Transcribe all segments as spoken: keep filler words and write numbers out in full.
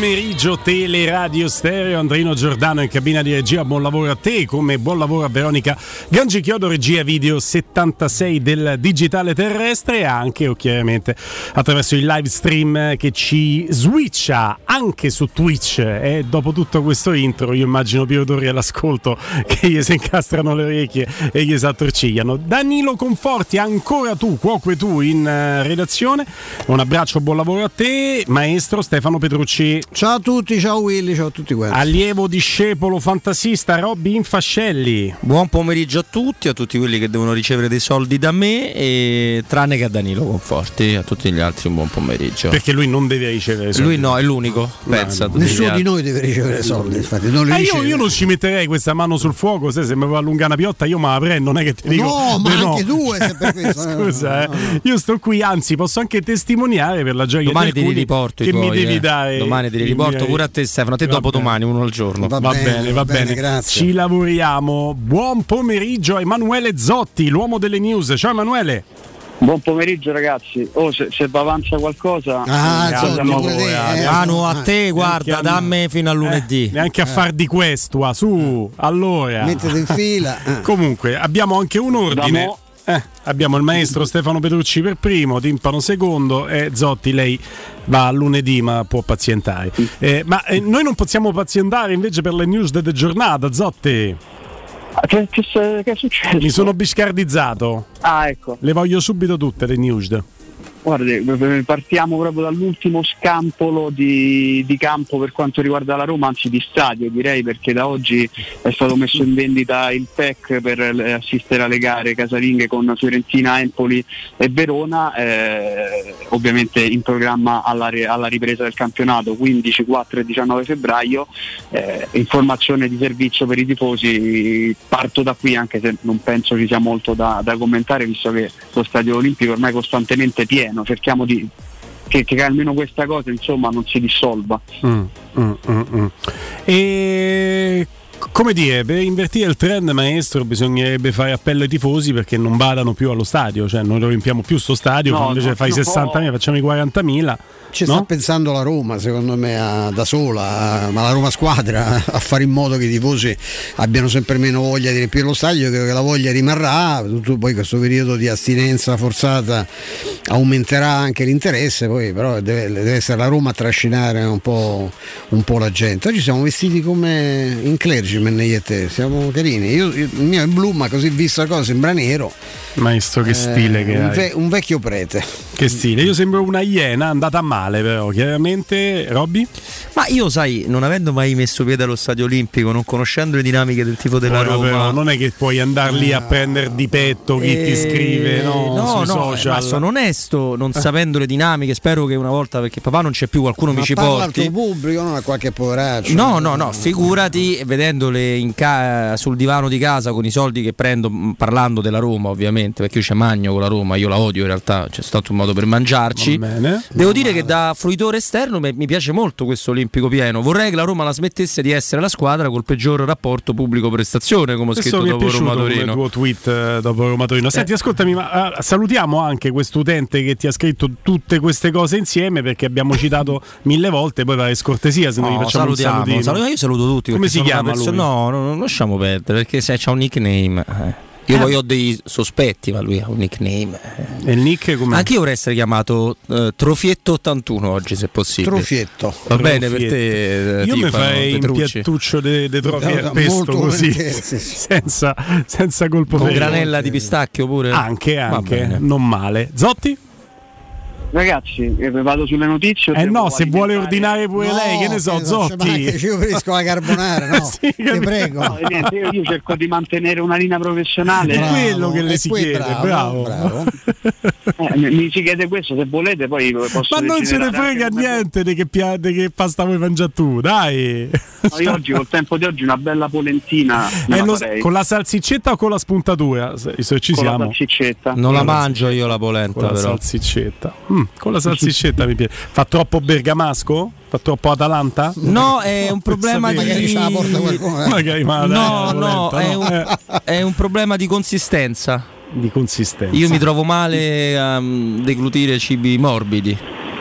pomeriggio Teleradio Stereo, Andrino Giordano in cabina di regia, buon lavoro a te, come buon lavoro a Veronica Gangichiodo, regia video settantasei del digitale terrestre, e anche o chiaramente attraverso il live stream che ci switcha anche su Twitch. E dopo tutto questo intro io immagino Piero Torri all'ascolto che gli si incastrano le orecchie e gli si attorcigliano. Danilo Conforti, ancora tu, cuoque tu in uh, redazione, un abbraccio, buon lavoro a te. Maestro Stefano Petrucci. Ciao a tutti, ciao Willy, ciao a tutti quanti. Allievo, discepolo, fantasista Robby Infascelli. Buon pomeriggio a tutti, a tutti quelli che devono ricevere dei soldi da me, e tranne che a Danilo Conforti, a tutti gli altri un buon pomeriggio. Perché lui non deve ricevere soldi. Lui no, è l'unico, pensa. No, nessuno di noi deve ricevere soldi, infatti non li eh riceve. io, io non ci metterei questa mano sul fuoco, se, se mi va a allungare una piotta io me la prendo, non è che ti dico no, ma no. anche due se per questo. Scusa, no, no, no. eh. Io sto qui, anzi posso anche testimoniare per la gioia domani di ti riporto che tuoi, mi devi eh. dare. Domani ti riporto pure a te Stefano, a te dopo domani, uno al giorno. Va, va bene, bene, va bene, bene. Grazie. Ci lavoriamo. Buon pomeriggio a Emanuele Zotti, l'uomo delle news. Ciao Emanuele. Buon pomeriggio ragazzi. Oh, se, se avanza qualcosa, ah, eh, Zotti, voi, eh, eh, Manu, a te, guarda, dammi fino a lunedì. Eh, neanche a far di questo, su. Allora. Mettete in fila. Comunque, abbiamo anche un ordine. Eh, abbiamo il maestro Stefano Petrucci per primo, Timpano secondo e Zotti, lei va a lunedì ma può pazientare. Eh, ma eh, noi non possiamo pazientare invece per le news della giornata, Zotti. Che, che, che è successo? Mi sono biscardizzato. Ah, ecco. Le voglio subito tutte le news. Guardi, partiamo proprio dall'ultimo scampolo di, di campo per quanto riguarda la Roma, anzi di stadio direi, perché da oggi è stato messo in vendita il P E C per assistere alle gare casalinghe con Fiorentina, Empoli e Verona, eh, ovviamente in programma alla, alla ripresa del campionato quindici, quattro e diciannove febbraio. Eh, informazione di servizio per i tifosi, parto da qui anche se non penso ci sia molto da, da commentare, visto che lo stadio olimpico ormai è costantemente pieno. Cerchiamo di che, che almeno questa cosa insomma non si dissolva. Mm, mm, mm, mm. E come dire, per invertire il trend, maestro, bisognerebbe fare appello ai tifosi perché non vadano più allo stadio, cioè non lo riempiamo più sto stadio, no, invece no, fai no. sessantamila, facciamo i quarantamila. Ci no? sta pensando la Roma, secondo me, a, da sola, a, ma la Roma squadra, a fare in modo che i tifosi abbiano sempre meno voglia di riempire lo stadio. Credo che la voglia rimarrà, tutto, poi questo periodo di astinenza forzata aumenterà anche l'interesse, poi però deve, deve essere la Roma a trascinare un po', un po' la gente. Oggi siamo vestiti come in clergyman io e te, siamo carini. Io, io, il mio è blu, ma così visto la cosa sembra nero. Maestro, che stile eh, che un, hai. ve- un vecchio prete. Che stile, io sembro una iena andata male, però chiaramente. Robby? Ma io, sai, non avendo mai messo piede allo stadio olimpico, non conoscendo le dinamiche del tifo della Ora, Roma, però, non è che puoi andare lì a prendere di petto chi eh, ti scrive, no, no, sui no, social. ma sono onesto, non sapendo le dinamiche. Spero che una volta, perché papà non c'è più, qualcuno ma mi ci parla porti. al tuo pubblico, non a qualche poveraccio. No, no, no, figurati, vedendole in ca- sul divano di casa con i soldi che prendo, parlando della Roma ovviamente, perché io ci magno con la Roma, io la odio in realtà, c'è stato un modo per mangiarci. Devo dire che da fruitore esterno mi piace molto questo olimpico pieno. Vorrei che la Roma la smettesse di essere la squadra col peggior rapporto pubblico-prestazione, come ho Questo scritto mi è dopo piaciuto Roma Torino. Il tuo tweet eh, dopo Roma Torino. Senti, Eh. ascoltami, ma uh, salutiamo anche quest'utente che ti ha scritto tutte queste cose insieme, perché abbiamo citato mille volte, poi fare scortesia se No, noi facciamo salutiamo, un salutino. salutiamo, io saluto tutti. Come si sono chiama una perso- lui? No, no, non lasciamo perdere, perché se c'ha un nickname. Eh. Io Eh. poi ho dei sospetti, ma lui ha un nickname. E il nick come? Anche io vorrei essere chiamato uh, Trofietto ottantuno oggi, se possibile. Trofietto. Va bene per te? Io mi Timpano, farei un Petrucci. piattuccio di de- trofi No, al no, pesto molto così, volentieri, sì, sì. senza, senza colpo Con vero. granella di pistacchio pure? Anche, Va anche, bene. non male. Zotti? Ragazzi, eh, vado sulle notizie. Eh devo no, se vuole alimentare- ordinare pure No, lei, che ne so, che- Zotti. ma Io preferisco la carbonara, no? Sì, Ti capito. prego. No, niente, io, io cerco di mantenere una linea professionale. È Bravo, quello che le e si poi chiede, bravo. bravo, bravo. Eh, mi, mi si chiede questo, se volete poi posso. Ma non se ne desiderare frega anche come- niente di che, pia- di che pasta vuoi mangiare tu, dai. No, io oggi col tempo di oggi una bella polentina me Eh, la lo- farei. con la salsiccetta o con la spuntatura? Se, se ci Con la siamo. salsiccetta. Non la Con la mangio io la polenta, Con la però. salsiccetta. Mm, con la salsiccetta mi piace. Fa troppo bergamasco? Fa troppo Atalanta? No, è un problema di... Magari ce la porta qualcuno. eh. Magari ma No, dai, no, polenta, è no? un, Eh, è un problema di consistenza. di consistenza. Io mi trovo male a um, deglutire cibi morbidi.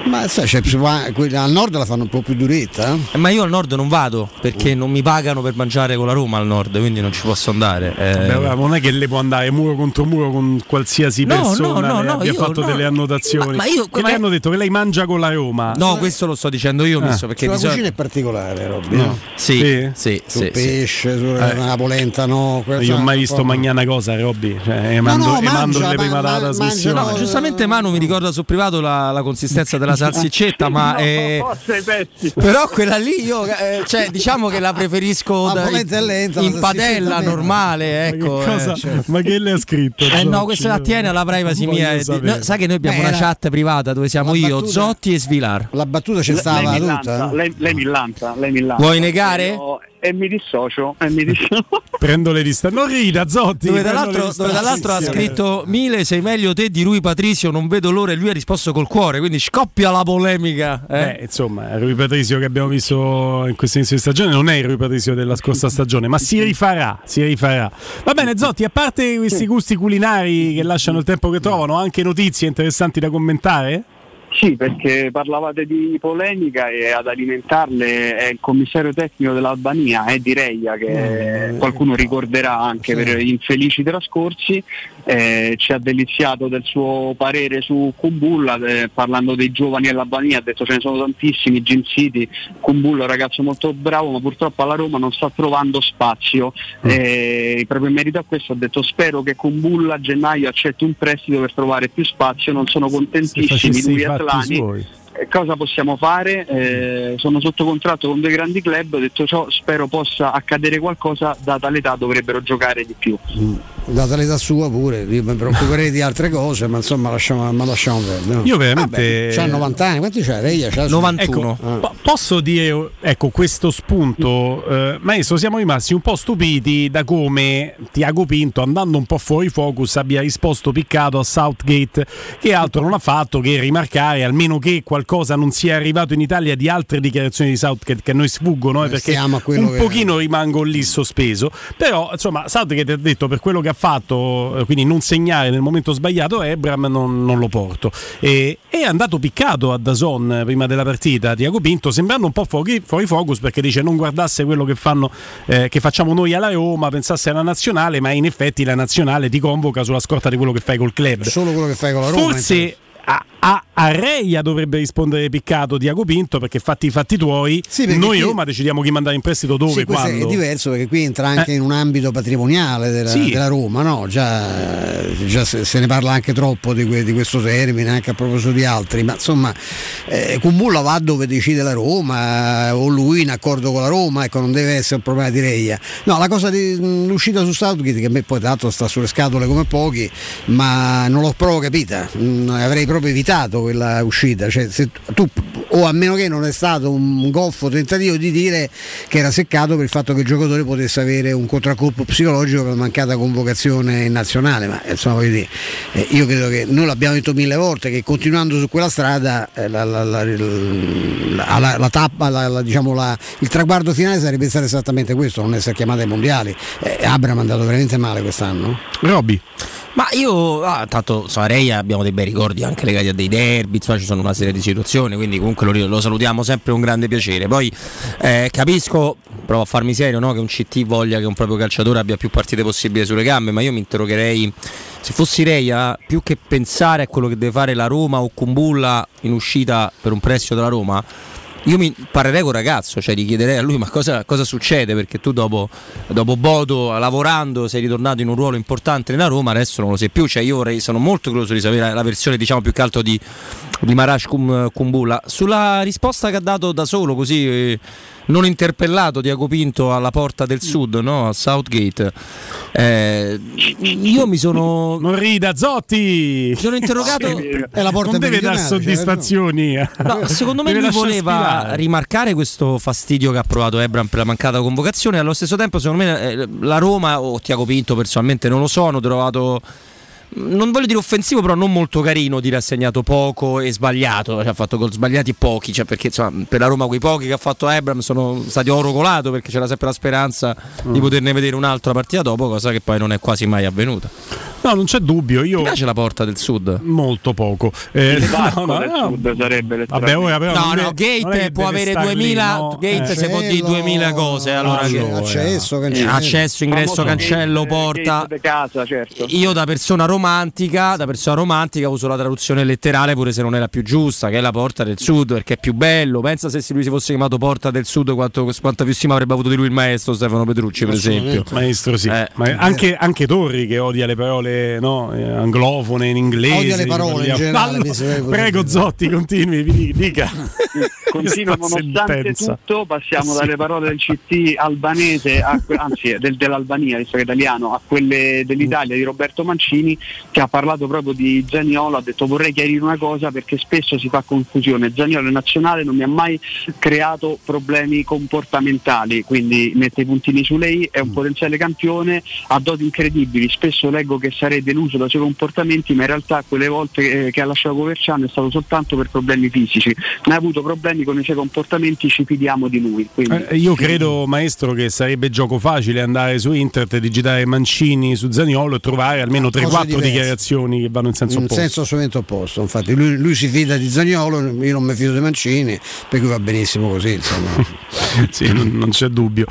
Ma sai, cioè, al nord la fanno un po' più duretta. Eh, ma io al nord non vado perché non mi pagano per mangiare con la Roma al nord, quindi non ci posso andare. Eh... Vabbè, non è che le può andare muro contro muro con qualsiasi no, persona no, no, che no, abbia io, fatto no, delle annotazioni. Ma, ma io, che ma... le hanno detto che lei mangia con la Roma. No, questo lo sto dicendo io, ah, misto, perché la di cucina solito... è particolare, Robby. No. No? Sì, sì, sì, sul sì, pesce, sì. sulla eh. la polenta, no. Io ho mai visto mangiare una cosa, Robby. Cioè, emando, no, no, emando mangia, le prima ma, data mangia, trasmissione. No, giustamente Manu mi ricorda sul privato la, la consistenza della salsiccetta, ma no, eh, sei però quella lì io eh, cioè diciamo che la preferisco la da, polenta è lenta, in la padella salsiccia normale, ecco. Ma che, cosa, eh, certo. ma che le ha scritto? Eh Zotti? no, questo attiene alla privacy Non mia. voglio eh, sapere. no, sai che noi abbiamo Beh, una era- chat privata dove siamo la io, battuta- Zotti e Svilar. La battuta c'è stava lei, mi tutta. lanza, lei, lei mi lanza, lei mi lanza. Vuoi negare? Io- E mi dissocio, e mi dissocio. Prendo le distanze. Non rida, Zotti. Dove prendo dall'altro, le dove dall'altro ha distanze. scritto Mile, sei meglio te di Rui Patricio, non vedo l'ora, e lui ha risposto col cuore, quindi scoppia la polemica. Eh? Beh, insomma, il Rui Patricio che abbiamo visto in questo inizio di stagione non è il Rui Patricio della scorsa stagione, ma si rifarà, si rifarà. Va bene, Zotti, a parte questi gusti culinari che lasciano il tempo che trovano, anche notizie interessanti da commentare? Sì, perché parlavate di polemica e ad alimentarle è il commissario tecnico dell'Albania, Edi Reia, che Mm. qualcuno ricorderà anche Sì. per gli infelici trascorsi, eh, ci ha deliziato del suo parere su Kumbulla, eh, parlando dei giovani all'Albania, ha detto ce ne sono tantissimi, Gin City, Kumbulla è un ragazzo molto bravo, ma purtroppo alla Roma non sta trovando spazio, Mm. eh, proprio in merito a questo ha detto spero che Kumbulla a gennaio accetti un prestito per trovare più spazio, non sono contentissimi lui e Atlani. Suoi. Eh, cosa possiamo fare? Eh, sono sotto contratto con due grandi club, ho detto ciò, spero possa accadere qualcosa, data l'età dovrebbero giocare di più. Mm. Data l'età sua pure, io mi preoccuperei di altre cose, ma insomma lasciamo, ma lasciamo perdere. No? Io veramente. C'ha novanta anni, quanti c'ha? Reia c'ha novantuno. Ecco, po- posso dire, ecco, questo spunto, eh, maestro, siamo rimasti un po' stupiti da come Tiago Pinto, andando un po' fuori focus, abbia risposto piccato a Southgate, che altro non ha fatto che rimarcare, almeno che qualcosa non sia arrivato in Italia di altre dichiarazioni di Southgate che a noi sfuggono, eh, perché a quello un che... pochino rimango lì sospeso, però insomma Southgate ha detto per quello che ha fatto, quindi non segnare nel momento sbagliato Ebram non, non lo porto, e è andato piccato a D A Z N prima della partita Tiago Pinto, sembrando un po' fuori, fuori focus, perché dice non guardasse quello che fanno eh, che facciamo noi alla Roma, pensasse alla nazionale, ma in effetti la nazionale ti convoca sulla scorta di quello che fai col club, solo quello che fai con la Roma forse a, a, a Reia dovrebbe rispondere piccato Tiago Pinto, perché fatti i fatti tuoi, sì, noi qui... Roma decidiamo chi mandare in prestito dove, sì, quando. È diverso perché qui entra anche eh. in un ambito patrimoniale della, sì. della Roma, no? Già, già se, se ne parla anche troppo di, que, di questo termine, anche a proposito di altri, ma insomma eh, Kumbulla va dove decide la Roma, o lui in accordo con la Roma, ecco, non deve essere un problema di Reia. No, la cosa dell'uscita su Southgate, che a me poi tanto sta sulle scatole come pochi, ma non l'ho proprio capita, mm, avrei proprio evitato quella uscita, cioè, se tu, o a meno che non è stato un goffo tentativo di dire che era seccato per il fatto che il giocatore potesse avere un contraccolpo psicologico per mancata convocazione in nazionale, ma insomma voglio dire, eh, io credo che noi l'abbiamo detto mille volte che continuando su quella strada eh, la, la, la, la, la, la tappa, la, la, diciamo la, il traguardo finale sarebbe stato esattamente questo, non essere chiamata ai mondiali. eh, Abram è andato veramente male quest'anno. Robby. Ma io, ah, tanto insomma, Reia abbiamo dei bei ricordi anche legati a dei derby, insomma ci sono una serie di situazioni, quindi comunque lo, lo salutiamo sempre con grande piacere. Poi eh, capisco, provo a farmi serio, no, che un C T voglia che un proprio calciatore abbia più partite possibili sulle gambe, ma io mi interrogherei, se fossi Reia, più che pensare a quello che deve fare la Roma o Kumbulla in uscita per un prestito della Roma, io mi parlerei col ragazzo, cioè gli chiederei a lui ma cosa, cosa succede, perché tu dopo, dopo Bodo lavorando sei ritornato in un ruolo importante nella Roma, adesso non lo sai più, cioè io vorrei, sono molto curioso di sapere la versione diciamo più che altro di, di Marash Kumbulla. Sulla risposta che ha dato da solo così eh, non interpellato Tiago Pinto alla porta del sud, no? A Southgate, eh, io mi sono non rida Zotti, mi sono interrogato è la porta non deve dar soddisfazioni, no, secondo me deve lui voleva aspirare. rimarcare questo fastidio che ha provato Ebram per la mancata convocazione, e allo stesso tempo secondo me eh, la Roma o Tiago Pinto personalmente non lo so, hanno trovato, non voglio dire offensivo, però non molto carino dire ha segnato poco e sbagliato, cioè ha fatto gol sbagliati pochi, cioè perché insomma per la Roma quei pochi che ha fatto Ebram sono stati oro colato, perché c'era sempre la speranza mm. di poterne vedere un'altra partita dopo, cosa che poi non è quasi mai avvenuta. No, non c'è dubbio. Io mi piace la Porta del Sud. Molto poco. Eh, no, no, del no. Sud sarebbe vabbè, ora però no, no, Gate può avere duemila. No. Gate eh. si può dire duemila cose. Allora, ah, che, accesso, cancello. accesso, ingresso, Famoso cancello, gate, porta. Gate casa, certo. Io da persona romantica, da persona romantica uso la traduzione letterale, pure se non è la più giusta, che è la Porta del Sud, perché è più bello. Pensa se lui si fosse chiamato Porta del Sud, quanto, quanta più stima avrebbe avuto di lui il maestro Stefano Petrucci, per esempio. Maestro, sì. Eh. Ma anche, anche Torri che odia le parole, no, anglofone in inglese. Odia le parole in generale. Allora, prego Zotti, continui, dica. Continuo, nonostante sentenza. tutto, passiamo dalle parole del C T albanese, a, anzi del, dell'Albania, visto che è italiano, a quelle dell'Italia di Roberto Mancini, che ha parlato proprio di Zaniolo. Ha detto: vorrei chiarire una cosa perché spesso si fa confusione, Zaniolo in nazionale non mi ha mai creato problemi comportamentali, quindi mette i puntini su lei, è un potenziale campione, ha doti incredibili, spesso leggo che sarei deluso dai suoi comportamenti, ma in realtà quelle volte che ha lasciato Coverciano è stato soltanto per problemi fisici, non ha avuto problemi con i suoi comportamenti, ci fidiamo di lui. Quindi, eh, io credo, maestro, che sarebbe gioco facile andare su internet, digitare Mancini su Zaniolo e trovare almeno tre quattro dichiarazioni che vanno in senso in opposto. senso assolutamente opposto. Infatti lui, lui si fida di Zaniolo, io non mi fido di Mancini, per cui va benissimo così, insomma. Sì, non, non c'è dubbio.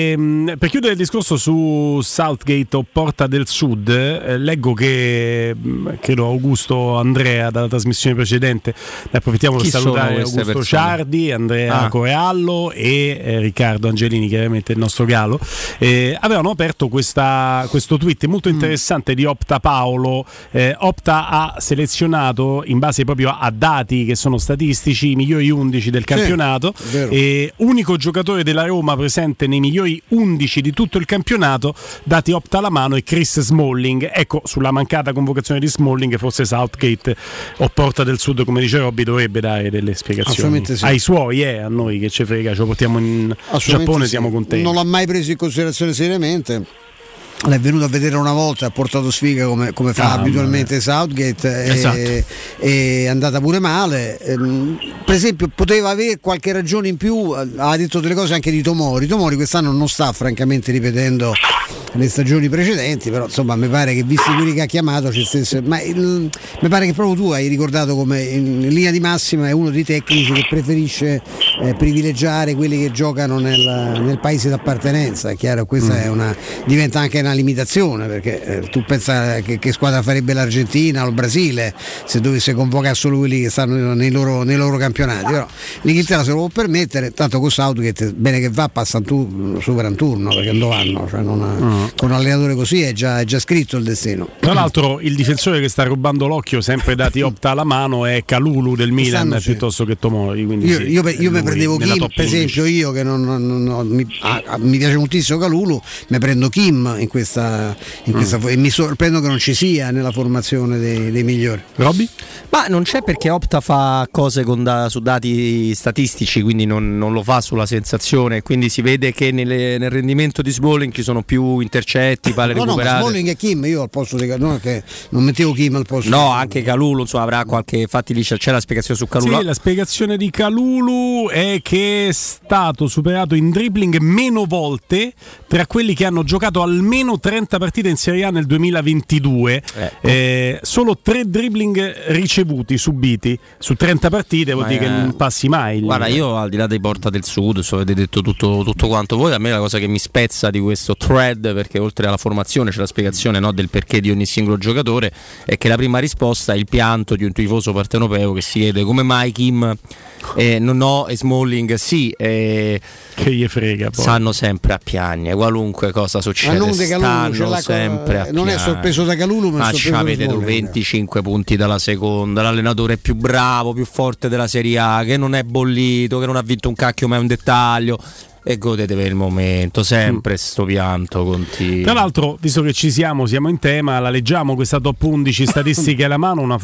E, per chiudere il discorso su Southgate o Porta del Sud, eh, leggo che credo Augusto Andrea dalla trasmissione precedente, ne approfittiamo Chi per salutare Augusto persone? Ciardi, Andrea ah. Coreallo e eh, Riccardo Angelini, chiaramente il nostro galo, eh, avevano aperto questa, questo tweet molto interessante mm. di Opta Paolo. eh, Opta ha selezionato in base proprio a dati che sono statistici i migliori undici del campionato, sì, e unico giocatore della Roma presente nei migliori undici di tutto il campionato, dati Opta alla mano, è Chris Smalling. Ecco, sulla mancata convocazione di Smalling forse Southgate o Porta del Sud, come dice Robby, dovrebbe dare delle spiegazioni sì. ai suoi, eh, a noi che ci frega, ce lo portiamo in Giappone, sì. Siamo contenti. Non l'ha mai preso in considerazione seriamente. L'è venuto a vedere una volta, ha portato sfiga come, come fa ah, abitualmente beh. Southgate, esatto. e, e è andata pure male. Ehm, per esempio poteva avere qualche ragione in più, ha detto delle cose anche di Tomori. Tomori quest'anno non sta francamente ripetendo le stagioni precedenti, però insomma mi pare che visti quelli che ha chiamato ci stesse, ma il, mi pare che proprio tu hai ricordato come in, in linea di massima è uno dei tecnici che preferisce eh, privilegiare quelli che giocano nel, nel paese d'appartenenza. È chiaro, questa mm. è una, diventa anche una limitazione, perché eh, tu pensa che, che squadra farebbe l'Argentina o il Brasile se dovesse convocare solo quelli che stanno nei loro, nei loro campionati. Però l'Inghilterra se lo può permettere, tanto con Southgate bene che va passa un turno, supera un turno, perché non vanno, cioè non ha, mm. con un allenatore così è già, è già scritto il destino. Tra l'altro il difensore che sta rubando l'occhio, sempre dati Opta alla mano, è Kalulu del Milan sì. piuttosto che Tomori. Io, sì, io, io mi prendevo Kim, per esempio, io che non, non, non mi, ah, mi piace moltissimo Kalulu, mi prendo Kim in questa, in questa mm. e mi sorprendo che non ci sia nella formazione dei, dei migliori. Robby? Ma non c'è, perché Opta fa cose con da, su dati statistici, quindi non, non lo fa sulla sensazione, quindi si vede che nelle, nel rendimento di Smalling ci sono più intercetti, palle no, recuperate. No, ma Smalling e Kim, io al posto di no, che non mettevo Kim al posto. No, di... anche Kalulu, insomma, avrà qualche, infatti lì c'è la spiegazione su Kalulu. Sì, la spiegazione di Kalulu è che è stato superato in dribbling meno volte tra quelli che hanno giocato almeno trenta partite in Serie A nel duemilaventidue. Eh. Eh, solo tre dribbling ricevuti, subiti su trenta partite, vuol ma dire è... che non passi mai. Guarda, io al di là dei Porta del Sud, so, avete detto tutto, tutto quanto voi, a me la cosa che mi spezza di questo thread, perché oltre alla formazione c'è la spiegazione, no, del perché di ogni singolo giocatore, è che la prima risposta è il pianto di un tifoso partenopeo che si chiede come mai Kim eh, non ho e Smalling sì, eh, che gli frega poi. Stanno sempre a piagne, qualunque cosa succede non stanno sempre a piagne. Non è sorpreso da Kalulu, ma, ma avete venticinque punti dalla seconda, l'allenatore più bravo, più forte della Serie A, che non è bollito, che non ha vinto un cacchio ma è un dettaglio, e godetevi il momento, sempre mm. sto pianto continuo. Tra l'altro, visto che ci siamo, siamo in tema, la leggiamo questa top undici statistiche alla mano, una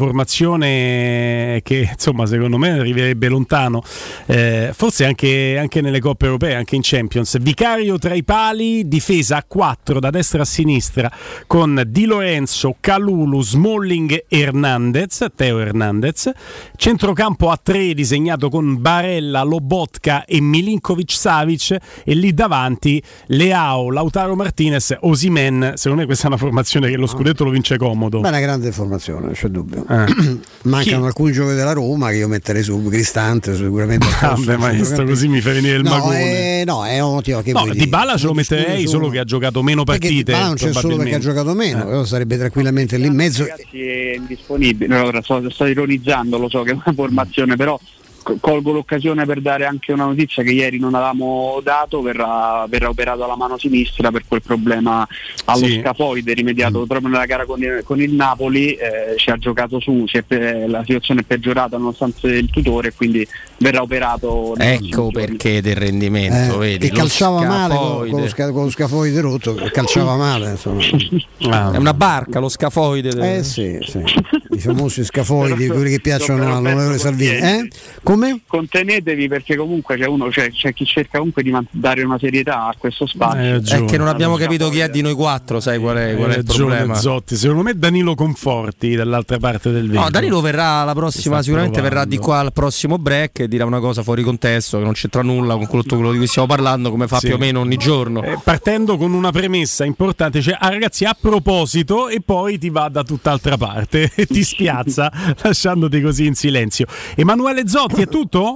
formazione che insomma secondo me arriverebbe lontano, eh, forse anche, anche nelle coppe europee, anche in Champions. Vicario tra i pali, difesa a quattro da destra a sinistra con Di Lorenzo, Kalulu, Smalling e Hernandez, Teo Hernandez. Centrocampo a tre disegnato con Barella, Lobotka e Milinkovic Savic. Vlahovic, e lì davanti Leao, Lautaro Martinez, Osimhen. Secondo me questa è una formazione che lo scudetto lo vince comodo. Ma è una grande formazione, non c'è dubbio. Eh. Mancano Chi? alcuni giocatori della Roma che io metterei su Cristante sicuramente. Vabbè, maestro, così mi fai venire il no, magone. È, no, è un motivo che no, Dybala ce lo metterei solo che ha giocato meno partite. Dybala non c'è solo perché ha giocato meno, però sarebbe tranquillamente lì in mezzo. Ragazzi, è indisponibile. Ora sto, sto ironizzando, lo so che è una formazione, però colgo l'occasione per dare anche una notizia che ieri non avevamo dato. Verrà, verrà operato alla mano sinistra per quel problema allo sì. scafoide rimediato mm. proprio nella gara con il, con il Napoli. Eh, ci ha giocato su, si è, la situazione è peggiorata nonostante il tutore, quindi verrà operato. Ecco perché del rendimento, eh, vedi, che calciava male con, con, lo sca, con lo scafoide rotto, calciava male, insomma. Ah, è una barca lo scafoide del... eh sì, sì. I famosi scafoidi, quelli che piacciono all'onorevole Salvini. Eh? Come? Contenetevi, perché comunque c'è uno, c'è, c'è chi cerca comunque di dare una serietà a questo spazio. Eh, è che non abbiamo capito chi è di noi quattro, sai qual è, qual è il problema? Zotti. Secondo me Danilo Conforti dall'altra parte del video. No, Danilo verrà la prossima, sicuramente provando. Verrà di qua al prossimo break e dirà una cosa fuori contesto che non c'entra nulla con quello di cui stiamo parlando, come fa sì. più o meno ogni giorno. Eh, partendo con una premessa importante, cioè ah, ragazzi, a proposito, e poi ti va da tutt'altra parte e ti spiazza lasciandoti così in silenzio. Emanuele Zotti, è tutto?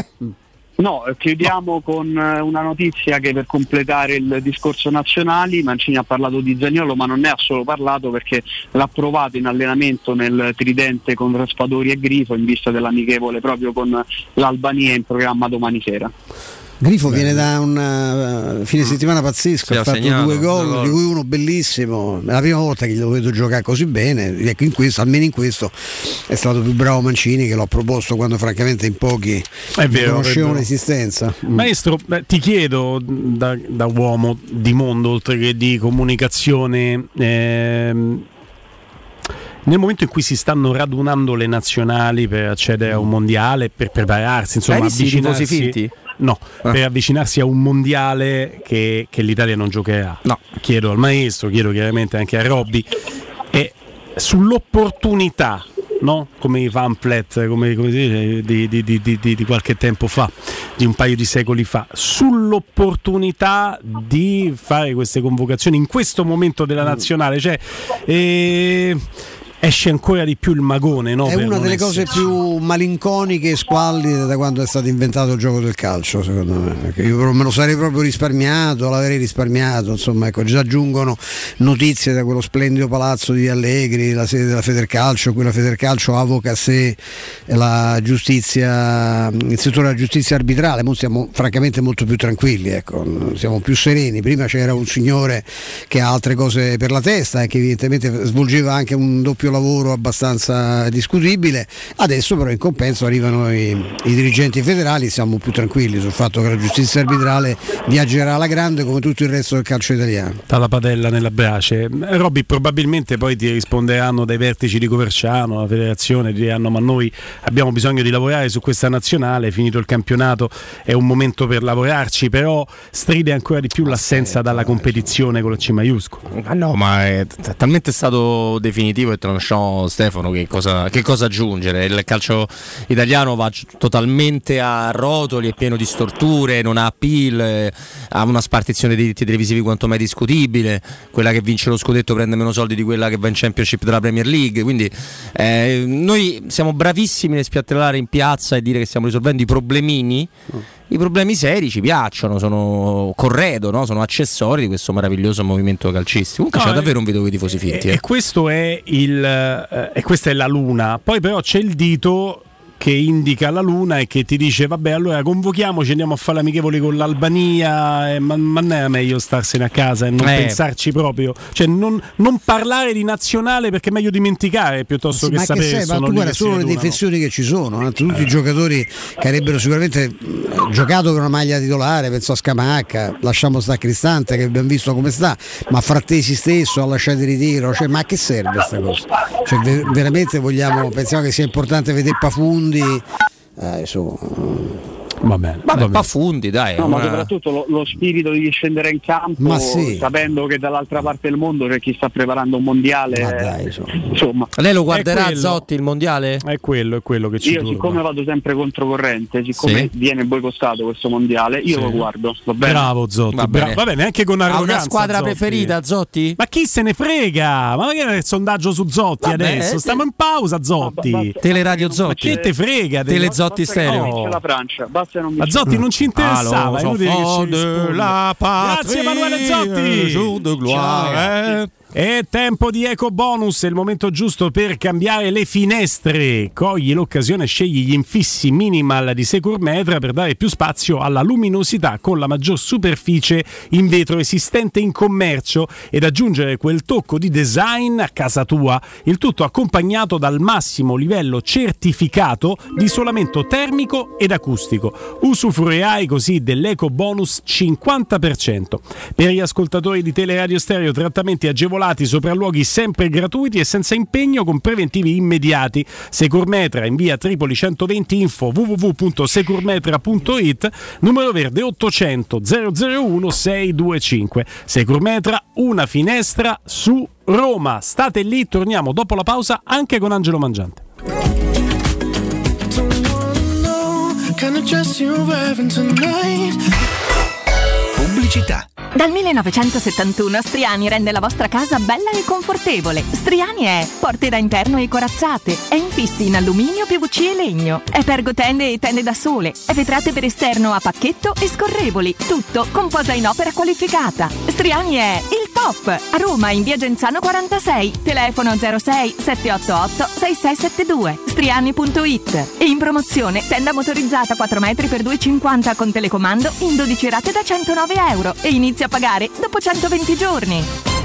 No, chiudiamo con una notizia che per completare il discorso nazionali, Mancini ha parlato di Zaniolo, ma non ne ha solo parlato perché l'ha provato in allenamento nel tridente con Raspadori e Grifo in vista dell'amichevole proprio con l'Albania in programma domani sera. Grifo viene da un uh, fine settimana pazzesco, ha fatto segnato, due gol, di cui uno bellissimo. È la prima volta che lo vedo giocare così bene. Ecco, in questo, almeno in questo è stato più bravo Mancini, che l'ho proposto quando francamente in pochi conoscevano l'esistenza. Maestro, beh, ti chiedo da, da uomo di mondo oltre che di comunicazione, ehm, nel momento in cui si stanno radunando le nazionali per accedere a un mondiale, per prepararsi, insomma, avvicinarsi, finti? No, ah. per avvicinarsi a un mondiale che, che l'Italia non giocherà. No. Chiedo al maestro, chiedo chiaramente anche a Robby, e sull'opportunità, no? Come i pamphlet, come, come si dice, di, di, di, di, di qualche tempo fa, di un paio di secoli fa, sull'opportunità di fare queste convocazioni in questo momento della nazionale, cioè eh, esce ancora di più il magone, no? È una delle esserci. cose più malinconiche e squallide da quando è stato inventato il gioco del calcio, secondo me. Io me lo sarei proprio risparmiato, l'avrei risparmiato, insomma, ecco, già giungono notizie da quello splendido palazzo di Allegri, la sede della Federcalcio, quella Federcalcio avoca a sé la giustizia, il settore della giustizia arbitrale. Mo siamo francamente molto più tranquilli, ecco, siamo più sereni. Prima c'era un signore che ha altre cose per la testa e che evidentemente svolgeva anche un doppio lavoro abbastanza discutibile. Adesso però in compenso arrivano i, i dirigenti federali, siamo più tranquilli sul fatto che la giustizia arbitrale viaggerà alla grande come tutto il resto del calcio italiano. Dalla padella nella brace. Robby, probabilmente poi ti risponderanno dai vertici di Coverciano, la federazione, diranno ma noi abbiamo bisogno di lavorare su questa nazionale, finito il campionato è un momento per lavorarci, però stride ancora di più l'assenza dalla competizione con la C maiuscolo. Ma no, ma è t- talmente stato definitivo e te lo lasciamo Stefano che cosa, che cosa aggiungere. Il calcio italiano va totalmente a rotoli, è pieno di storture, non ha appeal, eh, ha una spartizione dei diritti televisivi quanto mai discutibile, quella che vince lo scudetto prende meno soldi di quella che va in Championship della Premier League, quindi eh, noi siamo bravissimi nel spiattellare in piazza e dire che stiamo risolvendo i problemini. I problemi seri ci piacciono, sono corredo, no? Sono accessori di questo meraviglioso movimento calcistico. Comunque no, c'è davvero un video di tifosi finti. E, eh. e questo è il eh, e questa è la luna. Poi però c'è il dito che indica la luna e che ti dice vabbè, allora convochiamoci, andiamo a fare l'amichevole con l'Albania, eh, ma, ma non è meglio starsene a casa e non eh. pensarci proprio, cioè non, non parlare di nazionale perché è meglio dimenticare piuttosto sì, che ma sapere che sei, ma tu guarda solo le difensioni no? che ci sono, eh? tutti eh. i giocatori che avrebbero sicuramente giocato con una maglia titolare, penso a Scamacca, lasciamo stare Cristante che abbiamo visto come sta, ma Frattesi stesso ha lasciato il ritiro, cioè, ma a che serve questa cosa? Cioè, ver- veramente vogliamo, pensiamo che sia importante vedere Pafundi, eh, insomma, Va bene, vabbè, va pa' fundi, dai. No, una... ma soprattutto lo, lo spirito di scendere in campo, sì. sapendo che dall'altra parte del mondo c'è chi sta preparando un mondiale. Ma dai, insomma. Lei lo guarderà Zotti il mondiale? È quello, è quello che ci Io turba. Siccome vado sempre controcorrente, siccome sì. viene boicottato questo mondiale, io sì. lo guardo. Va bene? Bravo Zotti, va bene, bra- va bene anche con arroganza. Ha una squadra Zotti. preferita, Zotti? Ma chi se ne frega? Ma magari è il sondaggio su Zotti Vabbè, adesso? eh, Stiamo in pausa, Zotti. Ma basta, Teleradio Zotti. Ma chi te frega? Telezotti stereo. Non la Francia, basta non ma Zotti non ci interessava. È inutile che ci risponda. Grazie Emanuele Zotti. Jour de gloire. È tempo di Eco Bonus, è il momento giusto per cambiare le finestre. Cogli l'occasione e scegli gli infissi minimal di Securmetra per dare più spazio alla luminosità con la maggior superficie in vetro esistente in commercio ed aggiungere quel tocco di design a casa tua. Il tutto accompagnato dal massimo livello certificato di isolamento termico ed acustico. Usufruirai così dell'Eco Bonus cinquanta per cento. Per gli ascoltatori di Teleradio Stereo, trattamenti agevolati sopralluoghi sempre gratuiti e senza impegno con preventivi immediati. Securmetra in via Tripoli centoventi, info w w w punto securmetra punto i t, numero verde ottocento zero zero uno sei due cinque. Securmetra, una finestra su Roma. State lì, torniamo dopo la pausa anche con Angelo Mangiante. Pubblicità. Dal millenovecentosettantuno Striani rende la vostra casa bella e confortevole. Striani è porte da interno e corazzate, è infissi in alluminio, P V C e legno, è pergotende e tende da sole, è vetrate per esterno a pacchetto e scorrevoli, tutto con posa in opera qualificata. Striani è il top! A Roma in via Genzano quarantasei, telefono zero sei sette otto otto sei sei sette due, striani punto it. E in promozione tenda motorizzata quattro metri per due e cinquanta con telecomando in dodici rate da centonove euro e inizia a pagare dopo centoventi giorni.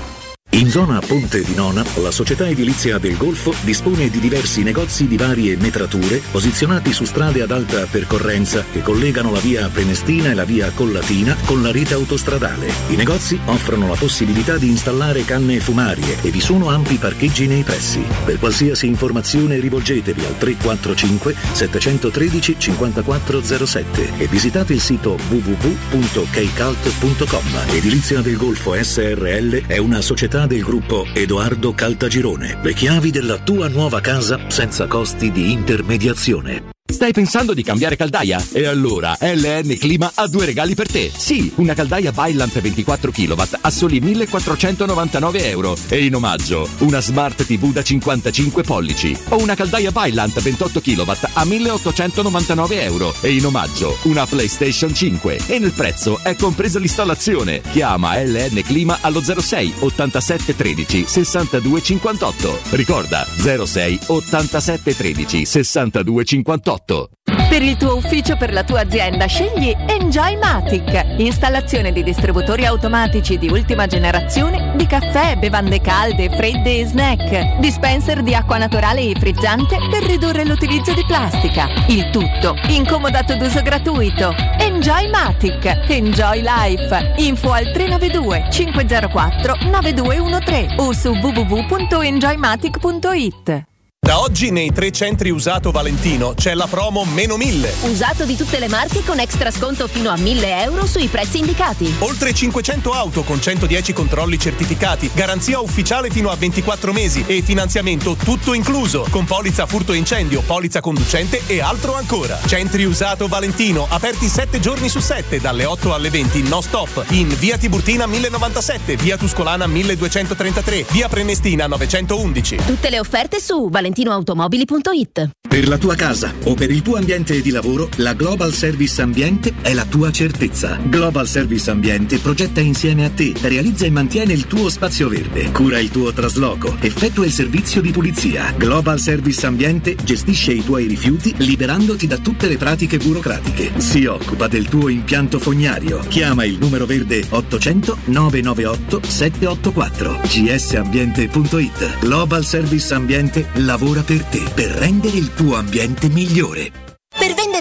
In zona Ponte di Nona, la società edilizia del Golfo dispone di diversi negozi di varie metrature posizionati su strade ad alta percorrenza che collegano la via Prenestina e la via Collatina con la rete autostradale. I negozi offrono la possibilità di installare canne fumarie e vi sono ampi parcheggi nei pressi. Per qualsiasi informazione rivolgetevi al tre quattro cinque sette uno tre cinque zero sette e visitate il sito w w w punto keicalt punto com. Edilizia del Golfo S R L è una società del gruppo Edoardo Caltagirone. Le chiavi della tua nuova casa senza costi di intermediazione. Stai pensando di cambiare caldaia? E allora L N Clima ha due regali per te. Sì, una caldaia Vaillant ventiquattro chilowatt a soli millequattrocentonovantanove euro e in omaggio una Smart tivù da cinquantacinque pollici o una caldaia Vaillant ventotto chilowatt a milleottocentonovantanove euro e in omaggio una PlayStation cinque e nel prezzo è compresa l'installazione. Chiama L N Clima allo zero sei ottantasette tredici sessantadue cinquantotto. Ricorda zero sei ottantasette tredici sessantadue cinquantotto. Per il tuo ufficio, per la tua azienda, scegli Enjoymatic. Installazione di distributori automatici di ultima generazione di caffè, bevande calde, fredde e snack. Dispenser di acqua naturale e frizzante per ridurre l'utilizzo di plastica. Il tutto in comodato d'uso gratuito. Enjoymatic. Enjoy life. Info al tre nove due cinque zero quattro nove due uno tre o su w w w punto enjoymatic punto it. Da oggi nei tre centri usato Valentino c'è la promo meno mille. Usato di tutte le marche con extra sconto fino a mille euro sui prezzi indicati. Oltre cinquecento auto con centodieci controlli certificati, garanzia ufficiale fino a ventiquattro mesi e finanziamento tutto incluso, con polizza furto incendio, polizza conducente e altro ancora. Centri usato Valentino, aperti sette giorni su sette, dalle otto alle venti, no stop, in via Tiburtina mille novantasette, via Tuscolana milleduecentotrentatré, via Prenestina novecentoundici. Tutte le offerte su valentinoautomobili punto it. Per la tua casa o per il tuo ambiente di lavoro, la Global Service Ambiente è la tua certezza. Global Service Ambiente progetta insieme a te, realizza e mantiene il tuo spazio verde, cura il tuo trasloco, effettua il servizio di pulizia. Global Service Ambiente gestisce i tuoi rifiuti liberandoti da tutte le pratiche burocratiche. Si occupa del tuo impianto fognario. Chiama il numero verde ottocento nove nove otto sette otto quattro g s ambiente punto it. Global Service Ambiente lavora per te, per rendere il tuo ambiente migliore. Per vendere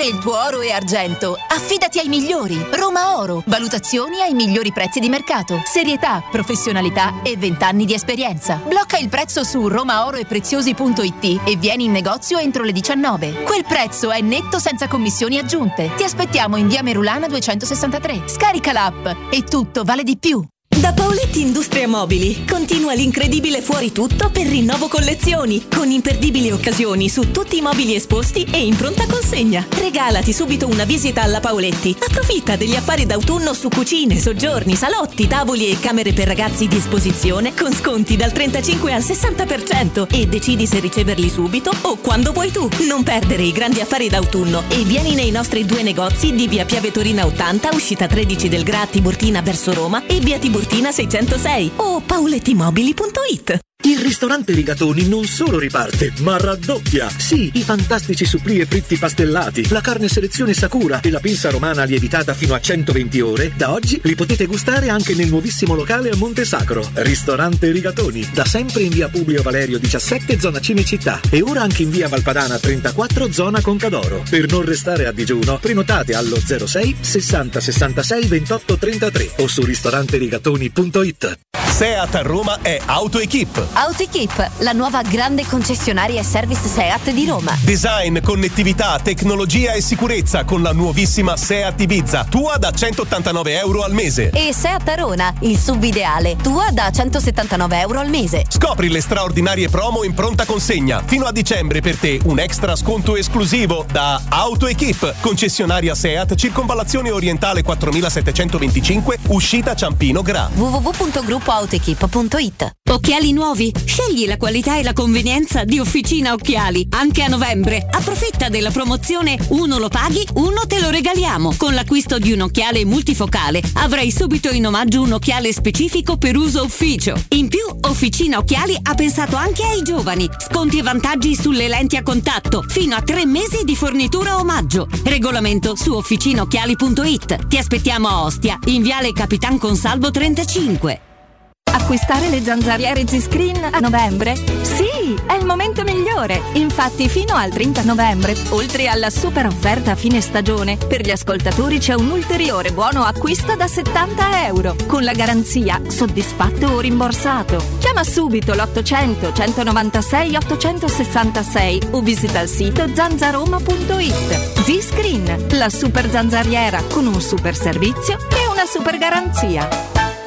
proteggere il tuo oro e argento, affidati ai migliori. Roma Oro. Valutazioni ai migliori prezzi di mercato. Serietà, professionalità e vent'anni di esperienza. Blocca il prezzo su romaoroepreziosi punto it e vieni in negozio entro le diciannove. Quel prezzo è netto senza commissioni aggiunte. Ti aspettiamo in via Merulana duecentosessantatré. Scarica l'app e tutto vale di più. Da Paoletti Industria Mobili continua l'incredibile fuori tutto per rinnovo collezioni, con imperdibili occasioni su tutti i mobili esposti e in pronta consegna. Regalati subito una visita alla Paoletti. Approfitta degli affari d'autunno su cucine, soggiorni, salotti, tavoli e camere per ragazzi di esposizione con sconti dal trentacinque al sessanta per cento e decidi se riceverli subito o quando vuoi tu. Non perdere i grandi affari d'autunno e vieni nei nostri due negozi di via Piave Torina ottanta, uscita tredici del Gra Tiburtina verso Roma e via Tiburtina seicentosei o paolettimobili punto it. Il ristorante Rigatoni non solo riparte, ma raddoppia. Sì, i fantastici supplì e fritti pastellati, la carne selezione Sakura e la pinza romana lievitata fino a centoventi ore, da oggi li potete gustare anche nel nuovissimo locale a Monte Sacro. Ristorante Rigatoni, da sempre in via Publio Valerio diciassette, zona Cinecittà, e ora anche in via Valpadana trentaquattro, zona Concadoro. Per non restare a digiuno, prenotate allo zero sei sessanta sessantasei ventotto trentatré o su ristoranterigatoni punto it. Seat a Roma è AutoEquip. AutoEquip, la nuova grande concessionaria e service Seat di Roma. Design, connettività, tecnologia e sicurezza con la nuovissima Seat Ibiza, tua da centottantanove euro al mese. E Seat Arona, il sub ideale, tua da centosettantanove euro al mese. Scopri le straordinarie promo in pronta consegna. Fino a dicembre per te un extra sconto esclusivo da AutoEquip, concessionaria Seat, circonvallazione orientale quattromilasettecentoventicinque, uscita Ciampino Gra. w w w punto gruppo autoequip punto it. Occhiali nuovi? Scegli la qualità e la convenienza di Officina Occhiali. Anche a novembre. Approfitta della promozione uno lo paghi, uno te lo regaliamo. Con l'acquisto di un occhiale multifocale avrai subito in omaggio un occhiale specifico per uso ufficio. In più, Officina Occhiali ha pensato anche ai giovani. Sconti e vantaggi sulle lenti a contatto. Fino a tre mesi di fornitura omaggio. Regolamento su officina occhiali punto it. Ti aspettiamo a Ostia, in viale Capitan Consalvo trentacinque. Acquistare le zanzariere Z-Screen a novembre? Sì, è il momento migliore! Infatti fino al trenta novembre, oltre alla super offerta fine stagione, per gli ascoltatori c'è un ulteriore buono acquisto da settanta euro, con la garanzia soddisfatto o rimborsato. Chiama subito l'ottocento centonovantasei ottocentosessantasei o visita il sito zanzaroma punto it. Z-Screen, la super zanzariera con un super servizio e una super garanzia.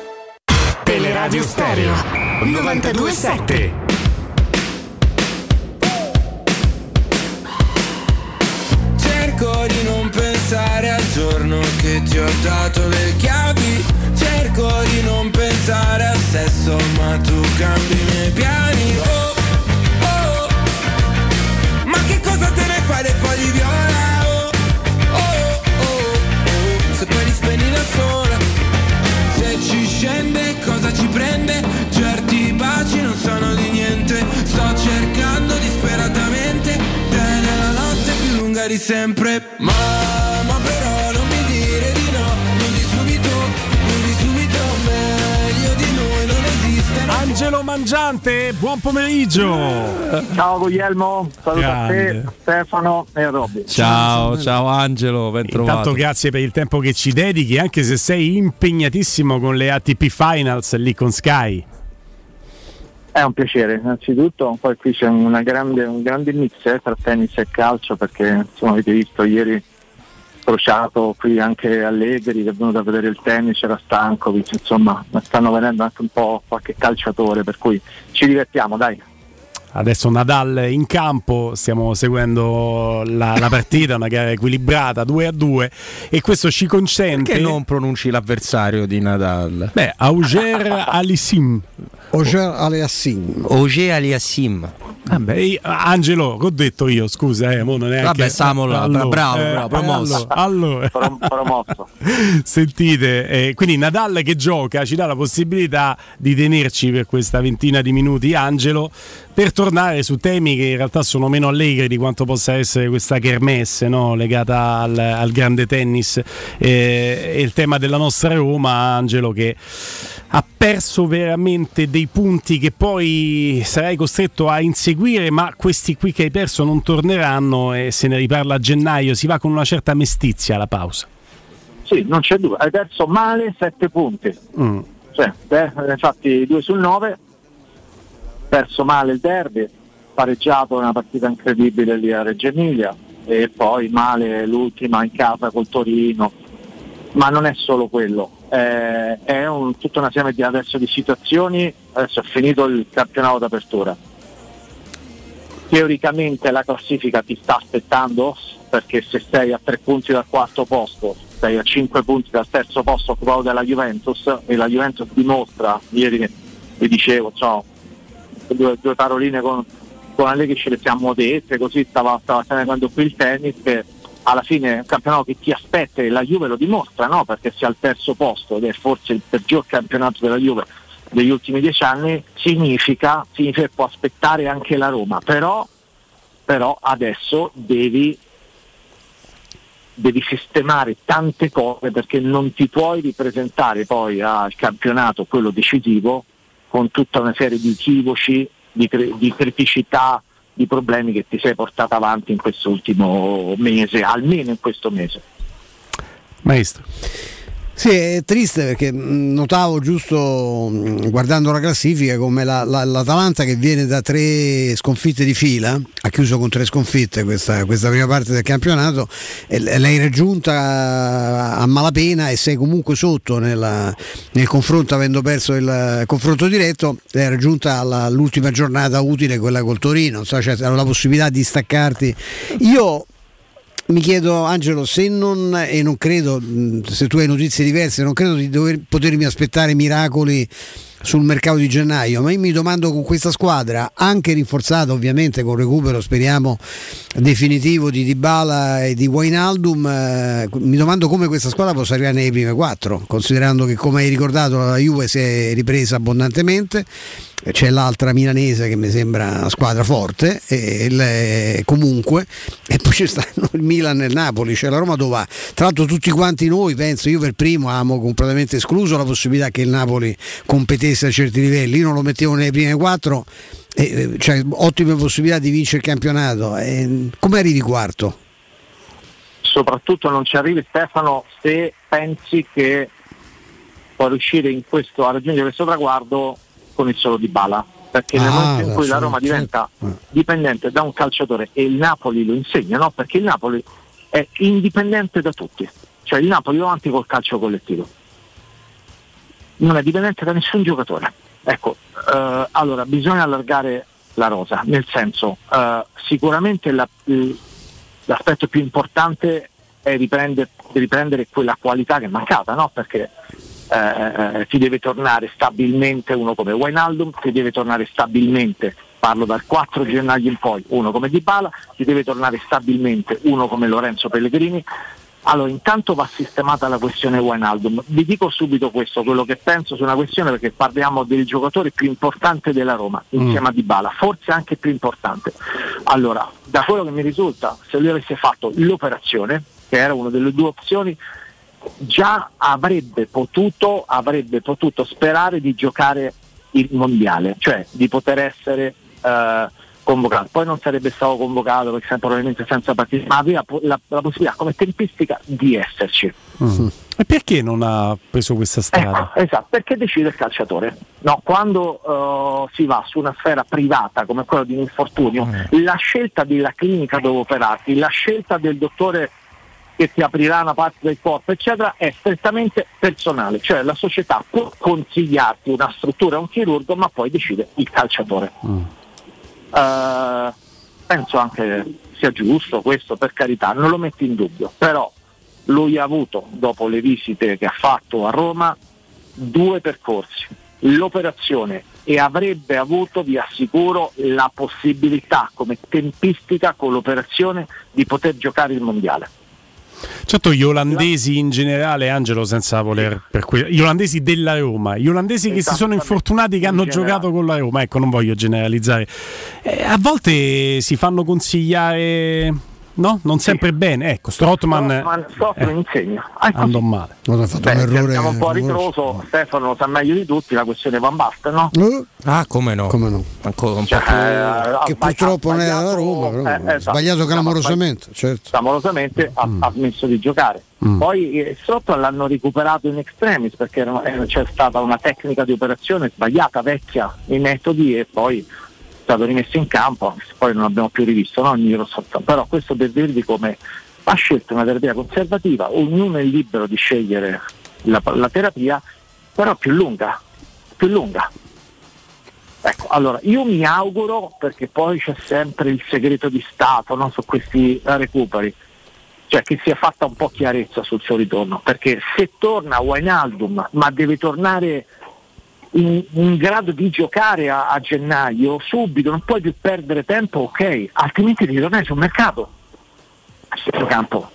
Teleradio Stereo novantadue sette. Cerco di non pensare al giorno che ti ho dato le chiavi. Cerco di non pensare al sesso, ma tu cambi i miei piani. Oh, oh, ma che cosa te ne fai dei fogli viola? Oh, oh, oh, oh, se poi li spegni da sola. Se ci scende cosa ci prende? Certi baci non sono di niente. Sto cercando disperatamente te nella notte più lunga di sempre. Ma, ma però non mi dire di no. Non di subito, non di subito. Meglio di noi non esiste. Angelo Mangiante, buon pomeriggio. Ciao Guglielmo, saluto a te, Stefano e a Robby. Ciao, ciao Angelo, ben trovato. Intanto grazie per il tempo che ci dedichi, anche se sei impegnatissimo con le A T P Finals lì con Sky. È un piacere, innanzitutto. Poi qui c'è una grande, un grande mix eh, tra tennis e calcio, perché insomma avete visto ieri Crociato, qui anche Allegri che è venuto a vedere il tennis, c'era Stankovic, insomma stanno venendo anche un po' qualche calciatore, per cui ci divertiamo, dai. Adesso Nadal in campo, stiamo seguendo la, la partita, una gara equilibrata due a due, e questo ci consente. Perché non pronunci l'avversario di Nadal? Beh, Auger Aliassime. Auger Aliassime. Auger Aliassime. Vabbè, io, Angelo, che ho detto io, scusa, eh, mo non è Vabbè, anche... stiamo là, allora, bravo, eh, bravo, promosso. Allora, allora. promosso. Sentite, eh, quindi Nadal che gioca ci dà la possibilità di tenerci per questa ventina di minuti, Angelo, per tornare su temi che in realtà sono meno allegri di quanto possa essere questa kermesse, no? Legata al, al grande tennis, eh, e il tema della nostra Roma, Angelo, che ha perso veramente dei punti che poi sarai costretto a inseguire, ma questi qui che hai perso non torneranno e se ne riparla a gennaio, si va con una certa mestizia alla pausa. Sì, non c'è dubbio, hai perso male sette punti, mm. cioè, beh, infatti due su nove, perso male il derby, pareggiato una partita incredibile lì a Reggio Emilia e poi male l'ultima in casa col Torino, ma non è solo quello, eh, è un, tutta una serie di adesso di situazioni. Adesso è finito il campionato d'apertura, teoricamente la classifica ti sta aspettando, perché se sei a tre punti dal quarto posto sei a cinque punti dal terzo posto occupato dalla Juventus, e la Juventus dimostra, ieri vi dicevo, cioè, due, due paroline con, con Allegri ce le siamo dette, così stava, stava tenendo qui il tennis, che alla fine è un campionato che ti aspetta e la Juve lo dimostra, no? Perché si è al terzo posto ed è forse il peggior campionato della Juve degli ultimi dieci anni, significa, significa che può aspettare anche la Roma, però, però adesso devi devi sistemare tante cose, perché non ti puoi ripresentare poi al campionato, quello decisivo, con tutta una serie di equivoci, di, di criticità, di problemi che ti sei portato avanti in quest'ultimo mese, almeno in questo mese. Maestro. Sì, è triste perché notavo giusto guardando la classifica come la, la, l'Atalanta, che viene da tre sconfitte di fila, ha chiuso con tre sconfitte questa, questa prima parte del campionato, e l'hai raggiunta a malapena e sei comunque sotto nella, nel confronto, avendo perso il confronto diretto, l'hai raggiunta alla, all'ultima giornata utile, quella col Torino, so, cioè, la possibilità di staccarti. Io mi chiedo, Angelo, se non, e non credo, se tu hai notizie diverse, non credo di dover, potermi aspettare miracoli sul mercato di gennaio, ma io mi domando, con questa squadra, anche rinforzata ovviamente con recupero, speriamo, definitivo di Dybala e di Wijnaldum, eh, mi domando come questa squadra possa arrivare nelle prime quattro, considerando che, come hai ricordato, la Juve si è ripresa abbondantemente, c'è l'altra milanese che mi sembra una squadra forte, e il, comunque, e poi ci stanno il Milan e il Napoli, c'è, cioè la Roma dove va? Tra l'altro tutti quanti noi, penso, io per primo amo completamente escluso la possibilità che il Napoli competesse a certi livelli, io non lo mettevo nelle prime quattro, eh, cioè ottime possibilità di vincere il campionato, eh, come arrivi quarto? Soprattutto non ci arrivi, Stefano, se pensi che può riuscire in questo, a raggiungere questo traguardo con il solo Dybala, perché nel ah, momento in cui la Roma diventa dipendente da un calciatore, e il Napoli lo insegna, no? Perché il Napoli è indipendente da tutti, cioè il Napoli va avanti col calcio collettivo, non è dipendente da nessun giocatore. Ecco, eh, allora bisogna allargare la rosa, nel senso, eh, sicuramente la, l'aspetto più importante è riprendere, riprendere quella qualità che è mancata, no? Perché eh, ti deve tornare stabilmente uno come Wijnaldum, ti deve tornare stabilmente, parlo dal quattro gennaio in poi, uno come Dybala, ti deve tornare stabilmente uno come Lorenzo Pellegrini. Allora, intanto va sistemata la questione Wijnaldum. Vi dico subito questo, quello che penso su una questione, perché parliamo del giocatore più importante della Roma, insieme mm. a Dybala, forse anche più importante. Allora, da quello che mi risulta, se lui avesse fatto l'operazione, che era una delle due opzioni, già avrebbe potuto, avrebbe potuto sperare di giocare il mondiale, cioè di poter essere eh, convocato. Poi non sarebbe stato convocato perché probabilmente senza partita, ma aveva la, la possibilità come tempistica di esserci. Mm. E perché non ha preso questa strada? Ecco, esatto, perché decide il calciatore. No, quando uh, si va su una sfera privata come quella di un infortunio, mm. la scelta della clinica dove operarti, la scelta del dottore che ti aprirà una parte del corpo, eccetera, è strettamente personale, cioè la società può consigliarti una struttura, un chirurgo, ma poi decide il calciatore. Mm. Uh, penso anche sia giusto questo, per carità, non lo metto in dubbio, però lui ha avuto, dopo le visite che ha fatto a Roma, due percorsi, l'operazione, e avrebbe avuto, vi assicuro, la possibilità come tempistica con l'operazione di poter giocare il mondiale. Certo, gli olandesi in generale, Angelo, senza voler per que- gli olandesi della Roma, gli olandesi che si sono infortunati, che hanno in giocato con la Roma, ecco, non voglio generalizzare, eh, a volte si fanno consigliare No, non sempre bene. Ecco, Strootman, Strootman, Strootman eh, insegna. andò male. Non ha fatto Beh, un errore. siamo un po' a ritroso, Stefano lo sa meglio di tutti, la questione Van Basten, no? Uh, ah, come no? Come no? Ancora un cioè, po' più... eh, che purtroppo non è da Roma, però, eh, esatto. sbagliato clamorosamente, certo. Clamorosamente ha, mm. ha smesso di giocare. Mm. Poi eh, sotto l'hanno recuperato in extremis perché erano, eh, c'è stata una tecnica di operazione sbagliata, vecchia, i metodi, e poi è stato rimesso in campo, poi non abbiamo più rivisto, no? Il però questo per dirvi come ha scelto una terapia conservativa, ognuno è libero di scegliere la, la terapia, però più lunga, più lunga. Ecco, allora io mi auguro, perché poi c'è sempre il segreto di Stato, no, su questi recuperi, cioè che sia fatta un po' chiarezza sul suo ritorno, perché se torna Wijnaldum ma deve tornare in, in grado di giocare a, a gennaio subito, non puoi più perdere tempo, ok, altrimenti devi tornare sul mercato a centrocampo.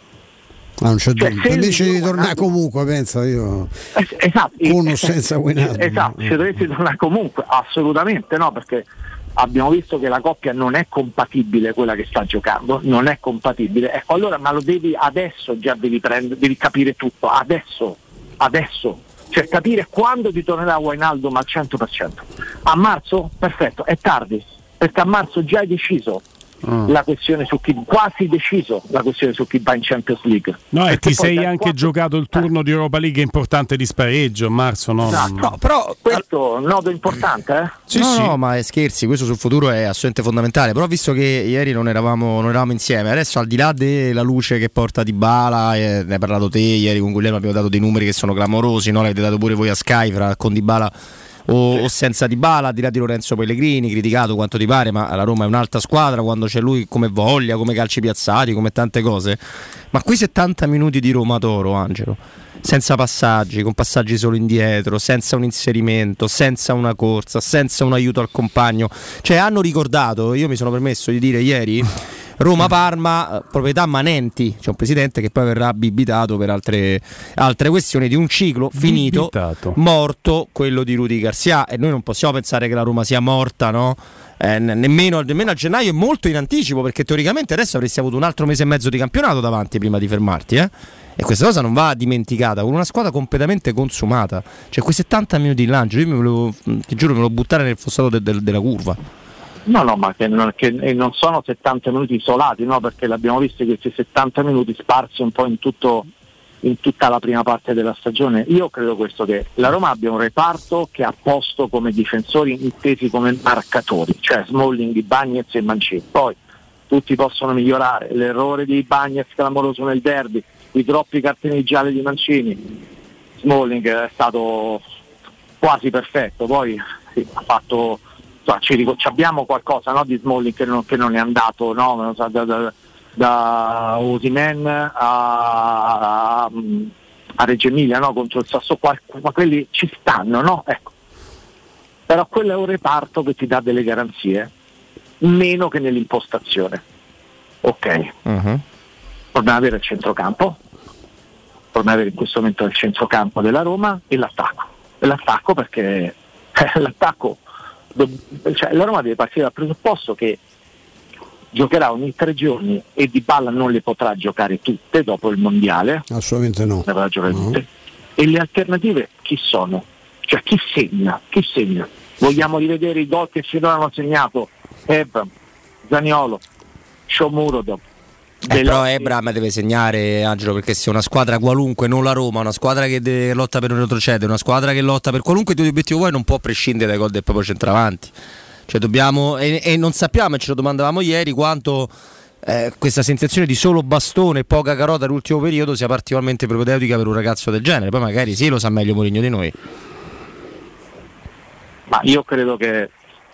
Ah, non c'è cioè, dubbio. Invece di tornare comunque, pensa io, es- esatto, con o es- senza Wijnaldum. Esatto, se dovessi tornare comunque, assolutamente no, perché abbiamo visto che la coppia non è compatibile, quella che sta giocando, non è compatibile. Ecco, allora ma lo devi adesso, già devi prendere, devi capire tutto, adesso, adesso. Cioè capire quando ti tornerà Wijnaldum al cento per cento. A marzo? Perfetto, è tardi, perché a marzo già hai deciso mm. la questione su chi, quasi deciso la questione su chi va in Champions League. No, perché e ti sei anche quattro... giocato il turno eh. di Europa League importante di spareggio a marzo, no? Esatto. No, però questo nodo importante, eh? Sì, no, sì. no, ma è scherzi, questo sul futuro è assolutamente fondamentale. Però visto che ieri non eravamo, non eravamo insieme, adesso al di là della luce che porta Dybala, eh, ne hai parlato te ieri con Guglielmo, abbiamo dato dei numeri che sono clamorosi, no? L'avete dato pure voi a Sky, fra con Dybala o, o senza Dybala, al di là di Lorenzo Pellegrini, criticato quanto ti pare, ma la Roma è un'altra squadra quando c'è lui, come voglia, come calci piazzati, come tante cose. Ma quei settanta minuti di Roma Toro, Angelo, senza passaggi, con passaggi solo indietro, senza un inserimento, senza una corsa, senza un aiuto al compagno, cioè hanno ricordato, io mi sono permesso di dire ieri, Roma-Parma, proprietà manenti, c'è un presidente che poi verrà bibitato per altre, altre questioni, di un ciclo finito, bibitato. Morto, quello di Rudy Garcia, e noi non possiamo pensare che la Roma sia morta, no? Eh, nemmeno, nemmeno a gennaio, è molto in anticipo, perché teoricamente adesso avresti avuto un altro mese e mezzo di campionato davanti prima di fermarti, eh? E questa cosa non va dimenticata, con una squadra completamente consumata, cioè quei settanta minuti in lancio, io mi volevo, ti giuro, me lo buttare nel fossato de, de, della curva. No, no, ma che non, che non sono settanta minuti isolati, no? Perché l'abbiamo visto questi settanta minuti sparsi un po' in tutto, in tutta la prima parte della stagione. Io credo questo, che la Roma abbia un reparto che ha posto come difensori intesi come marcatori, cioè Smalling, Bagnez e Mancini. Poi tutti possono migliorare, l'errore di Bagnez clamoroso nel derby, i troppi cartellini gialli di Mancini, Smalling è stato quasi perfetto, poi sì, ha fatto, cioè, ci, ci abbiamo qualcosa, no, di Smalling che non, che non è andato, no, da, da, da, da Osimhen a, a, a Reggio Emilia, no, contro il Sassuolo, ma quelli ci stanno, no? Ecco. Però quello è un reparto che ti dà delle garanzie, meno che nell'impostazione. Ok. Uh-huh. Dobbiamo avere il centrocampo, dobbiamo avere in questo momento il centrocampo della Roma e l'attacco. E l'attacco perché eh, l'attacco, cioè, la Roma deve partire dal presupposto che giocherà ogni tre giorni e Dybala non le potrà giocare tutte dopo il mondiale. Assolutamente no. Le potrà giocare no. tutte. E le alternative chi sono? Cioè chi segna? Chi segna? Vogliamo rivedere i gol che finora hanno segnato Ebram, Zaniolo, Shomurodov. Eh, però Ebram deve segnare, Angelo, perché se una squadra qualunque, non la Roma, una squadra che deve, lotta per un retrocede, una squadra che lotta per qualunque tuo obiettivo vuoi, non può prescindere dai gol del proprio centravanti. Cioè dobbiamo, e, e non sappiamo, e ce lo domandavamo ieri, quanto eh, questa sensazione di solo bastone e poca carota all'ultimo periodo sia particolarmente propedeutica per un ragazzo del genere. Poi magari sì, lo sa meglio Mourinho di noi. Ma io credo che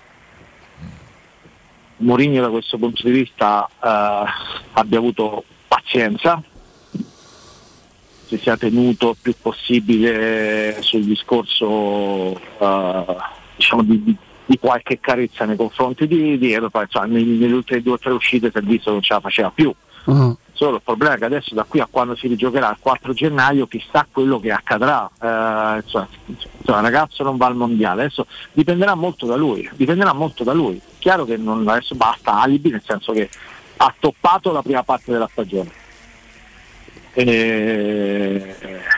Mourinho da questo punto di vista eh, abbia avuto pazienza, si sia tenuto più possibile sul discorso eh, diciamo di, di, di qualche carezza nei confronti di Diego, cioè, nelle ultime due o tre uscite si è visto che non ce la faceva più. Uh-huh. Solo il problema è che adesso da qui a quando si rigiocherà il quattro gennaio chissà quello che accadrà, eh, cioè, cioè, il ragazzo non va al mondiale, adesso dipenderà molto da lui, dipenderà molto da lui. Chiaro che non, adesso basta alibi, nel senso che ha toppato la prima parte della stagione e,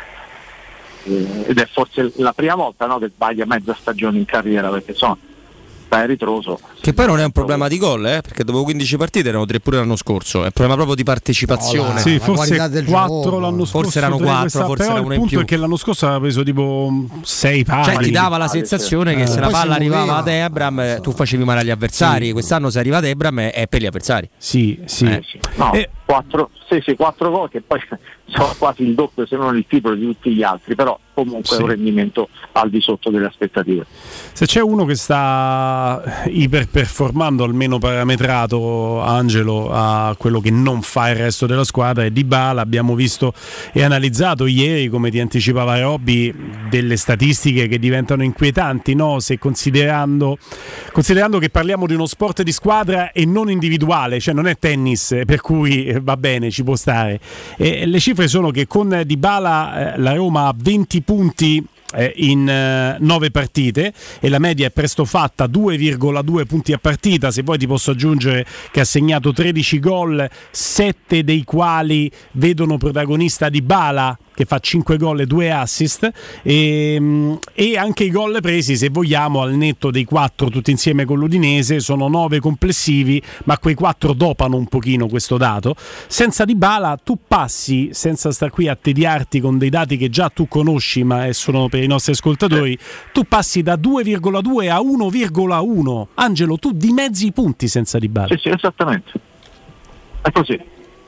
ed è forse la prima volta, no, che sbaglia mezza stagione in carriera, perché insomma è ritroso. Che poi non è un problema di gol, eh? Perché dopo quindici partite erano tre pure l'anno scorso, è un problema proprio di partecipazione. No, la, sì, forse quattro l'anno scorso, forse erano quattro, forse era uno in più. Il punto è che l'anno scorso aveva preso tipo sei pali. Cioè ti dava la sensazione eh. che se la palla arrivava ad Ebram tu facevi male agli avversari, sì. Quest'anno se arriva ad Ebram è per gli avversari. Sì, sì. Eh, sì. No, eh. quattro, sì, sì, quattro gol che poi sono quasi il doppio se non il triplo di tutti gli altri, però comunque sì. È un rendimento al di sotto delle aspettative. Se c'è uno che sta iperperformando, almeno parametrato, Angelo, a quello che non fa il resto della squadra, è Dybala. Abbiamo visto e analizzato ieri, come ti anticipava Robby, delle statistiche che diventano inquietanti, no? Se considerando, considerando che parliamo di uno sport di squadra e non individuale, cioè non è tennis, per cui va bene, ci può stare. E le cifre sono che con Dybala eh, la Roma ha venti punti in nove partite e la media è presto fatta, due virgola due punti a partita. Se poi ti posso aggiungere che ha segnato tredici gol, sette dei quali vedono protagonista Dybala, che fa cinque gol e due assist, e, e anche i gol presi, se vogliamo, al netto dei quattro tutti insieme con l'Udinese, sono nove complessivi, ma quei quattro dopano un pochino questo dato. Senza Dybala tu passi, senza star qui a tediarti con dei dati che già tu conosci ma sono per i nostri ascoltatori, tu passi da due virgola due a uno virgola uno. Angelo, tu dimezzi i punti senza Dybala. Sì, sì, esattamente, è così.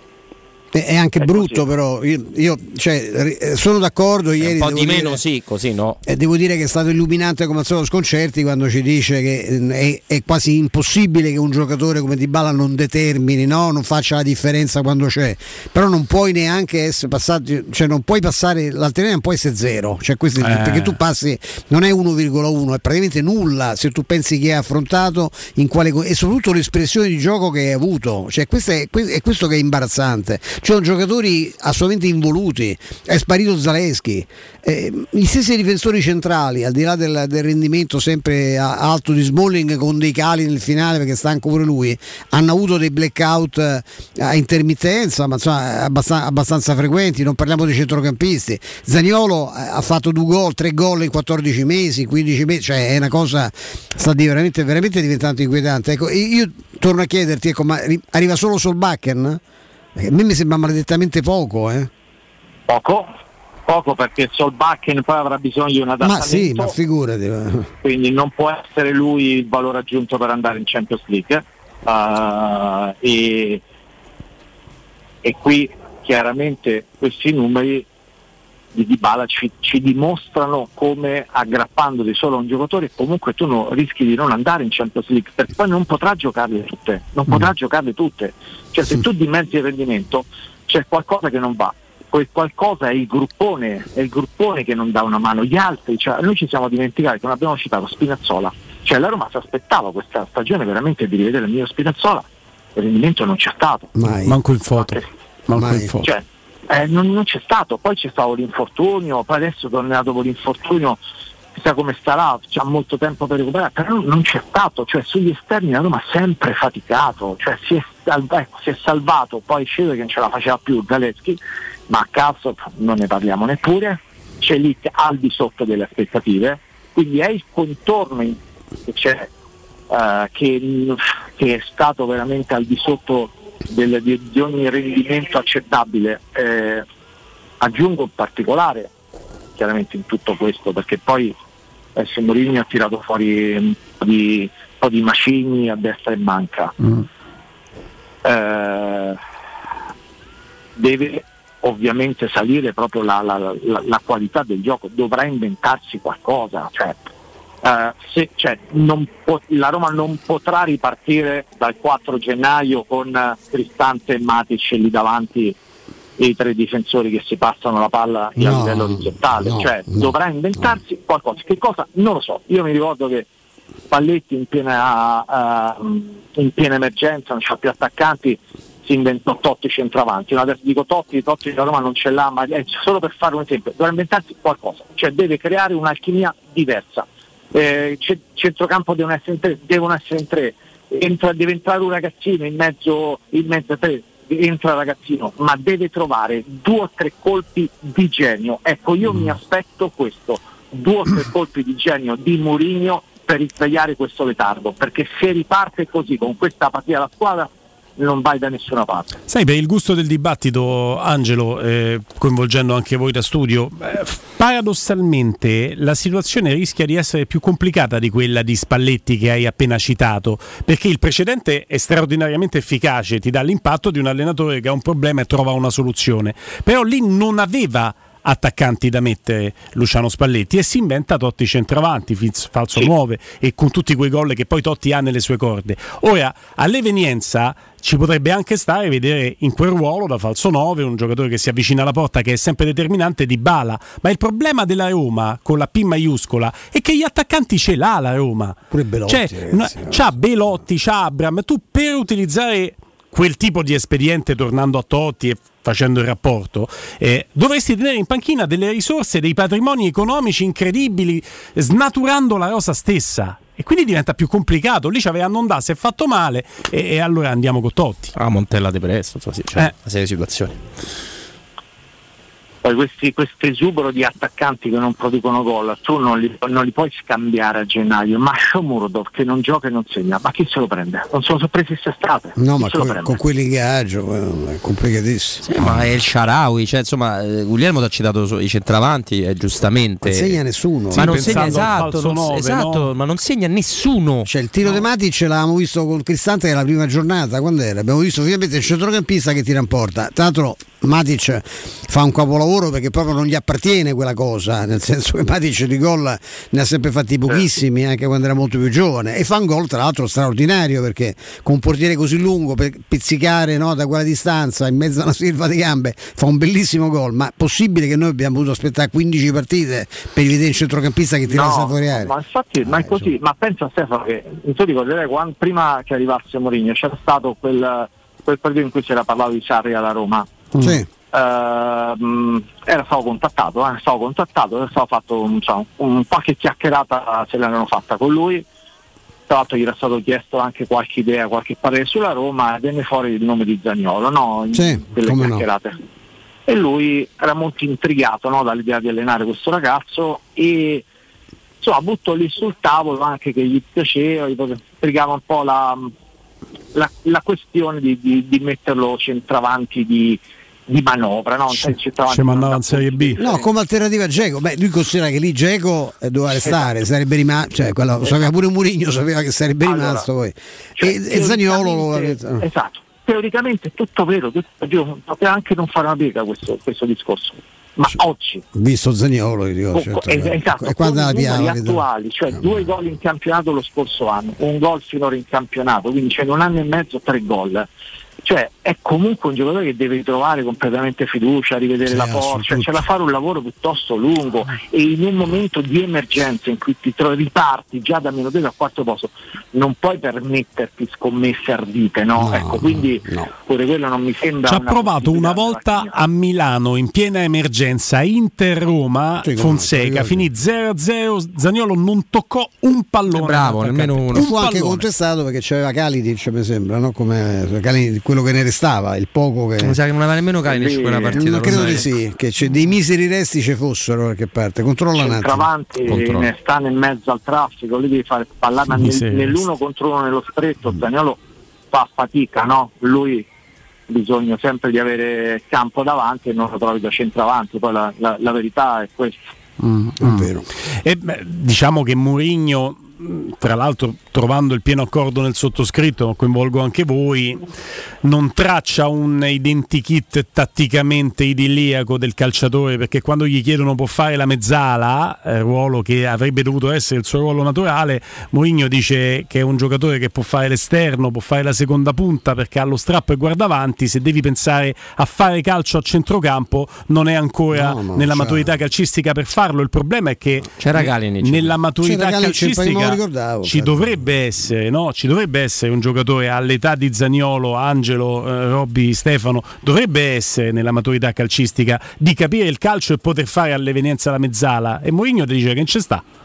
È anche è brutto così. Però io, io cioè, sono d'accordo ieri, un po' di dire, meno sì, così no. E devo dire che è stato illuminante come al solito Sconcerti quando ci dice che è, è quasi impossibile che un giocatore come Dybala non determini, no? Non faccia la differenza quando c'è, però non puoi neanche essere passati, cioè non puoi passare, l'alternanza non può essere zero, cioè questo, eh. perché tu passi, non è uno virgola uno, è praticamente nulla se tu pensi che hai affrontato in quale, e soprattutto l'espressione di gioco che hai avuto, cioè questo è, è questo che è imbarazzante. Ci sono giocatori assolutamente involuti, è sparito Zalewski, eh, gli stessi difensori centrali, al di là del, del rendimento sempre alto di Smalling con dei cali nel finale perché stanco pure lui, hanno avuto dei blackout a intermittenza, ma insomma abbastanza, abbastanza frequenti. Non parliamo dei centrocampisti. Zaniolo ha fatto due gol, tre gol in quattordici mesi, quindici mesi, cioè è una cosa, sta di veramente, veramente diventando inquietante. Ecco, io torno a chiederti, ecco, ma arriva solo Solbakken? A me mi sembra maledettamente poco, eh? Poco, poco perché Solbakken poi avrà bisogno di un adattamento. Ma sì, ma figurati. Quindi non può essere lui il valore aggiunto per andare in Champions League. Uh, e, e qui chiaramente questi numeri di Dybala ci, ci dimostrano come aggrappandoti solo a un giocatore comunque tu no, rischi di non andare in Champions League, perché poi non potrà giocarle tutte, non mm. potrà giocarle tutte, cioè se tu dimezzi il rendimento c'è qualcosa che non va, quel qualcosa è il gruppone, è il gruppone che non dà una mano, gli altri, cioè noi ci siamo dimenticati che non abbiamo citato Spinazzola, cioè la Roma si aspettava questa stagione veramente di rivedere il mio Spinazzola, il rendimento non c'è stato. Mai. Manco in foto, manco in foto. Cioè, Eh, non, non c'è stato, poi c'è stato l'infortunio, poi adesso tornerà dopo l'infortunio, chissà come starà, c'ha molto tempo per recuperare, però non c'è stato, cioè sugli esterni la Roma ha sempre faticato, cioè si è, salva, ecco, si è salvato, poi scende che non ce la faceva più Zalewski, ma a caso non ne parliamo neppure, c'è lì al di sotto delle aspettative, quindi è il contorno in, che c'è uh, che, che è stato veramente al di sotto Del, di, di ogni rendimento accettabile. Eh, aggiungo in particolare chiaramente in tutto questo perché poi adesso Mourinho ha tirato fuori un po' di, un po' di macigni a destra e manca. mm. eh, deve ovviamente salire proprio la, la, la, la qualità del gioco, dovrà inventarsi qualcosa, cioè Uh, se, cioè, non po- la Roma non potrà ripartire dal quattro gennaio con uh, Cristante e Matic lì davanti e i tre difensori che si passano la palla no, a livello orizzontale, no, cioè no, dovrà inventarsi no. qualcosa, che cosa? Non lo so, io mi ricordo che Spalletti in piena, uh, in piena emergenza, non c'ha più attaccanti, si inventò Totti centravanti, no, adesso dico Totti, Totti la Roma non ce l'ha, ma è solo per fare un esempio, dovrà inventarsi qualcosa, cioè deve creare un'alchimia diversa. Eh, c- centrocampo devono essere in tre, devono essere in tre, entra, deve entrare un ragazzino in mezzo, in mezzo a tre, entra il ragazzino, ma deve trovare due o tre colpi di genio. Ecco, io mm. mi aspetto questo, due o tre colpi di genio di Mourinho per risvegliare questo letargo, perché se riparte così con questa partita la squadra non vai da nessuna parte. Sai, per il gusto del dibattito, Angelo, eh, coinvolgendo anche voi da studio, eh, paradossalmente la situazione rischia di essere più complicata di quella di Spalletti che hai appena citato, perché il precedente è straordinariamente efficace, ti dà l'impatto di un allenatore che ha un problema e trova una soluzione, però lì non aveva attaccanti da mettere Luciano Spalletti e si inventa Totti centravanti, falso nuove, e con tutti quei gol che poi Totti ha nelle sue corde. Ora, all'evenienza ci potrebbe anche stare vedere in quel ruolo da falso nove un giocatore che si avvicina alla porta, che è sempre determinante, Dybala, ma il problema della Roma con la P maiuscola è che gli attaccanti ce l'ha la Roma, pure Belotti, cioè, ragazzi, no, c'ha Belotti, c'ha Abram, tu per utilizzare quel tipo di espediente, tornando a Totti e facendo il rapporto, eh, dovresti tenere in panchina delle risorse, dei patrimoni economici incredibili, snaturando la rosa stessa, e quindi diventa più complicato. Lì c'aveva Nondà, si è fatto male, e, e allora andiamo con Totti. Ah, Montella de Presto, cioè, eh. una serie di situazioni. Poi questi, questo esubero di attaccanti che non producono gol, tu non li, non li puoi scambiare a gennaio. Mascio Murdov che non gioca e non segna, ma chi se lo prende? Non se lo sono presi quest'estate. No, chi ma con, con quell'ingaggio è complicatissimo. Sì, ma è il Sharawi, cioè insomma, Guglielmo ti ha citato i centravanti, eh, giustamente. Non segna nessuno. Ma non segna, esatto, non, nove, esatto no? ma non segna nessuno. Cioè il tiro no. di Matic l'avevamo visto con Cristante la prima giornata, quando era? Abbiamo visto finalmente il centrocampista che tira in porta. Tra l'altro Matic fa un capolavoro perché proprio non gli appartiene quella cosa, nel senso che Matic di gol ne ha sempre fatti pochissimi, anche quando era molto più giovane, e fa un gol tra l'altro straordinario, perché con un portiere così lungo per pizzicare, no, da quella distanza in mezzo a una silva di gambe fa un bellissimo gol. Ma è possibile che noi abbiamo dovuto aspettare quindici partite per vedere il centrocampista che tira no, fuori aria? Ma infatti, ma è così, eh, ma pensa Stefano che tu ricorderai quando prima che arrivasse Mourinho c'era stato quel, quel periodo in cui si era parlato di Sarri alla Roma. Sì. Uh, era stato contattato, eh, stavo contattato, era stato fatto un, cioè, un qualche chiacchierata se l'hanno fatta con lui. Tra l'altro gli era stato chiesto anche qualche idea, qualche parere sulla Roma, e venne fuori il nome di Zaniolo, no? In sì, quelle chiacchierate. No. E lui era molto intrigato, no, dall'idea di allenare questo ragazzo, e insomma buttò lì sul tavolo anche che gli piaceva, gli intrigava un po' la, la, la questione di, di, di metterlo centravanti di di manovra, no? Ci mandava in Serie B, no, come alternativa a Dzeko. Beh, lui considera che lì Dzeko doveva restare, esatto. sarebbe rimasto, cioè quello, sapeva pure Mourinho, sapeva che sarebbe allora, rimasto poi. Cioè, e, e Zaniolo lo esatto, teoricamente tutto vero, tutto, poteva anche non fare una piega questo, questo discorso, ma cioè, oggi visto Zaniolo dico, con, certo, es- esatto, e quando la piava attuali, cioè no. due gol in campionato lo scorso anno, un gol finora in campionato, quindi c'è cioè, un anno e mezzo tre gol. Cioè è comunque un giocatore che deve ritrovare completamente fiducia, rivedere sì, la forza, cioè, c'è da fare un lavoro piuttosto lungo, e in un momento di emergenza in cui ti trovi, riparti già da meno due al quarto posto, non puoi permetterti scommesse ardite, no? no ecco, quindi no. pure quello non mi sembra. Ci ha provato una volta a Milano in piena emergenza, Inter-Roma, sì, Fonseca, finì zero a zero, Zaniolo non toccò un pallone. Bravo, nemmeno uno. E fu anche contestato perché c'aveva Kalinic, mi sembra, no? Come Kalinic, quello che ne restava, il poco che mi sa che non aveva nemmeno Kalinic in quella partita. Non credo di sì, che c'è dei miseri resti ci fossero da qualche parte. Controlla un attimo. Centravanti ne sta nel mezzo al traffico, lì devi fare pallata nel, nell'uno contro uno nello stretto. Zaniolo fa fatica, no? Lui bisogna sempre di avere campo davanti e non lo trovi da centravanti, poi la, la, la verità è questa. Mm, è mm. vero. E beh, diciamo che Mourinho, tra l'altro trovando il pieno accordo nel sottoscritto, coinvolgo anche voi, non traccia un identikit tatticamente idilliaco del calciatore, perché quando gli chiedono può fare la mezzala, eh, ruolo che avrebbe dovuto essere il suo ruolo naturale, Mourinho dice che è un giocatore che può fare l'esterno, può fare la seconda punta perché ha lo strappo e guarda avanti. Se devi pensare a fare calcio a centrocampo non è ancora no, no, nella c'è. maturità calcistica per farlo. Il problema è che c'era Kalinic. nella maturità c'era calcistica ricordavo, ci certo. dovrebbe essere, no? Ci dovrebbe essere un giocatore all'età di Zaniolo, Angelo, eh, Robby, Stefano, dovrebbe essere nella maturità calcistica di capire il calcio e poter fare all'evenienza la mezzala, e Mourinho ti dice che non ci sta.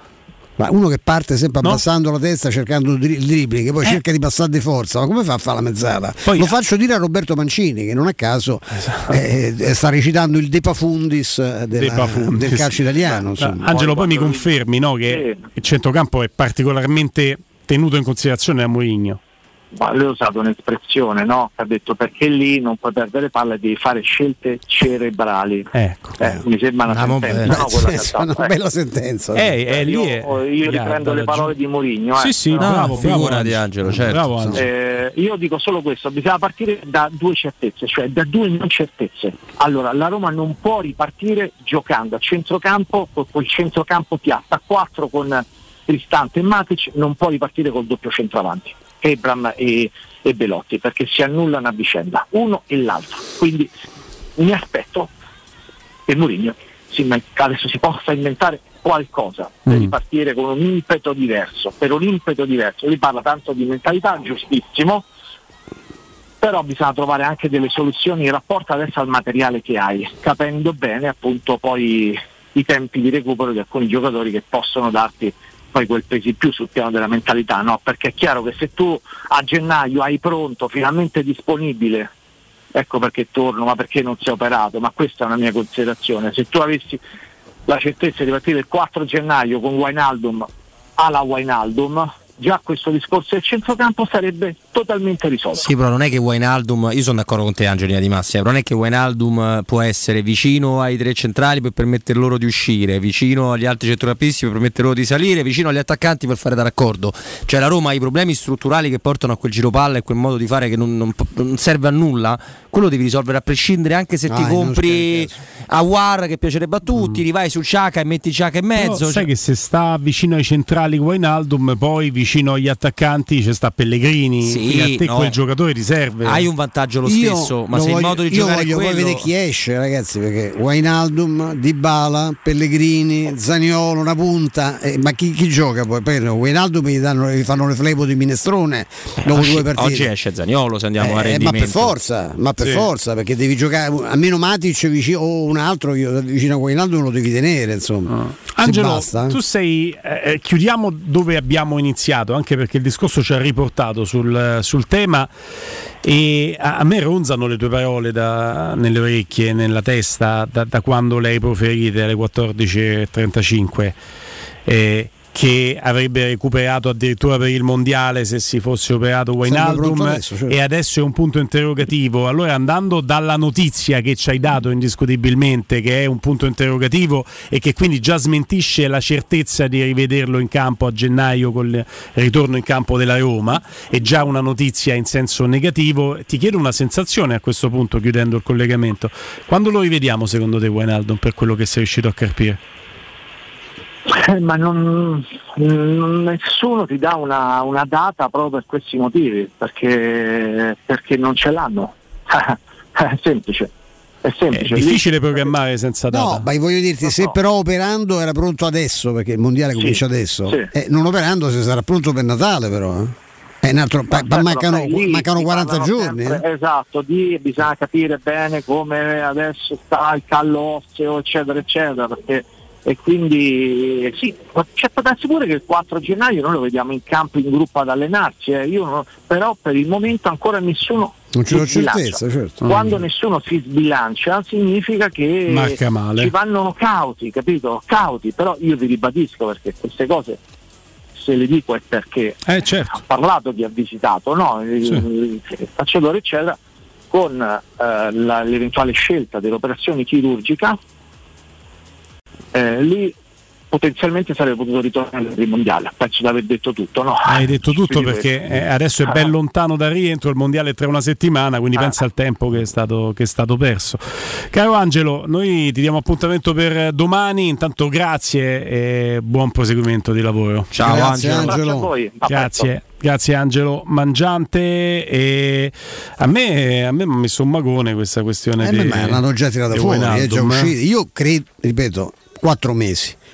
Ma uno che parte sempre abbassando no? la testa cercando il dribbling, che poi eh. cerca di passare di forza, ma come fa a fare la mezzala? Poi, lo faccio dire a Roberto Mancini, che non a caso esatto. eh, sta recitando il De Pafundis, della, De Pafundis. del calcio italiano. No, Angelo, poi mi confermi no, che sì. il centrocampo è particolarmente tenuto in considerazione da Mourinho? Ma lui ha usato un'espressione, no? Ha detto perché lì non puoi perdere palla e devi fare scelte cerebrali. Ecco. Eh, mi sembra una no, sentenza, no, quella è una eh. bella sentenza. Eh, eh, io è, io riprendo le parole di Mourinho. Sì, eh. sì, no, bravo, figura di Angelo, certo. Bravo, Angelo. Eh, io dico solo questo, bisogna partire da due certezze, cioè da due non certezze. Allora, la Roma non può ripartire giocando a centrocampo, col centrocampo piatta, a quattro con Cristante e Matic, non può ripartire col doppio centravanti. Ebram e, e Belotti, perché si annullano a vicenda uno e l'altro, quindi mi aspetto che Mourinho si, adesso si possa inventare qualcosa per mm. ripartire con un impeto diverso, per un impeto diverso. Lui parla tanto di mentalità, giustissimo, però bisogna trovare anche delle soluzioni in rapporto adesso al materiale che hai, capendo bene appunto poi i tempi di recupero di alcuni giocatori che possono darti poi quel peso in più sul piano della mentalità, no? Perché è chiaro che se tu a gennaio hai pronto, finalmente disponibile, ecco perché torno, ma perché non si è operato, ma questa è una mia considerazione, se tu avessi la certezza di partire il quattro gennaio con Wijnaldum alla Wijnaldum, già questo discorso del centrocampo sarebbe totalmente risolto. Sì, però non è che Wijnaldum, io sono d'accordo con te Angelina Di Massia, però non è che Wijnaldum può essere vicino ai tre centrali per permettere loro di uscire, vicino agli altri centrocampisti per permettere loro di salire, vicino agli attaccanti per fare da raccordo. Cioè la Roma ha i problemi strutturali che portano a quel giropalla e quel modo di fare che non, non, non serve a nulla, quello devi risolvere a prescindere, anche se ah, ti compri Aouar che piacerebbe a tutti, mm. rivai su Xhaka e metti Xhaka in mezzo. Però, sai cioè... che se sta vicino ai centrali Wijnaldum, poi vicino agli attaccanti c'è sta Pellegrini, sì, a te no. quel giocatore ti serve. Hai un vantaggio lo io stesso, ma se voglio, il modo di io giocare voglio è quello... poi vedere chi esce, ragazzi, perché Wijnaldum, Dybala, Pellegrini, Zaniolo, una punta, eh, ma chi, chi gioca poi? Per Wijnaldum gli, danno, gli fanno le flebo di minestrone dopo oggi, due partite. Oggi esce Zaniolo se andiamo eh, a rendimento. Ma per forza, ma per sì. forza, perché devi giocare, almeno Matic vicino, o un altro vicino a Wijnaldum lo devi tenere, insomma. Oh. Angelo, basta, eh. tu sei eh, chiudiamo dove abbiamo iniziato, anche perché il discorso ci ha riportato sul, sul tema, e a, a me ronzano le tue parole da, nelle orecchie, nella testa, da, da quando le hai proferite alle quattordici e trentacinque, eh, che avrebbe recuperato addirittura per il mondiale se si fosse operato Wijnaldum adesso, certo. E adesso è un punto interrogativo. Allora, andando dalla notizia che ci hai dato indiscutibilmente, che è un punto interrogativo e che quindi già smentisce la certezza di rivederlo in campo a gennaio con il ritorno in campo della Roma, è già una notizia in senso negativo, ti chiedo una sensazione a questo punto, chiudendo il collegamento: quando lo rivediamo secondo te Wijnaldum, per quello che sei riuscito a capire? Eh, ma non, non, nessuno ti dà una, una data proprio per questi motivi, perché, perché non ce l'hanno. È semplice. È, semplice. È difficile programmare senza data. No, ma voglio dirti, no, se no. però operando era pronto adesso, perché il mondiale comincia sì, adesso, sì. Eh, non operando si sarà pronto per Natale però. Eh. È un altro, ma pa, mancano, lì, mancano quaranta giorni. Sempre, eh? Esatto, di, bisogna capire bene come adesso sta il callo osseo, eccetera, eccetera, perché e quindi sì, c'è da darsi pure che il quattro gennaio noi lo vediamo in campo in gruppo ad allenarsi, eh. Io non, però per il momento ancora nessuno non ce l'ho certezza, certo. Quando mm. nessuno si sbilancia significa che Marca male. Ci vanno cauti, capito? Cauti, però io vi ribadisco, perché queste cose se le dico è perché eh, certo. ha parlato chi ha visitato, no? Il, sì. il, il calciatore eccetera, con eh, la, l'eventuale scelta dell'operazione chirurgica. Eh, lì potenzialmente sarebbe potuto ritornare per il mondiale, penso di aver detto tutto, no? Hai detto tutto, perché eh, adesso è ben lontano dal rientro, il mondiale è tra una settimana, quindi ah. pensa al tempo che è stato, che è stato perso. Caro Angelo, noi ti diamo appuntamento per domani, intanto grazie e buon proseguimento di lavoro. Ciao grazie, Angelo. Angelo. Grazie a voi. Grazie. Grazie Angelo Mangiante. E a me a me mi ha messo un magone questa questione eh di, ma l'hanno già tirata fuori, è già uscito. Io credo, ripeto, quattro mesi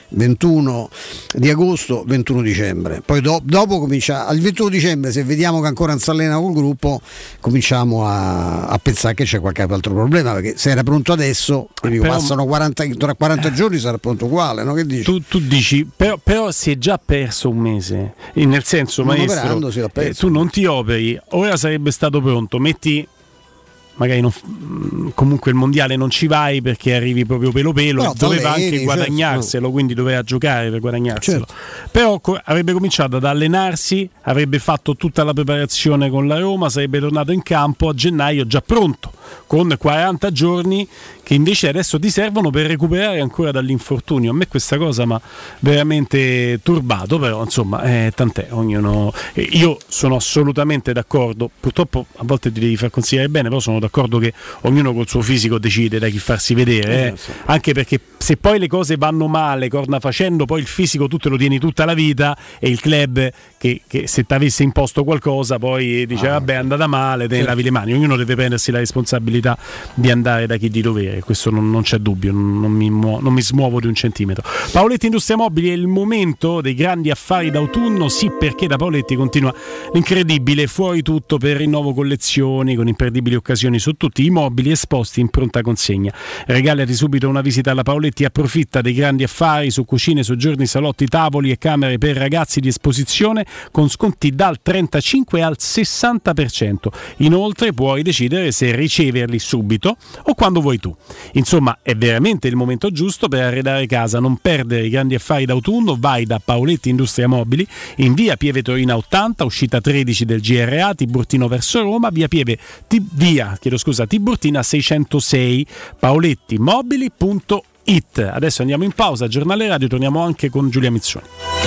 ventuno di agosto, ventuno dicembre. Poi do, dopo comincia al ventuno dicembre, se vediamo che ancora non si allena col gruppo, cominciamo a, a pensare che c'è qualche altro problema, perché se era pronto adesso, dico, però, passano quaranta, tra quaranta giorni sarà pronto uguale, no? Che dici? Tu, tu dici, però, però si è già perso un mese, nel senso, non maestro, eh, tu non ti operi, ora sarebbe stato pronto, metti magari non, comunque il mondiale non ci vai perché arrivi proprio pelo pelo, no, doveva anche ieri, guadagnarselo, certo. Quindi doveva giocare per guadagnarselo, certo. Però co- avrebbe cominciato ad allenarsi, avrebbe fatto tutta la preparazione con la Roma, sarebbe tornato in campo a gennaio già pronto, con quaranta giorni che invece adesso ti servono per recuperare ancora dall'infortunio. A me questa cosa mi ha veramente turbato, però insomma eh, tant'è, ognuno eh, io sono assolutamente d'accordo, purtroppo a volte ti devi far consigliare bene, però sono d'accordo che ognuno col suo fisico decide da chi farsi vedere, eh. Anche perché se poi le cose vanno male corna facendo, poi il fisico tu te lo tieni tutta la vita, e il club che, che se ti avesse imposto qualcosa poi dice ah, vabbè è andata male, te ne lavi le mani. Ognuno deve prendersi la responsabilità di andare da chi di dovere, questo non, non c'è dubbio, non, non, mi muo, non mi smuovo di un centimetro. Paoletti Industria Mobili, è il momento dei grandi affari d'autunno, sì, perché da Paoletti continua l'incredibile fuori tutto per rinnovo collezioni con imperdibili occasioni su tutti i mobili esposti in pronta consegna. Regalati subito una visita alla Paoletti, approfitta dei grandi affari su cucine, soggiorni, salotti, tavoli e camere per ragazzi di esposizione con sconti dal trentacinque al sessanta per cento. Inoltre puoi decidere se riceverli subito o quando vuoi tu. Insomma, è veramente il momento giusto per arredare casa. Non perdere i grandi affari d'autunno, vai da Paoletti Industria Mobili in via Pieve Torina ottanta, uscita tredici del G R A, Tiburtino verso Roma, via Pieve T- via, chiedo scusa, Tiburtina seicentosei, paolettimobili punto it. Adesso andiamo in pausa, giornale radio, torniamo anche con Giulia Mizzoni.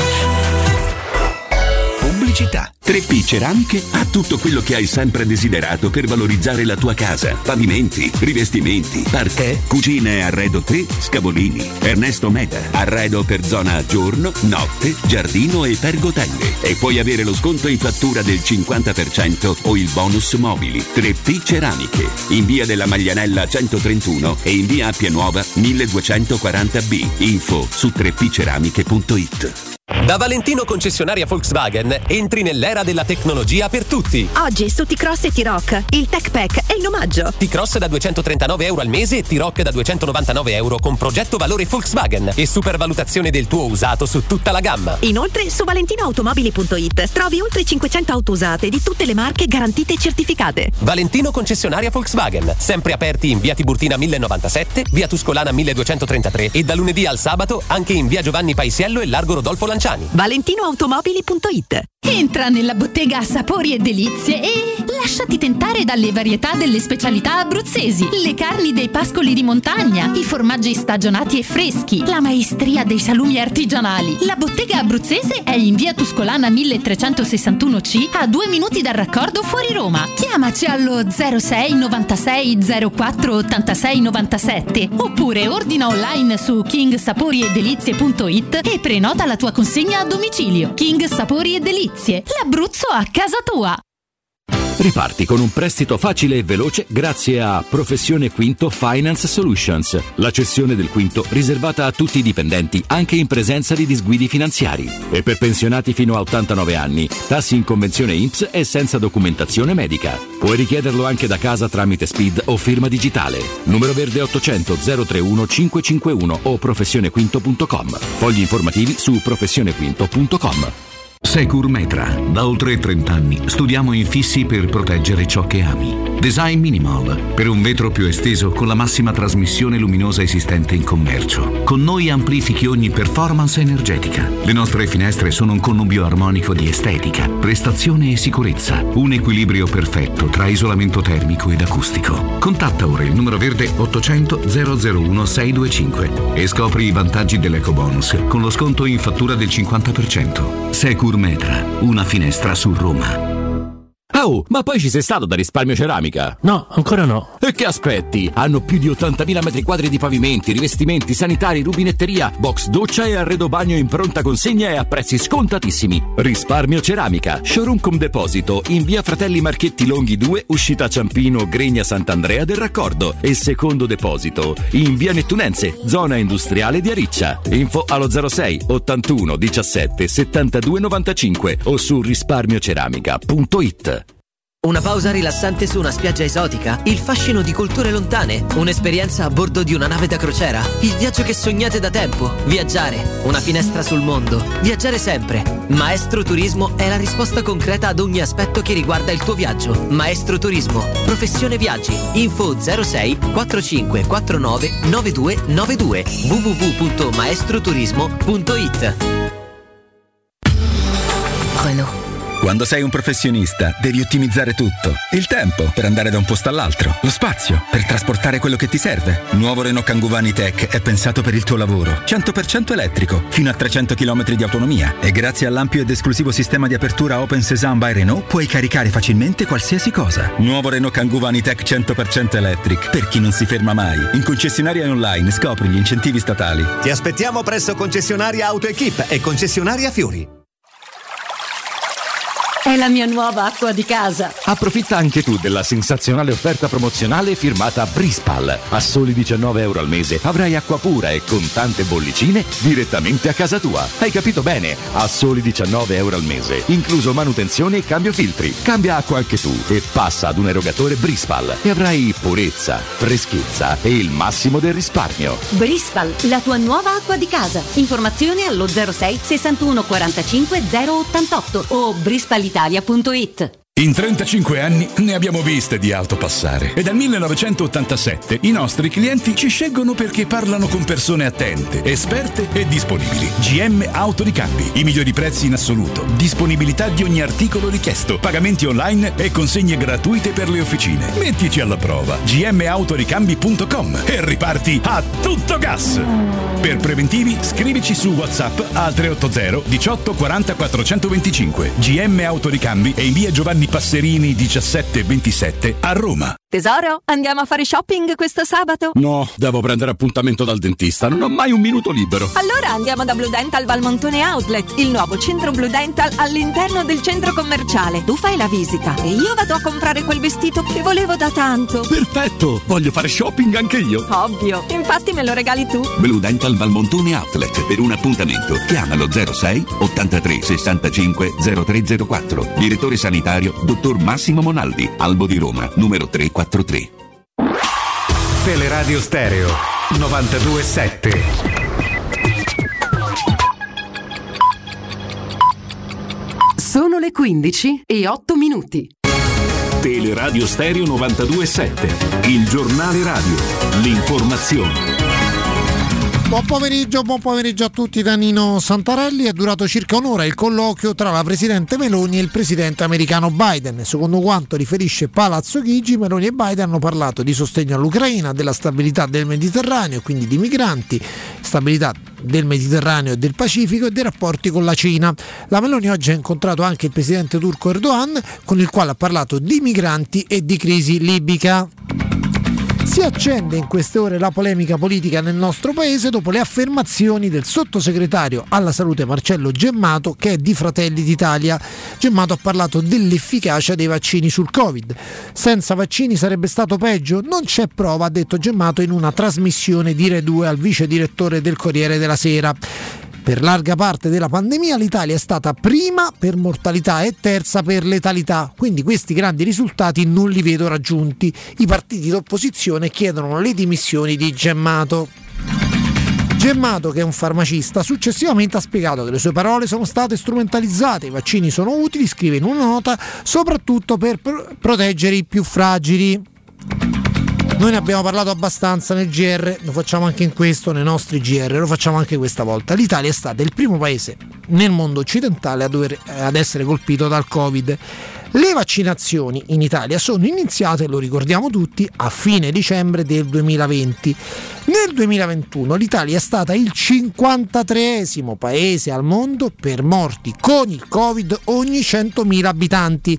Pubblicità. tre P Ceramiche ha tutto quello che hai sempre desiderato per valorizzare la tua casa. Pavimenti, rivestimenti, parquet, cucine e arredo tre, Scavolini. Ernesto Meda. Arredo per zona giorno, notte, giardino e pergotelle. E puoi avere lo sconto in fattura del cinquanta per cento o il bonus mobili. tre P Ceramiche. In via della Maglianella centotrentuno e in via Appia Nuova milleduecentoquaranta B. Info su tre p ceramiche punto it. Da Valentino concessionaria Volkswagen entri nell'era della tecnologia per tutti. Oggi su T-Cross e T-Rock il Tech Pack è in omaggio. T-Cross da duecentotrentanove euro al mese e T-Rock da duecentonovantanove euro con progetto valore Volkswagen e supervalutazione del tuo usato su tutta la gamma. Inoltre su valentinoautomobili punto it trovi oltre cinquecento auto usate di tutte le marche garantite e certificate. Valentino concessionaria Volkswagen, sempre aperti in via Tiburtina mille novantasette, via Tuscolana milleduecentotrentatré e da lunedì al sabato anche in via Giovanni Paisiello e largo Rodolfo Lanciani. valentinoautomobili punto it. Entra nella bottega Sapori e Delizie e lasciati tentare dalle varietà delle specialità abruzzesi, le carni dei pascoli di montagna, i formaggi stagionati e freschi, la maestria dei salumi artigianali. La bottega abruzzese è in via Tuscolana milletrecentosessantuno C, a due minuti dal raccordo fuori Roma. Chiamaci allo zero sei novantasei zero quattro ottantasei novantasette oppure ordina online su king sapori e delizie punto it e prenota la tua consegna a domicilio. King Sapori e Delizie, l'Abruzzo a casa tua. Riparti con un prestito facile e veloce grazie a Professione Quinto Finance Solutions, la cessione del quinto riservata a tutti i dipendenti anche in presenza di disguidi finanziari. E per pensionati fino a ottantanove anni, tassi in convenzione I N P S e senza documentazione medica. Puoi richiederlo anche da casa tramite S P I D o firma digitale. Numero verde ottocento zero trentuno cinquecentocinquantuno o professionequinto punto com. Fogli informativi su professionequinto punto com. Securmetra. Da oltre trenta anni studiamo infissi per proteggere ciò che ami. Design Minimal, per un vetro più esteso con la massima trasmissione luminosa esistente in commercio. Con noi amplifichi ogni performance energetica. Le nostre finestre sono un connubio armonico di estetica, prestazione e sicurezza. Un equilibrio perfetto tra isolamento termico ed acustico. Contatta ora il numero verde ottocento zero zero uno sei due cinque e scopri i vantaggi dell'ecobonus con lo sconto in fattura del cinquanta per cento. Securmetra, una finestra su Roma. Oh, ma poi ci sei stato da Risparmio Ceramica? No, ancora no. E che aspetti? Hanno più di ottantamila metri quadri di pavimenti, rivestimenti, sanitari, rubinetteria, box doccia e arredo bagno in pronta consegna e a prezzi scontatissimi. Risparmio Ceramica, showroom con deposito in via Fratelli Marchetti Longhi due, uscita Ciampino, Gregna Sant'Andrea del Raccordo, e secondo deposito in via Nettunense, zona industriale di Ariccia. Info allo zero sei ottantuno diciassette settantadue novantacinque o su risparmioceramica punto it. Una pausa rilassante su una spiaggia esotica? Il fascino di culture lontane? Un'esperienza a bordo di una nave da crociera? Il viaggio che sognate da tempo? Viaggiare, una finestra sul mondo. Viaggiare sempre. Maestro Turismo è la risposta concreta ad ogni aspetto che riguarda il tuo viaggio. Maestro Turismo, professione viaggi. Info zero sei quarantacinque quarantanove novantadue novantadue w w w punto maestroturismo punto it. Renault. Quando sei un professionista devi ottimizzare tutto. Il tempo per andare da un posto all'altro, lo spazio per trasportare quello che ti serve. Nuovo Renault Kangoo Vanitech è pensato per il tuo lavoro. cento per cento elettrico, fino a trecento chilometri di autonomia. E grazie all'ampio ed esclusivo sistema di apertura Open Sesame by Renault puoi caricare facilmente qualsiasi cosa. Nuovo Renault Kangoo Vanitech cento per cento electric, per chi non si ferma mai. In concessionaria e online scopri gli incentivi statali. Ti aspettiamo presso concessionaria AutoEquip e concessionaria Fiori. È la mia nuova acqua di casa. Approfitta anche tu della sensazionale offerta promozionale firmata Brispal. A soli diciannove euro al mese avrai acqua pura e con tante bollicine direttamente a casa tua. Hai capito bene? A soli diciannove euro al mese, incluso manutenzione e cambio filtri. Cambia acqua anche tu e passa ad un erogatore Brispal e avrai purezza, freschezza e il massimo del risparmio. Brispal, la tua nuova acqua di casa. Informazioni allo zero sei sessantuno quarantacinque zero ottantotto o brispal italia punto it. In trentacinque anni ne abbiamo viste di auto passare e dal millenovecentottantasette i nostri clienti ci scelgono perché parlano con persone attente, esperte e disponibili. G M Autoricambi, i migliori prezzi in assoluto, disponibilità di ogni articolo richiesto, pagamenti online e consegne gratuite per le officine. Mettici alla prova. g m autoricambi punto com e riparti a tutto gas. Per preventivi scrivici su WhatsApp al tre otto zero diciotto quaranta quattrocentoventicinque. G M Autoricambi e in via Giovanni Passerini diciassette ventisette a Roma. Tesoro, andiamo a fare shopping questo sabato? No, devo prendere appuntamento dal dentista, non ho mai un minuto libero. Allora andiamo da Blue Dental Valmontone Outlet, il nuovo centro Blue Dental all'interno del centro commerciale. Tu fai la visita e io vado a comprare quel vestito che volevo da tanto. Perfetto, voglio fare shopping anche io. Ovvio, infatti me lo regali tu. Blue Dental Valmontone Outlet, per un appuntamento chiamalo zero sei ottantatré sessantacinque zero tre zero quattro. Direttore sanitario dottor Massimo Monaldi, Albo di Roma, numero tre quattro tre. Teleradio Stereo novantadue sette. Sono le quindici e otto minuti. Teleradio Stereo novantadue sette, il giornale radio, l'informazione. Buon pomeriggio, buon pomeriggio a tutti da Nino Santarelli. È durato circa un'ora il colloquio tra la presidente Meloni e il presidente americano Biden. Secondo quanto riferisce Palazzo Chigi, Meloni e Biden hanno parlato di sostegno all'Ucraina, della stabilità del Mediterraneo, quindi di migranti, stabilità del Mediterraneo e del Pacifico e dei rapporti con la Cina. La Meloni oggi ha incontrato anche il presidente turco Erdogan, con il quale ha parlato di migranti e di crisi libica. Si accende in queste ore la polemica politica nel nostro paese dopo le affermazioni del sottosegretario alla salute Marcello Gemmato, che è di Fratelli d'Italia. Gemmato ha parlato dell'efficacia dei vaccini sul Covid. Senza vaccini sarebbe stato peggio? Non c'è prova, ha detto Gemmato in una trasmissione di Rai due al vice direttore del Corriere della Sera. Per larga parte della pandemia l'Italia è stata prima per mortalità e terza per letalità, quindi questi grandi risultati non li vedo raggiunti. I partiti d'opposizione chiedono le dimissioni di Gemmato. Gemmato, che è un farmacista, successivamente ha spiegato che le sue parole sono state strumentalizzate, i vaccini sono utili, scrive in una nota, soprattutto per pro- proteggere i più fragili. Noi ne abbiamo parlato abbastanza nel G R, lo facciamo anche in questo, nei nostri G R, lo facciamo anche questa volta. L'Italia è stata il primo paese nel mondo occidentale a dover, ad essere colpito dal Covid. Le vaccinazioni in Italia sono iniziate, lo ricordiamo tutti, a fine dicembre del duemilaventi. Nel duemilaventuno l'Italia è stata il cinquantatreesimo paese al mondo per morti con il Covid ogni centomila abitanti.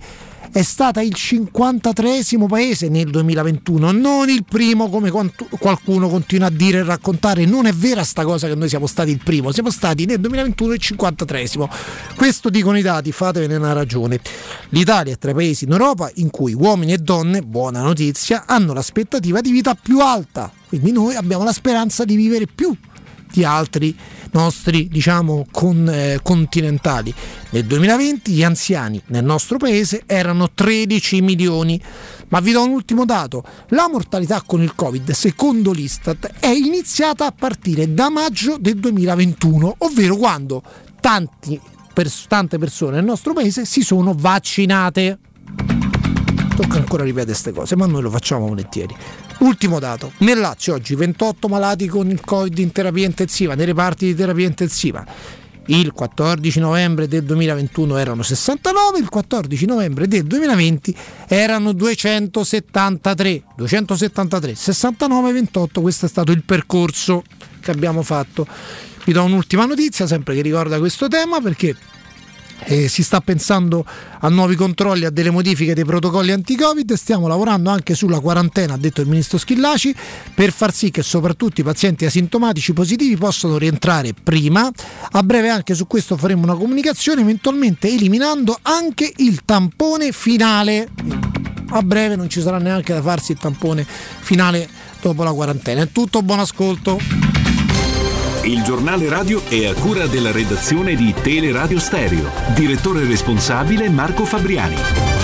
è stata il cinquantatreesimo paese nel duemilaventuno, non il primo come qualcuno continua a dire e raccontare. Non è vera sta cosa che noi siamo stati il primo, siamo stati nel duemilaventuno il cinquantatreesimo. Questo dicono i dati, fatevene una ragione. L'Italia è tra i paesi in Europa in cui uomini e donne, buona notizia, hanno l'aspettativa di vita più alta, quindi noi abbiamo la speranza di vivere più di altri nostri, diciamo, con, eh, continentali. Nel duemilaventi gli anziani nel nostro paese erano tredici milioni. Ma vi do un ultimo dato: la mortalità con il Covid, secondo l'Istat, è iniziata a partire da maggio del duemilaventuno, ovvero quando tanti, pers- tante persone nel nostro paese si sono vaccinate. Tocca ancora ripetere queste cose, ma noi lo facciamo volentieri. Ultimo dato: nel Lazio oggi ventotto malati con il Covid in terapia intensiva, nei reparti di terapia intensiva. Il quattordici novembre del duemilaventuno erano sessantanove, il quattordici novembre del duemilaventi erano duecentosettantatré, duecentosettantatré, sessantanove, ventotto, questo è stato il percorso che abbiamo fatto. Vi do un'ultima notizia, sempre che riguarda questo tema, perché Eh, si sta pensando a nuovi controlli, a delle modifiche dei protocolli anti-Covid. Stiamo lavorando anche sulla quarantena, ha detto il ministro Schillaci, per far sì che soprattutto i pazienti asintomatici positivi possano rientrare prima. A breve anche su questo faremo una comunicazione, eventualmente eliminando anche il tampone finale. A breve non ci sarà neanche da farsi il tampone finale dopo la quarantena. È tutto, buon ascolto. Il giornale radio è a cura della redazione di Teleradio Stereo. Direttore responsabile Marco Fabriani.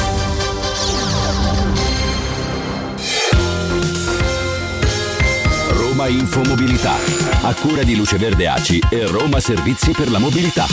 Roma Infomobilità, a cura di Luce Verde A C I e Roma Servizi per la Mobilità.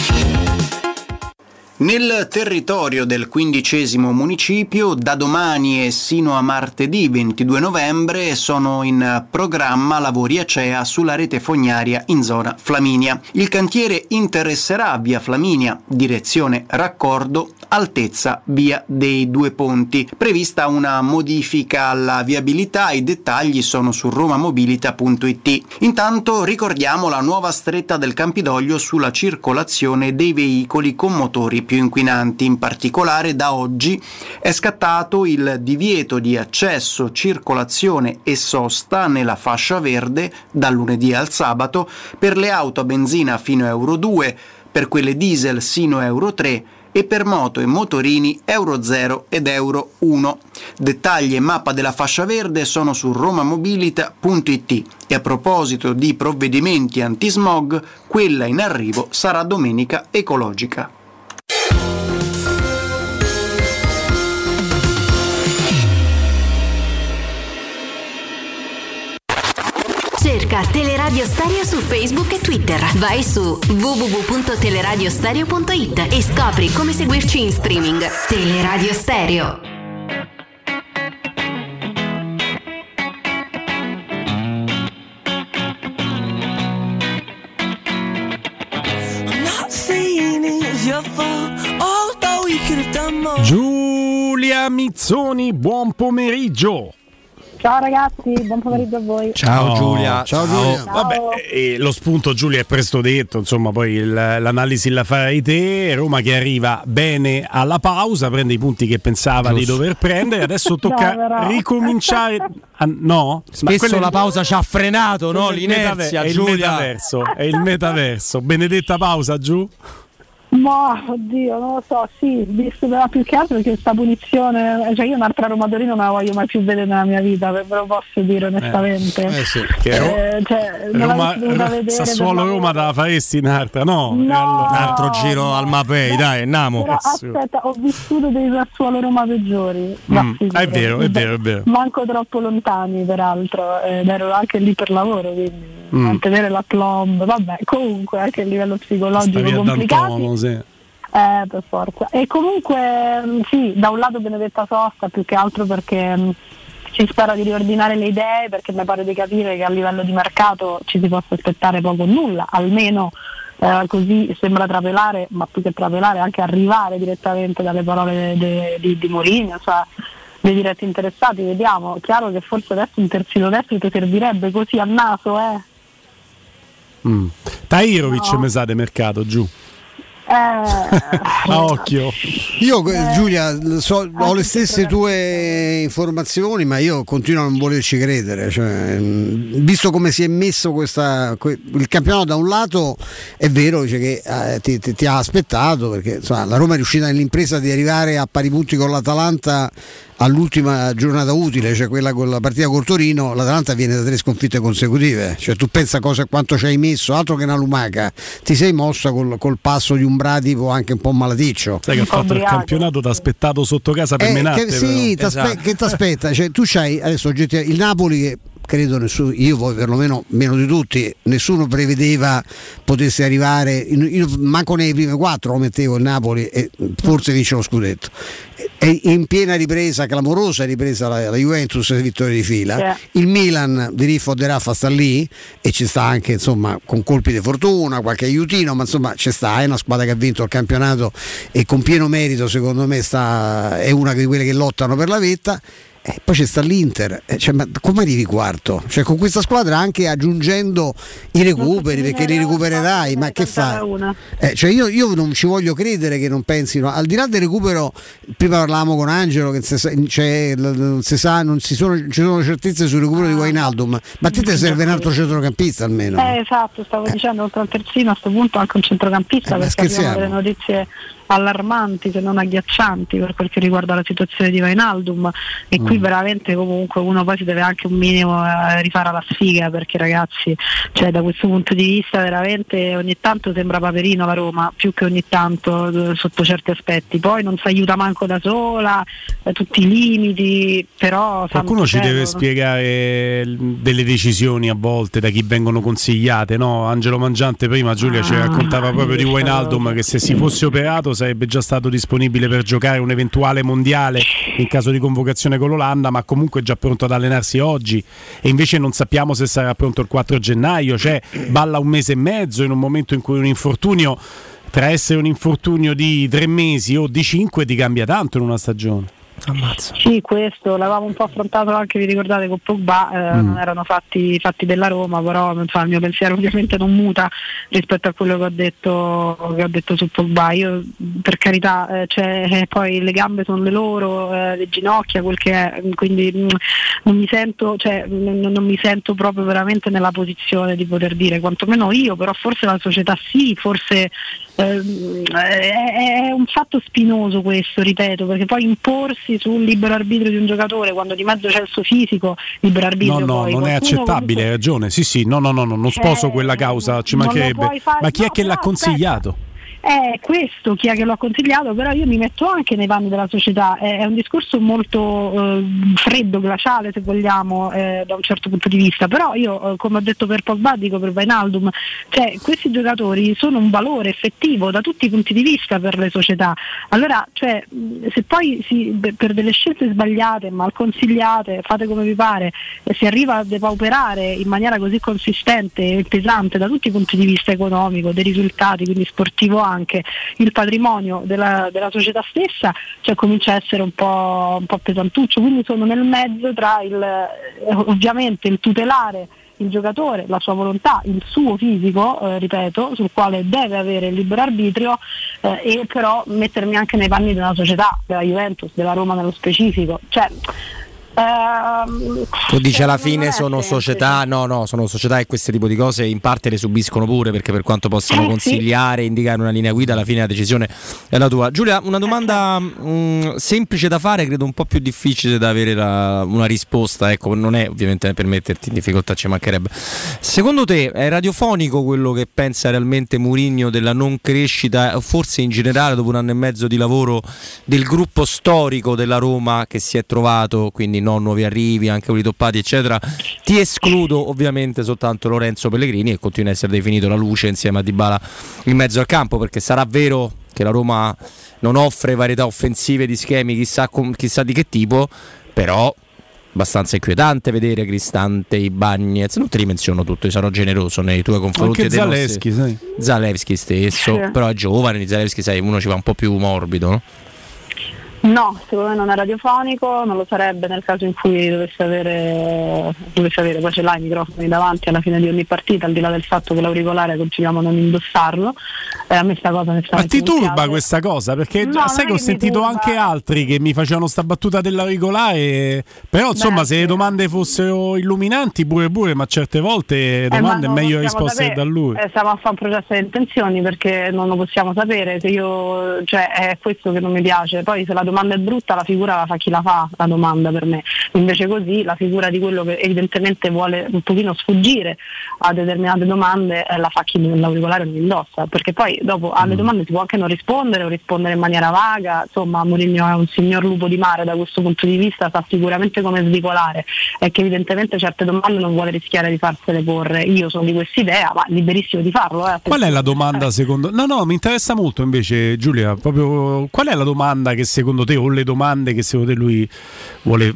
Nel territorio del quindicesimo municipio, da domani e sino a martedì ventidue novembre, sono in programma lavori ACEA sulla rete fognaria in zona Flaminia. Il cantiere interesserà via Flaminia, direzione raccordo, altezza via dei Due Ponti. Prevista una modifica alla viabilità, i dettagli sono su romamobilita punto it. Intanto ricordiamo la nuova stretta del Campidoglio sulla circolazione dei veicoli con motori più inquinanti. In particolare da oggi è scattato il divieto di accesso, circolazione e sosta nella fascia verde dal lunedì al sabato per le auto a benzina fino a Euro due, per quelle diesel sino a Euro tre e per moto e motorini Euro zero ed Euro uno. Dettagli e mappa della fascia verde sono su romamobilita punto it. E a proposito di provvedimenti antismog, quella in arrivo sarà domenica ecologica. Cerca Teleradio Stereo su Facebook e Twitter. Vai su w w w punto teleradiostereo punto it e scopri come seguirci in streaming. Teleradio Stereo. Giulia Mizzoni, buon pomeriggio. Ciao ragazzi, buon pomeriggio a voi. Ciao oh, Giulia. Ciao Giulia. Ciao. Vabbè, eh, lo spunto Giulia è presto detto, insomma poi il, l'analisi la farai te. Roma che arriva bene alla pausa, prende i punti che pensava Giusto. di dover prendere, adesso tocca no, ricominciare. Ah, no? Spesso quelle... la pausa ci ha frenato, no? L'inerzia, è il Giulia. metaverso, è il metaverso. Benedetta pausa giù. Ma oddio, non lo so, sì, visto da più che altro perché questa punizione, cioè io un'altra Roma Torino non la voglio mai più vedere nella mia vita, ve lo posso dire onestamente. Eh, eh sì, che eh, cioè, Roma, Roma, Sassuolo Roma te la faresti un'altra, no? no allora, un altro giro al Mapei, no, dai, andiamo. Però, aspetta, ho vissuto dei Sassuolo Roma peggiori. Mm, è vero, è vero, è vero. Manco troppo lontani peraltro, ed ero anche lì per lavoro, quindi mm. mantenere la plomb, vabbè, comunque anche a livello psicologico complicato. Eh, per forza. E comunque sì, da un lato Benedetta Sosta più che altro perché mh, ci spera di riordinare le idee, perché mi pare di capire che a livello di mercato ci si possa aspettare poco o nulla, almeno eh, così sembra trapelare, ma più che trapelare anche arrivare direttamente dalle parole de, de, di Mourinho, cioè dei diretti interessati. Vediamo, chiaro che forse adesso un terzino destro ti servirebbe così a naso, eh. Mm. Tahirovic no. mi sa di mercato giù. Eh, Eh, a occhio. Io eh, Giulia so, ho le stesse tue informazioni, ma io continuo a non volerci credere, cioè, visto come si è messo questa, il campionato. Da un lato è vero, dice che eh, ti, ti, ti ha aspettato, perché insomma, la Roma è riuscita nell'impresa di arrivare a pari punti con l'Atalanta all'ultima giornata utile, cioè quella con la partita col Torino. L'Atalanta viene da tre sconfitte consecutive, cioè tu pensa cosa, quanto ci hai messo, altro che una lumaca, ti sei mossa col, col passo di un Bradipo anche un po' malaticcio. Sai che ha fatto il campionato, t'ha aspettato sotto casa per eh, menate, che, sì, esatto. Che ti aspetta, cioè tu c'hai adesso il Napoli che credo nessuno, io poi perlomeno meno di tutti, nessuno prevedeva potesse arrivare, io manco nei primi quattro lo mettevo il Napoli e forse vince lo scudetto. È in piena ripresa, clamorosa ripresa la, la Juventus, vittorie di fila, yeah. Il Milan di Riffo De Raffa sta lì e ci sta anche insomma con colpi di fortuna, qualche aiutino, ma insomma ci sta, è una squadra che ha vinto il campionato e con pieno merito secondo me sta, è una di quelle che lottano per la vetta. E poi c'è sta l'Inter, eh, cioè, ma come arrivi quarto? Cioè, con questa squadra anche aggiungendo i recuperi, perché li recupererai, ma che fa? Eh, cioè io, io non ci voglio credere che non pensino, al di là del recupero, prima parlavamo con Angelo che se, cioè, non si sa, non si sono, ci sono certezze sul recupero di Wijnaldum, ma a te ti serve un altro centrocampista almeno? Eh, esatto, stavo eh. dicendo oltre al terzino a questo punto anche un centrocampista, eh, perché abbiamo delle notizie allarmanti se non agghiaccianti per quel che riguarda la situazione di Wijnaldum e mm. qui veramente comunque uno poi si deve anche un minimo eh, rifare alla sfiga, perché ragazzi, cioè da questo punto di vista veramente ogni tanto sembra Paperino la Roma, più che ogni tanto eh, sotto certi aspetti, poi non si aiuta manco da sola, eh, tutti i limiti, però qualcuno ci deve spiegare delle decisioni a volte da chi vengono consigliate, no? Angelo Mangiante prima, Giulia ah, ci raccontava proprio di Wijnaldum che se si fosse operato sarebbe già stato disponibile per giocare un eventuale mondiale in caso di convocazione con l'Olanda, ma comunque è già pronto ad allenarsi oggi e invece non sappiamo se sarà pronto il quattro gennaio, cioè balla un mese e mezzo in un momento in cui un infortunio, tra essere un infortunio di tre mesi o di cinque, ti cambia tanto in una stagione. Ammazza. Sì, questo l'avevamo un po' affrontato anche, vi ricordate, con Pogba, eh, mm. non erano fatti, fatti della Roma, però insomma, il mio pensiero ovviamente non muta rispetto a quello che ho detto, che ho detto su Pogba. Io per carità, eh, cioè, eh, poi le gambe sono le loro, eh, le ginocchia, quel che è, quindi mh, non mi sento, cioè, n- non mi sento proprio veramente nella posizione di poter dire, quantomeno io, però forse la società sì, forse eh, è, è un fatto spinoso questo, ripeto, perché poi imporsi sul libero arbitrio di un giocatore quando di mezzo c'è il suo fisico, libero arbitrio no no poi, non è accettabile, hai ragione, sì sì no no no, no non sposo eh, quella causa, ci mancherebbe, ma chi no, è che l'ha consigliato? Aspetta. È questo chi è che l'ho consigliato, però io mi metto anche nei panni della società, è, è un discorso molto eh, freddo, glaciale se vogliamo, eh, da un certo punto di vista, però io eh, come ho detto per Pogba dico per Wijnaldum, cioè questi giocatori sono un valore effettivo da tutti i punti di vista per le società, allora cioè se poi si, per delle scelte sbagliate, mal consigliate, fate come vi pare, e si arriva a depauperare in maniera così consistente e pesante da tutti i punti di vista economico, dei risultati, quindi sportivo anche il patrimonio della, della società stessa, cioè comincia a essere un po', un po' pesantuccio, quindi sono nel mezzo tra il eh, ovviamente il tutelare il giocatore, la sua volontà, il suo fisico, eh, ripeto, sul quale deve avere il libero arbitrio, eh, e però mettermi anche nei panni della società, della Juventus, della Roma nello specifico, cioè Uh, tu dici alla fine sono società, no no, sono società e questo tipo di cose in parte le subiscono pure, perché per quanto possano eh, consigliare, sì. indicare una linea guida, alla fine la decisione è la tua. Giulia, una domanda mh, semplice da fare, credo un po' più difficile da avere la, una risposta, ecco, non è ovviamente per metterti in difficoltà, ci mancherebbe. Secondo te è radiofonico quello che pensa realmente Mourinho della non crescita, forse in generale dopo un anno e mezzo di lavoro, del gruppo storico della Roma che si è trovato, quindi no nuovi arrivi, anche quelli toppati eccetera? Ti escludo ovviamente soltanto Lorenzo Pellegrini, che continua a essere definito la luce insieme a Dybala in mezzo al campo, perché sarà vero che la Roma non offre varietà offensive di schemi chissà, chissà di che tipo, però abbastanza inquietante vedere Cristante, Ibañez, non te li menziono tutto, io sarò generoso nei tuoi confronti. Anche Zalewski, sai. Zalewski stesso, sì. Però è giovane, Zalewski sai, uno ci va un po' più morbido, no? No, secondo me non è radiofonico, non lo sarebbe nel caso in cui dovesse avere, dovesse avere poi ce l'ha i microfoni davanti alla fine di ogni partita, al di là del fatto che l'auricolare continuiamo a non indossarlo. Eh, a me sta cosa Ma ti turba questa cosa? Perché no, sai che ho sentito anche altri che mi facevano sta battuta dell'auricolare, però insomma Beh, se le domande fossero illuminanti pure pure, ma certe volte le domande eh, è meglio rispose da lui. Eh, stiamo a fare un processo di intenzioni perché non lo possiamo sapere, se io, cioè è questo che non mi piace. Poi se la domanda è brutta, la figura la fa chi la fa, la domanda per me. Invece così la figura di quello che evidentemente vuole un pochino sfuggire a determinate domande eh, la fa chi l'auricolare non indossa, perché poi dopo alle domande si può anche non rispondere o rispondere in maniera vaga. Insomma, Mourinho è un signor lupo di mare da questo punto di vista, sa sicuramente come svicolare, e che evidentemente certe domande non vuole rischiare di farsele porre. Io sono di questa idea, ma liberissimo di farlo. Eh, qual è la domanda secondo no no mi interessa molto invece, Giulia, proprio qual è la domanda che secondo te, o le domande che secondo te lui vuole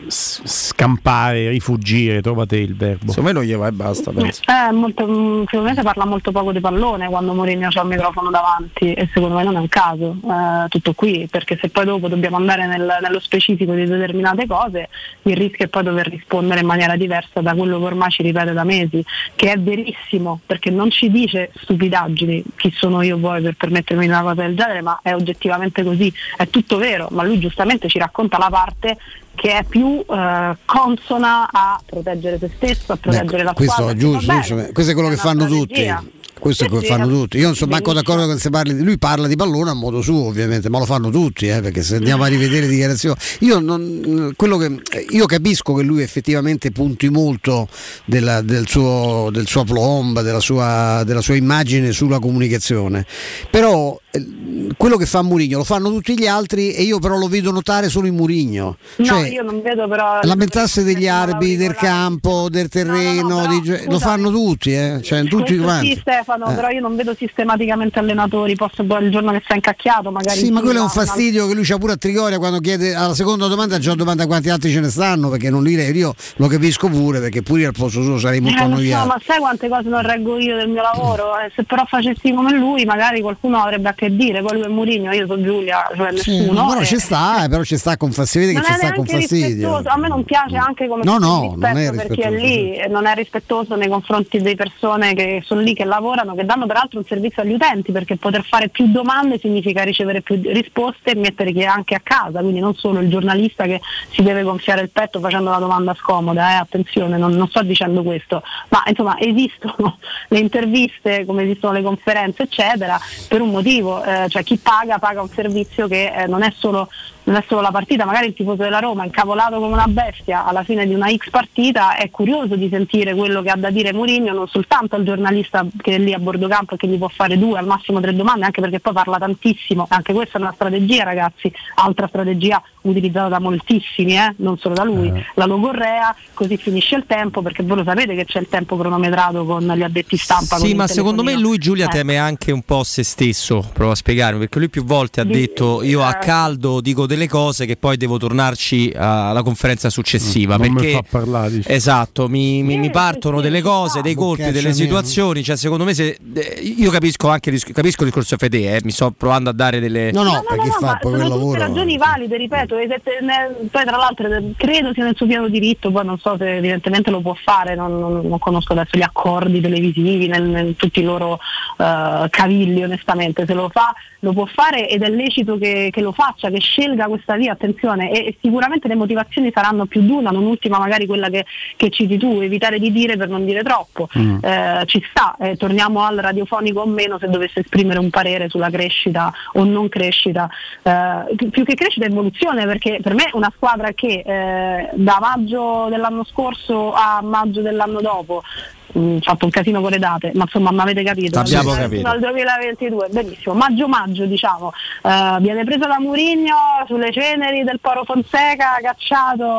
scampare, rifugire? Trova te il verbo. Secondo me non gli va e basta, penso. Eh, molto, secondo me si parla molto poco di pallone quando Mourinho c'ha il microfono davanti, e secondo me non è un caso eh, tutto qui, perché se poi dopo dobbiamo andare nel, nello specifico di determinate cose, il rischio è poi dover rispondere in maniera diversa da quello che ormai ci ripete da mesi, che è verissimo, perché non ci dice stupidaggini, chi sono io poi per permettermi una cosa del genere, ma è oggettivamente così, è tutto vero, ma lui giustamente ci racconta la parte che è più eh, consona a proteggere se stesso, a proteggere Beh, la questo squadra. È giusto, giusto, questo è quello è che fanno strategia. tutti. Questo è quello che fanno tutti. Io non sono manco d'accordo quando si parli. Lui parla di pallone a modo suo, ovviamente, ma lo fanno tutti, eh, perché se andiamo a rivedere dichiarazioni. Io non, quello che io capisco che lui effettivamente punti molto della, del suo del suo aplomb, della sua, della sua immagine sulla comunicazione. Però eh, quello che fa Mourinho lo fanno tutti gli altri, e io però lo vedo notare solo in Mourinho. Cioè, no, io non vedo però lamentarsi degli arbitri, del campo, del terreno, no, no, no, però, di, lo fanno tutti, eh, cioè tutti quanti. Sì, Stefano, eh. però io non vedo sistematicamente allenatori, posso poi il giorno che sta incacchiato magari. Sì, ma quello è un fastidio una... che lui c'ha pure a Trigoria quando chiede alla seconda domanda, già domanda quanti altri ce ne stanno, perché non li reggo, io lo capisco pure, perché pure io al posto suo sarei molto eh, annoiato. So, ma sai quante cose non reggo io del mio lavoro? Eh, se però facessi come lui magari qualcuno avrebbe a che dire, poi lui è Mourinho, io sono Giulia, cioè sì, nessuno. Però eh. ci sta, eh, però ci sta con fastidio, che ci sta con fastidio. A me non piace anche come no, no, rispetto non è per chi è lì, non è rispettoso nei confronti delle persone che sono lì, che lavorano, che danno peraltro un servizio agli utenti, perché poter fare più domande significa ricevere più risposte e mettere chi è anche a casa, quindi non solo il giornalista che si deve gonfiare il petto facendo la domanda scomoda, eh, attenzione, non, non sto dicendo questo, ma insomma esistono le interviste come esistono le conferenze eccetera per un motivo, eh, cioè chi paga paga un servizio che eh, non è solo non è solo la partita, magari il tifoso della Roma incavolato come una bestia alla fine di una X partita è curioso di sentire quello che ha da dire Mourinho, non soltanto al giornalista che è lì a bordo campo e che gli può fare due, al massimo tre domande, anche perché poi parla tantissimo, anche questa è una strategia, ragazzi, altra strategia utilizzata da moltissimi, eh? non solo da lui, eh. la logorrea, così finisce il tempo, perché voi lo sapete che c'è il tempo cronometrato con gli addetti stampa. Sì, ma secondo me lui, Giulia, eh. teme anche un po' se stesso, provo a spiegarmi, perché lui più volte ha di, detto io a caldo dico delle cose che poi devo tornarci alla conferenza successiva, non perché mi fa parlare, dice. esatto mi, mi, mi partono delle cose, dei colpi, delle situazioni, cioè secondo me se, io capisco anche capisco il discorso Fede, eh, mi sto provando a dare delle no no, no, perché no, fa no, poi quel lavoro, sono tutte ragioni valide, ripeto, poi tra l'altro credo sia nel suo pieno diritto, poi non so se evidentemente lo può fare, non, non, non conosco adesso gli accordi televisivi nel, nel tutti i loro uh, cavilli, onestamente se lo fa lo può fare ed è lecito che, che lo faccia, che scelga questa via, attenzione, e, e sicuramente le motivazioni saranno più di una, non ultima magari quella che, che citi tu, evitare di dire per non dire troppo, mm. eh, ci sta, eh, torniamo al radiofonico o meno se dovesse esprimere un parere sulla crescita o non crescita, eh, più che crescita evoluzione, perché per me una squadra che eh, da maggio dell'anno scorso a maggio dell'anno dopo Mm, fatto un casino con le date, ma insomma mi avete capito, abbiamo capito. Al duemilaventidue, benissimo, maggio-maggio diciamo, uh, viene presa da Mourinho sulle ceneri del Poro Fonseca, cacciato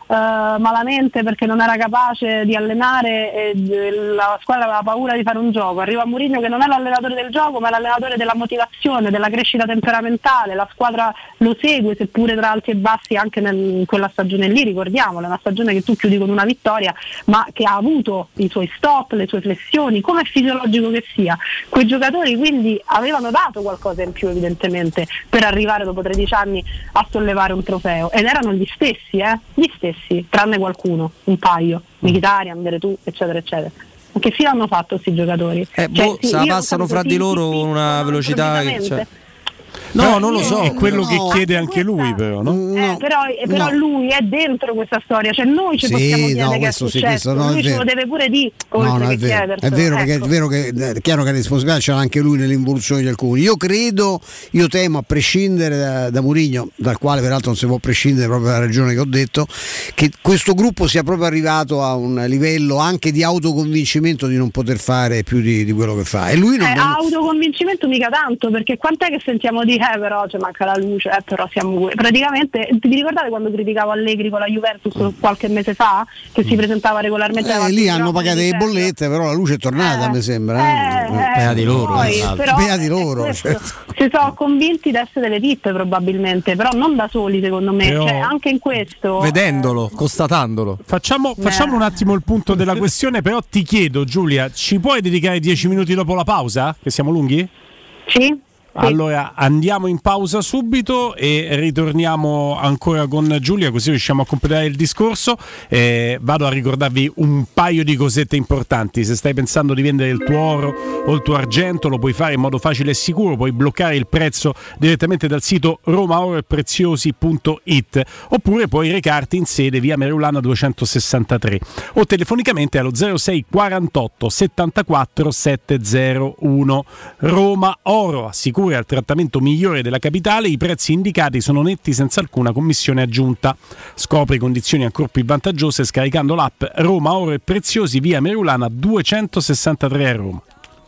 malamente perché non era capace di allenare e la squadra aveva paura di fare un gioco. Arriva Mourinho che non è l'allenatore del gioco ma è l'allenatore della motivazione, della crescita temperamentale, la squadra lo segue seppure tra alti e bassi anche nel, in quella stagione lì, ricordiamolo, è una stagione che tu chiudi con una vittoria ma che ha avuto i suoi stop, le sue flessioni, come è fisiologico che sia. Quei giocatori quindi avevano dato qualcosa in più evidentemente per arrivare dopo tredici anni a sollevare un trofeo ed erano gli stessi, eh? gli stessi, tranne qualcuno, un paio, Mkhitaryan, Veretout, eccetera eccetera. Che fine hanno fatto questi giocatori? Eh, cioè, boh, sì, se la passano fra di loro con una velocità che, cioè... No, no, non lo so, è quello no, che chiede anche questa, lui però, no? Eh, però però no. lui è dentro questa storia, cioè noi ci sì, possiamo chiedere no, che è sì, successo, no, lui è ce lo deve pure dire, oltre no, no, che è vero, chiederselo. è vero, ecco. perché è vero che è chiaro che le responsabilità c'era anche lui nelle involuzioni di alcuni. Io credo, io temo, a prescindere da, da Mourinho, dal quale peraltro non si può prescindere proprio per la ragione che ho detto, che questo gruppo sia proprio arrivato a un livello anche di autoconvincimento di non poter fare più di, di quello che fa. E lui non eh, non... autoconvincimento mica tanto, perché quant'è che sentiamo dire eh però c'è manca la luce, eh però siamo praticamente, vi ricordate quando criticavo Allegri con la Juventus qualche mese fa che si presentava regolarmente eh, lì hanno pagato le bollette, però la luce è tornata, eh, mi sembra eh, eh, beati loro, poi, eh, però, beati loro questo, cioè. Si sono convinti di essere delle pippe probabilmente, però non da soli secondo me, però, cioè, anche in questo vedendolo, eh, constatandolo facciamo, facciamo eh. un attimo il punto della questione, però ti chiedo Giulia, ci puoi dedicare dieci minuti dopo la pausa? Che siamo lunghi? Sì. Allora andiamo in pausa subito e ritorniamo ancora con Giulia, così riusciamo a completare il discorso. Eh, vado a ricordarvi un paio di cosette importanti. Se stai pensando di vendere il tuo oro o il tuo argento, lo puoi fare in modo facile e sicuro. Puoi bloccare il prezzo direttamente dal sito roma oro e preziosi punto it oppure puoi recarti in sede via Merulana duecentosessantatré o telefonicamente allo zero sei quarantotto settantaquattro settecentouno. Roma Oro assicura al trattamento migliore della capitale, i prezzi indicati sono netti senza alcuna commissione aggiunta. Scopri condizioni ancora più vantaggiose scaricando l'app Roma Oro e Preziosi via Merulana duecentosessantatré a Roma.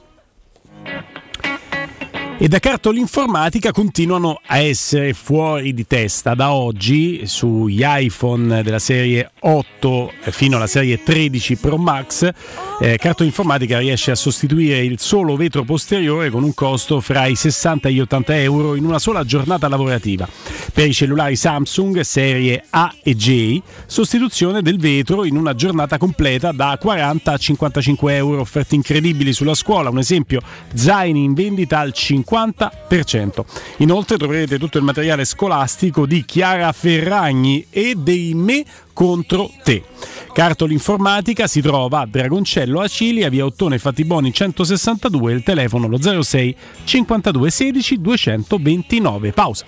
E da Cartolinformatica continuano a essere fuori di testa da oggi sugli iPhone della serie otto fino alla serie tredici Pro Max. Eh, Cartolinformatica riesce a sostituire il solo vetro posteriore con un costo fra i sessanta e gli ottanta euro in una sola giornata lavorativa. Per i cellulari Samsung serie A e J, sostituzione del vetro in una giornata completa da quaranta a cinquantacinque euro. Offerte incredibili sulla scuola, un esempio: zaini in vendita al cinquanta per cento. Inoltre troverete tutto il materiale scolastico di Chiara Ferragni e dei Me contro te. Cartolinformatica si trova a Dragoncello Acilia, via Ottone Fattiboni centosessantadue, il telefono lo zero sei cinquantadue sedici duecentoventinove. Pausa.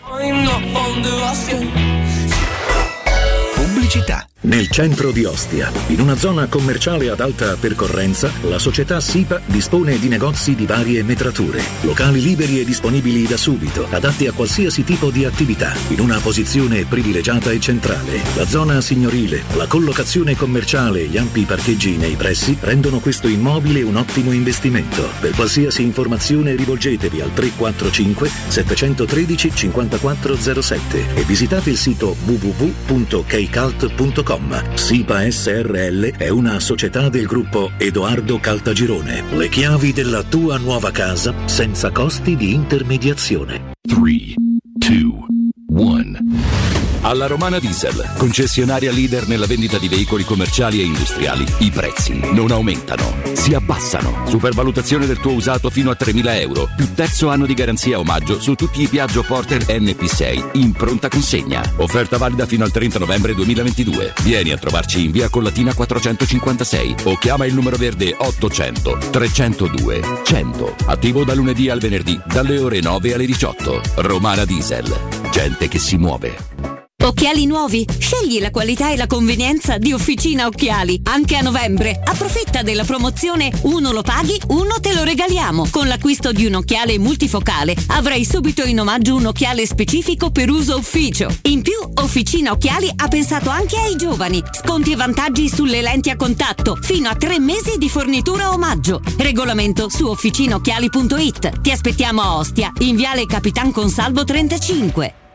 Pubblicità. Nel centro di Ostia, in una zona commerciale ad alta percorrenza, la società SIPA dispone di negozi di varie metrature, locali liberi e disponibili da subito, adatti a qualsiasi tipo di attività, in una posizione privilegiata e centrale. La zona signorile, la collocazione commerciale e gli ampi parcheggi nei pressi rendono questo immobile un ottimo investimento. Per qualsiasi informazione rivolgetevi al tre quattro cinque sette uno tre cinque zero sette e visitate il sito w w w punto keycult punto com. SIPA S R L è una società del gruppo Edoardo Caltagirone. Le chiavi della tua nuova casa senza costi di intermediazione. tre, due, uno. Alla Romana Diesel, concessionaria leader nella vendita di veicoli commerciali e industriali, i prezzi non aumentano, si abbassano. Supervalutazione del tuo usato fino a tremila euro, più terzo anno di garanzia omaggio su tutti i Piaggio Porter N P sei in pronta consegna. Offerta valida fino al trenta novembre duemilaventidue. Vieni a trovarci in via Collatina quattrocentocinquantasei o chiama il numero verde ottocento trecentodue cento. Attivo da lunedì al venerdì dalle ore nove alle diciotto. Romana Diesel, gente che si muove. Occhiali nuovi? Scegli la qualità e la convenienza di Officina Occhiali. Anche a novembre. Approfitta della promozione uno lo paghi, uno te lo regaliamo. Con l'acquisto di un occhiale multifocale avrai subito in omaggio un occhiale specifico per uso ufficio. In più, Officina Occhiali ha pensato anche ai giovani. Sconti e vantaggi sulle lenti a contatto. Fino a tre mesi di fornitura omaggio. Regolamento su officinaocchiali punto it. Ti aspettiamo a Ostia, in viale Capitan Consalvo trentacinque.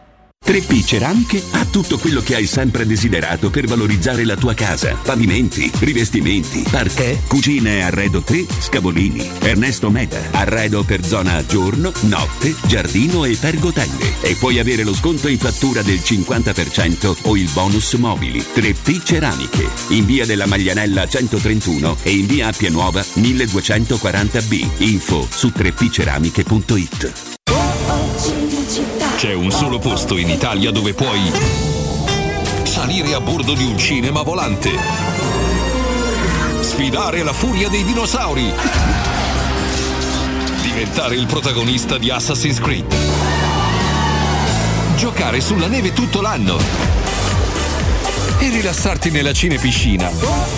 tre P Ceramiche ha tutto quello che hai sempre desiderato per valorizzare la tua casa. Pavimenti, rivestimenti, parquet, cucine e arredo tre, Scavolini. Ernesto Meda, arredo per zona giorno, notte, giardino e pergotelle. E puoi avere lo sconto in fattura del cinquanta per cento o il bonus mobili. tre P Ceramiche, in via della Maglianella centotrentuno e in via Appia Nuova milleduecentoquaranta B. Info su tre p ceramiche punto it. C'è un solo posto in Italia dove puoi salire a bordo di un cinema volante, sfidare la furia dei dinosauri, diventare il protagonista di Assassin's Creed, giocare sulla neve tutto l'anno e rilassarti nella cinepiscina.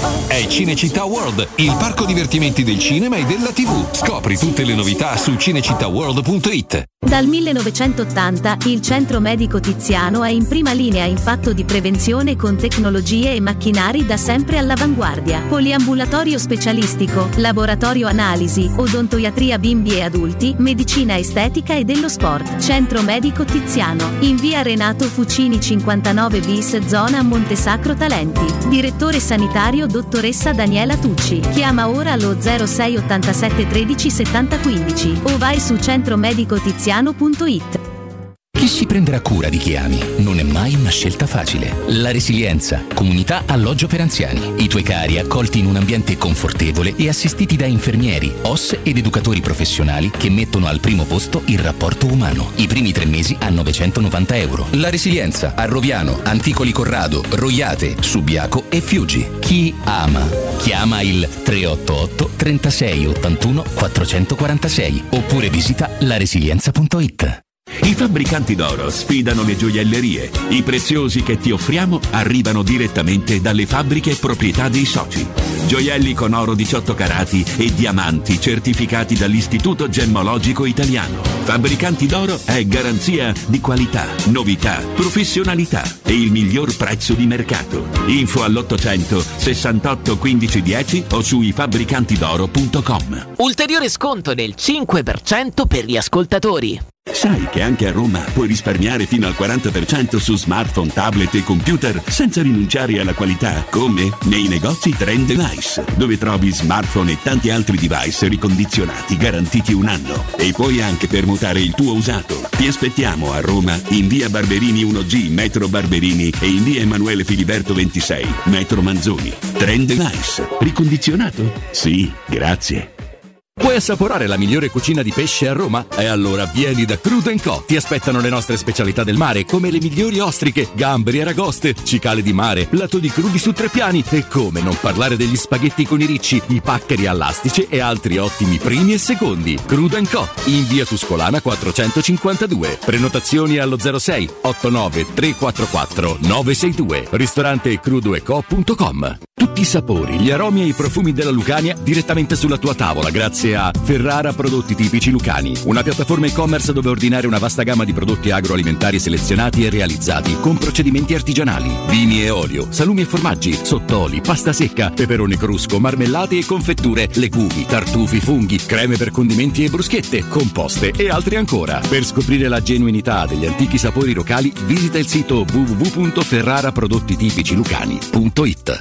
È Cinecittà World, il parco divertimenti del cinema e della tivù. Scopri tutte le novità su cinecittà world punto it. Dal millenovecentottanta il Centro Medico Tiziano è in prima linea in fatto di prevenzione con tecnologie e macchinari da sempre all'avanguardia. Poliambulatorio specialistico, laboratorio analisi, odontoiatria bimbi e adulti, medicina estetica e dello sport. Centro Medico Tiziano, in via Renato Fucini cinquantanove bis, zona Montesacro Talenti. Direttore sanitario dottoressa Daniela Tucci. Chiama ora allo zero sei ottantasette tredici settanta quindici o vai su centromedicotiziano punto it. Chi si prenderà cura di chi ami non è mai una scelta facile. La Resilienza, comunità alloggio per anziani. I tuoi cari accolti in un ambiente confortevole e assistiti da infermieri, O S ed educatori professionali che mettono al primo posto il rapporto umano. I primi tre mesi a novecentonovanta euro. La Resilienza a Roviano, Anticoli Corrado, Roiate, Subiaco e Fiuggi. Chi ama chiama il tre otto otto trentasei ottantuno quattrocentoquarantasei oppure visita la resilienza punto it. I fabbricanti d'oro sfidano le gioiellerie. I preziosi che ti offriamo arrivano direttamente dalle fabbriche proprietà dei soci. Gioielli con oro diciotto carati e diamanti certificati dall'Istituto Gemmologico Italiano. Fabbricanti d'oro è garanzia di qualità, novità, professionalità e il miglior prezzo di mercato. Info all'ottocento sessantotto quindici dieci o su i fabbricanti d'oro punto com. Ulteriore sconto del cinque per cento per gli ascoltatori. Sai che anche a Roma puoi risparmiare fino al quaranta per cento su smartphone, tablet e computer senza rinunciare alla qualità, come nei negozi Trend Device, dove trovi smartphone e tanti altri device ricondizionati garantiti un anno. E puoi anche permutare il tuo usato. Ti aspettiamo a Roma in via Barberini uno G, metro Barberini, e in via Emanuele Filiberto ventisei, metro Manzoni. Trend Device. Ricondizionato? Sì, grazie. Vuoi assaporare la migliore cucina di pesce a Roma? E allora vieni da Crudo and Co. Ti aspettano le nostre specialità del mare, come le migliori ostriche, gamberi e aragoste, cicale di mare, piatto di crudi su tre piani e come non parlare degli spaghetti con i ricci, i paccheri all'astice e altri ottimi primi e secondi. Crudo and Co. in via Tuscolana quattrocentocinquantadue. Prenotazioni allo zero sei otto nove tre quattro quattro nove sei due. Ristorante crudo e co punto com. Tutti i sapori, gli aromi e i profumi della Lucania direttamente sulla tua tavola, grazie a Ferrara Prodotti Tipici Lucani, una piattaforma e-commerce dove ordinare una vasta gamma di prodotti agroalimentari selezionati e realizzati con procedimenti artigianali, vini e olio, salumi e formaggi, sottoli, pasta secca, peperone crusco, marmellate e confetture, legumi, tartufi, funghi, creme per condimenti e bruschette, composte e altri ancora. Per scoprire la genuinità degli antichi sapori locali, visita il sito w w w punto ferrara prodotti tipici lucani punto it.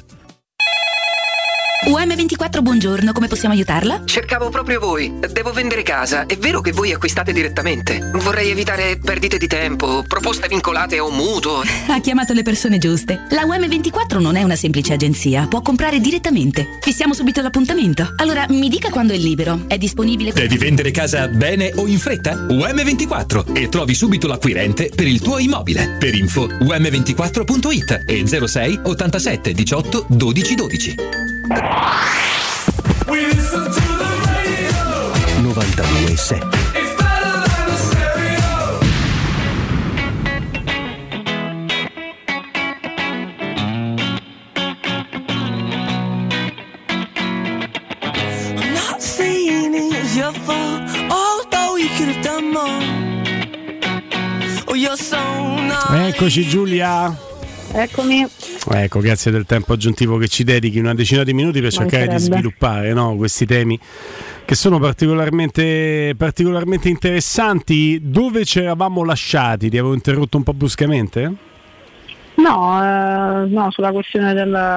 U M ventiquattro, buongiorno, come possiamo aiutarla? Cercavo proprio voi. Devo vendere casa. È vero che voi acquistate direttamente? Vorrei evitare perdite di tempo, proposte vincolate a un mutuo. Ha chiamato le persone giuste. La U M ventiquattro non è una semplice agenzia, può comprare direttamente. Fissiamo subito l'appuntamento. Allora, mi dica quando è libero. È disponibile... Devi vendere casa bene o in fretta? U M ventiquattro e trovi subito l'acquirente per il tuo immobile. Per info u m ventiquattro punto it e zero sei ottantasette diciotto dodici dodici. novantadue sette. Eccoci Giulia. Eccomi. Ecco, grazie del tempo aggiuntivo che ci dedichi, una decina di minuti per cercare di sviluppare, no, questi temi che sono particolarmente, particolarmente interessanti. Dove ci eravamo lasciati? Ti avevo interrotto un po' bruscamente? No, eh, no, sulla questione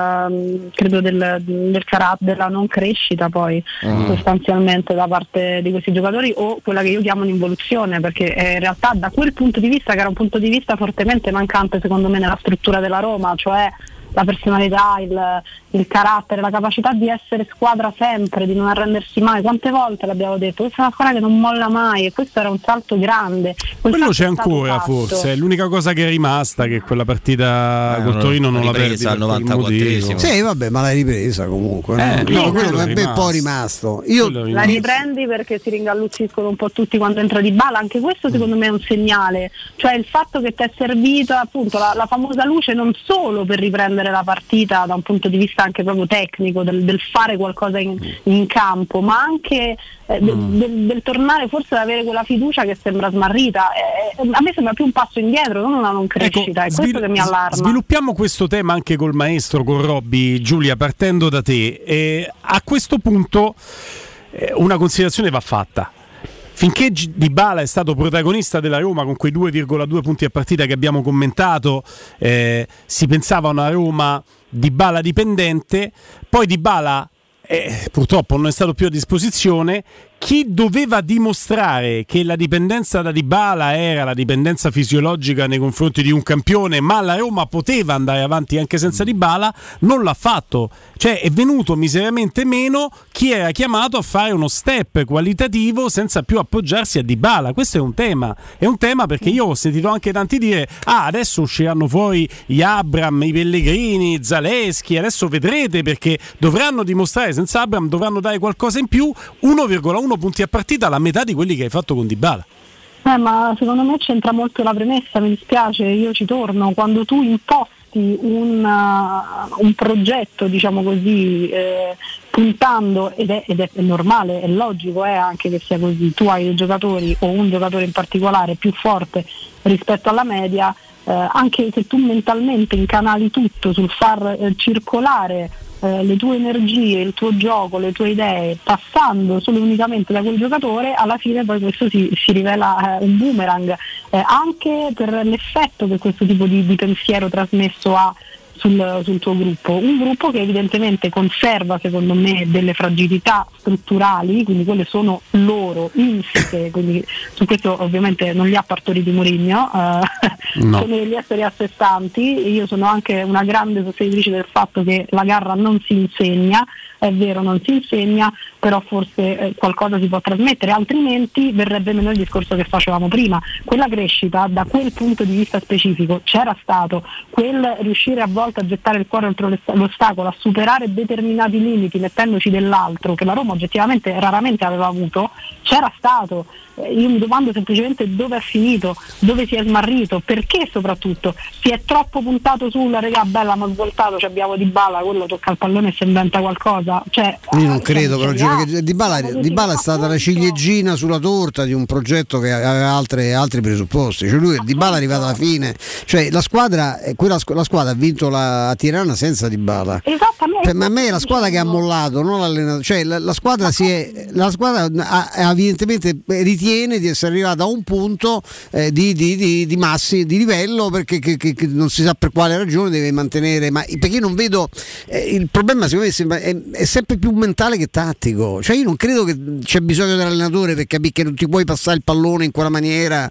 del credo del, del carattere, della non crescita poi uh-huh. sostanzialmente da parte di questi giocatori, o quella che io chiamo un'involuzione, perché eh, in realtà da quel punto di vista, che era un punto di vista fortemente mancante secondo me nella struttura della Roma, cioè la personalità, il, il carattere, la capacità di essere squadra sempre, di non arrendersi mai. Quante volte l'abbiamo detto, questa è una squadra che non molla mai, e questo era un salto grande. Quel Quello c'è salto ancora forse, è l'unica cosa che è rimasta, che quella partita eh, col Torino non la perdi al novantaquattresimo. Sì, vabbè, ma l'hai ripresa comunque. Eh, no? no, quello è un po' rimasto. Io la riprendi perché si ringalluzziscono un po' tutti quando entra Dybala, anche questo secondo me è un segnale, cioè il fatto che ti è servita appunto la, la famosa luce non solo per riprendere la partita da un punto di vista anche proprio tecnico del, del fare qualcosa in, in campo, ma anche eh, de, mm. del, del tornare forse ad avere quella fiducia che sembra smarrita. Eh, a me sembra più un passo indietro, non una non crescita, ecco, è questo svil- che mi allarma. Sviluppiamo questo tema anche col maestro, con Robby. Giulia, partendo da te, eh, a questo punto eh, una considerazione va fatta. Finché Dybala è stato protagonista della Roma con quei due virgola due punti a partita che abbiamo commentato, eh, si pensava a una Roma Dybala dipendente. Poi Dybala eh, purtroppo non è stato più a disposizione. Chi doveva dimostrare che la dipendenza da Dybala era la dipendenza fisiologica nei confronti di un campione, ma la Roma poteva andare avanti anche senza Dybala, non l'ha fatto. Cioè è venuto miseramente meno chi era chiamato a fare uno step qualitativo senza più appoggiarsi a Dybala. Questo è un tema, è un tema perché io ho sentito anche tanti dire ah adesso usciranno fuori gli Abram, i Pellegrini, Zaleschi, adesso vedrete, perché dovranno dimostrare, senza Abram dovranno dare qualcosa in più. uno virgola uno punti a partita, la metà di quelli che hai fatto con Dybala. Eh, ma secondo me c'entra molto la premessa, mi dispiace, io ci torno, quando tu imposti un, uh, un progetto, diciamo così, eh, puntando, ed è, ed è normale, è logico eh, anche che sia così, tu hai dei giocatori o un giocatore in particolare più forte rispetto alla media, eh, anche se tu mentalmente incanali tutto sul far eh, circolare Eh, le tue energie, il tuo gioco, le tue idee, passando solo e unicamente da quel giocatore, alla fine poi questo si, si rivela eh, un boomerang, eh, anche per l'effetto che questo tipo di, di pensiero trasmesso ha sul, sul tuo gruppo, un gruppo che evidentemente conserva secondo me delle fragilità strutturali, quindi quelle sono loro, insite, quindi su questo ovviamente non li ha partoriti Mourinho, eh, no. Sono degli esseri a sé stanti. Io sono anche una grande sostenitrice del fatto che la garra non si insegna, è vero, non si insegna, però forse eh, qualcosa si può trasmettere, altrimenti verrebbe meno il discorso che facevamo prima. Quella crescita da quel punto di vista specifico c'era stato, quel riuscire a volte a gettare il cuore oltre l'ostacolo, a superare determinati limiti mettendoci dell'altro che la Roma oggettivamente raramente aveva avuto, c'era stato. Io mi domando semplicemente dove è finito, dove si è smarrito, perché soprattutto si è troppo puntato sulla regà bella, ma svoltato, cioè abbiamo Dybala, quello tocca il pallone e si inventa qualcosa. Cioè, io non credo, però Giulio, che Dybala, Dybala è stata la ciliegina sulla torta di un progetto che aveva altre, altri presupposti. Cioè lui Dybala è arrivato alla fine, cioè la squadra, quella, la squadra ha vinto la Tirana senza Dybala. Esattamente. Ma a me è la squadra che ha mollato, non l'allenatore. Cioè la, la squadra si è, la squadra ha, ha evidentemente ritiene di essere arrivata a un punto eh, di, di, di, di massi di livello, perché che, che, che non si sa per quale ragione deve mantenere, ma perché io non vedo eh, il problema secondo me sembra, è, è sempre più mentale che tattico. Cioè io non credo che c'è bisogno dell'allenatore per capire che non ti puoi passare il pallone in quella maniera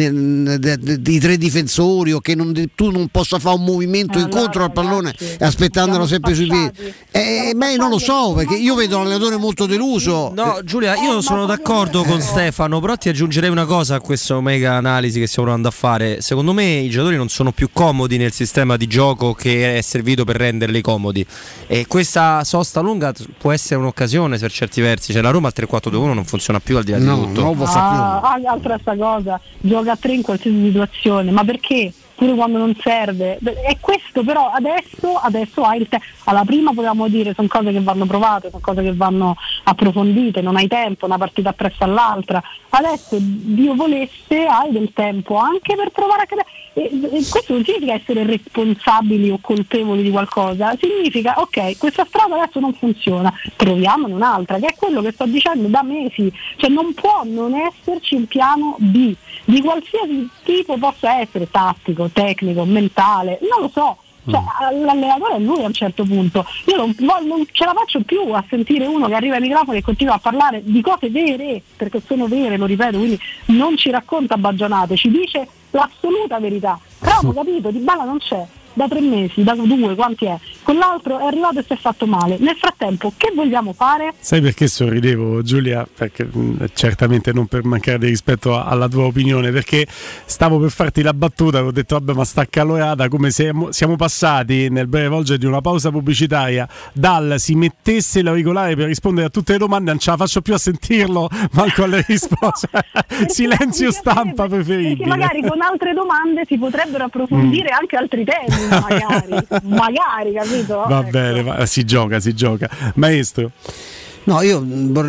di tre difensori, o che non, tu non possa fare un movimento allora, incontro al pallone aspettandolo sempre sui piedi. Eh, ma non lo so, perché io vedo l'allenatore molto deluso. No, Giulia, io sono d'accordo con Stefano, però ti aggiungerei una cosa a questa mega analisi che stiamo provando a fare. Secondo me i giocatori non sono più comodi nel sistema di gioco che è servito per renderli comodi, e questa sosta lunga può essere un'occasione per certi versi. Cioè la Roma al tre quattro due uno non funziona più, al di là di no, tutto. Non lo fa ah, più. Altra sta cosa, gioca a tre in qualsiasi situazione, ma perché? Pure quando non serve. E questo però adesso, adesso hai il tempo. Alla prima potevamo dire sono cose che vanno provate, sono cose che vanno approfondite, non hai tempo, una partita appresso all'altra. Adesso Dio volesse hai del tempo anche per provare a capire. e, e questo non significa essere responsabili o colpevoli di qualcosa, significa ok, questa strada adesso non funziona, troviamone un'altra, che è quello che sto dicendo da mesi, cioè non può non esserci un piano B di qualsiasi tipo possa essere, tattico, tecnico, mentale, non lo so. Cioè, l'allenatore è lui a un certo punto. Io non, non ce la faccio più a sentire uno che arriva ai microfoni e continua a parlare di cose vere, perché sono vere, lo ripeto, quindi non ci racconta baggianate, ci dice l'assoluta verità. Però hanno capito, Dybala non c'è da tre mesi, da due, quanti è? Quell'altro è arrivato e si è fatto male. Nel frattempo che vogliamo fare? Sai perché sorridevo, Giulia? Perché mh, certamente non per mancare di rispetto a, alla tua opinione, perché stavo per farti la battuta, ho detto vabbè, ma sta calorata, come siamo, siamo passati nel breve volgere di una pausa pubblicitaria dal si mettesse l'auricolare per rispondere a tutte le domande, non ce la faccio più a sentirlo manco alle risposte. No, silenzio stampa preferibile, perché magari con altre domande si potrebbero approfondire mm. anche altri temi, magari magari, capito? Va ecco. bene, va, si gioca, si gioca. Maestro. No, io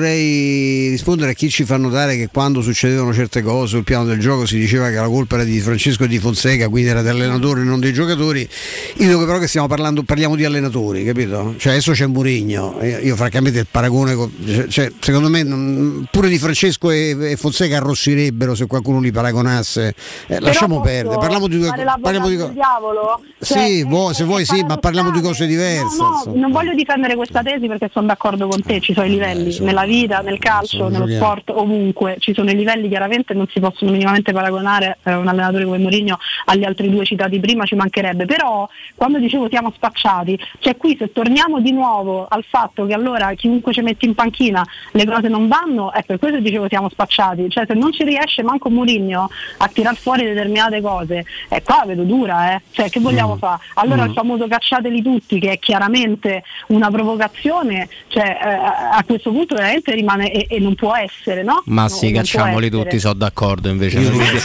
vorrei rispondere a chi ci fa notare che quando succedevano certe cose sul piano del gioco si diceva che la colpa era di Francesco e di Fonseca, quindi era dell'allenatore e non dei giocatori. Io dico però che stiamo parlando, parliamo di allenatori, capito? Cioè adesso c'è Mourinho, io, io francamente il paragone, cioè, secondo me non, pure di Francesco e, e Fonseca arrossirebbero se qualcuno li paragonasse. Eh, lasciamo perdere, parliamo di parliamo di del diavolo? Cioè, sì, vuoi, se vuoi sì, ma parliamo di cose diverse. No, no, non voglio difendere questa tesi perché sono d'accordo con te, ci sono i livelli eh, sono, nella vita, nel calcio, nello giochiamo. Sport, ovunque ci sono i livelli, chiaramente non si possono minimamente paragonare eh, un allenatore come Mourinho agli altri due citati prima, ci mancherebbe, però quando dicevo siamo spacciati, cioè qui se torniamo di nuovo al fatto che allora chiunque ci metti in panchina le cose non vanno, è per questo che dicevo siamo spacciati, cioè se non ci riesce manco Mourinho a tirar fuori determinate cose, e eh, qua la vedo dura, eh. Cioè che vogliamo mm. fare? Allora mm. il famoso cacciateli tutti, che è chiaramente una provocazione, cioè eh, a questo punto veramente rimane e, e non può essere, no? Ma sì, non cacciamoli tutti, sono d'accordo invece.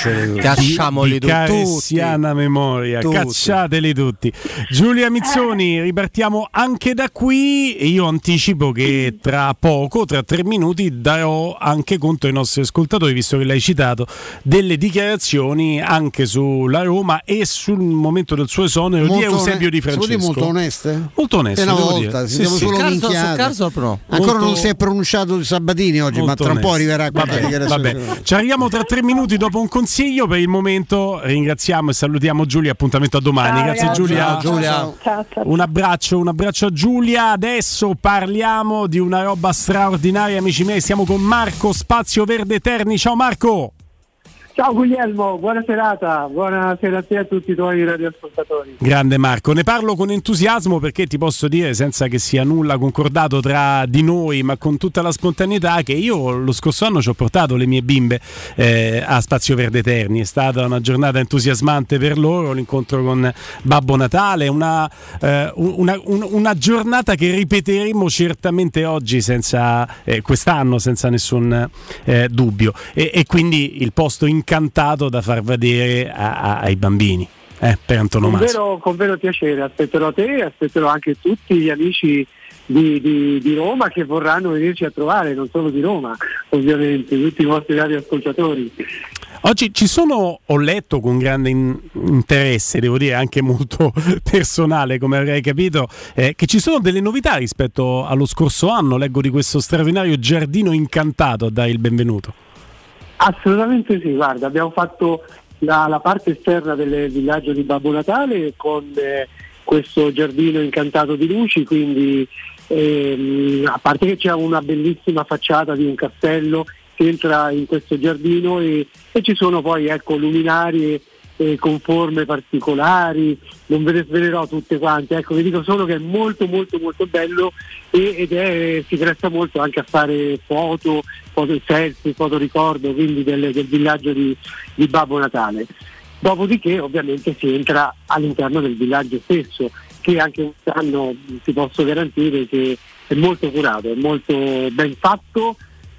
Cacciamoli tutti. Caressiana memoria, tutti. Cacciateli tutti. Giulia Mizzoni, ripartiamo anche da qui. Io anticipo che tra poco, tra tre minuti, darò anche conto ai nostri ascoltatori, visto che l'hai citato, delle dichiarazioni anche sulla Roma e sul momento del suo esonero molto di Eusebio Di Francesco. Molto oneste? Molto oneste. Una volta, dire. Sì, siamo sì, solo sì. minchiati. No. Ancora molto, non si è pronunciato Sabatini oggi, ma tra onesto. un po' arriverà qualche vabbè, dichiarazione. Vabbè. Ci arriviamo tra tre minuti dopo un consiglio. Per il momento ringraziamo e salutiamo Giulia. Appuntamento a domani. Ciao, grazie ragazzi. Giulia. Ciao, Giulia. Ciao, ciao. Un abbraccio, un abbraccio a Giulia. Adesso parliamo di una roba straordinaria, amici miei. Siamo con Marco Spazio Verde Eterni. Ciao Marco. Ciao Guglielmo, buona serata, buonasera a te e a tutti i tuoi radioascoltatori. Grande Marco, ne parlo con entusiasmo perché ti posso dire, senza che sia nulla concordato tra di noi, ma con tutta la spontaneità, che io lo scorso anno ci ho portato le mie bimbe eh, a Spazio Verde Eterni. È stata una giornata entusiasmante per loro, l'incontro con Babbo Natale, una, eh, una, un, una giornata che ripeteremo certamente oggi, senza eh, quest'anno, senza nessun eh, dubbio. E, e quindi il posto in incantato da far vedere a, a, ai bambini eh, per antonomasia. Con vero, con vero piacere, aspetterò te e aspetterò anche tutti gli amici di, di, di Roma che vorranno venirci a trovare, non solo di Roma ovviamente, tutti i vostri radioascoltatori. Oggi ci sono, ho letto con grande in, interesse, devo dire anche molto personale, come avrei capito, eh, che ci sono delle novità rispetto allo scorso anno. Leggo di questo straordinario giardino incantato a dare il benvenuto. Assolutamente sì, guarda, abbiamo fatto la, la parte esterna del villaggio di Babbo Natale con eh, questo giardino incantato di luci, quindi ehm, a parte che c'è una bellissima facciata di un castello che entra in questo giardino e, e ci sono poi ecco luminarie eh, con forme particolari, non ve le svelerò tutte quante, ecco vi dico solo che è molto molto molto bello e, ed è, si presta molto anche a fare foto, foto selfie, foto ricordo quindi del, del villaggio di, di Babbo Natale. Dopodiché ovviamente si entra all'interno del villaggio stesso, che anche quest'anno ti posso garantire che è molto curato, è molto ben fatto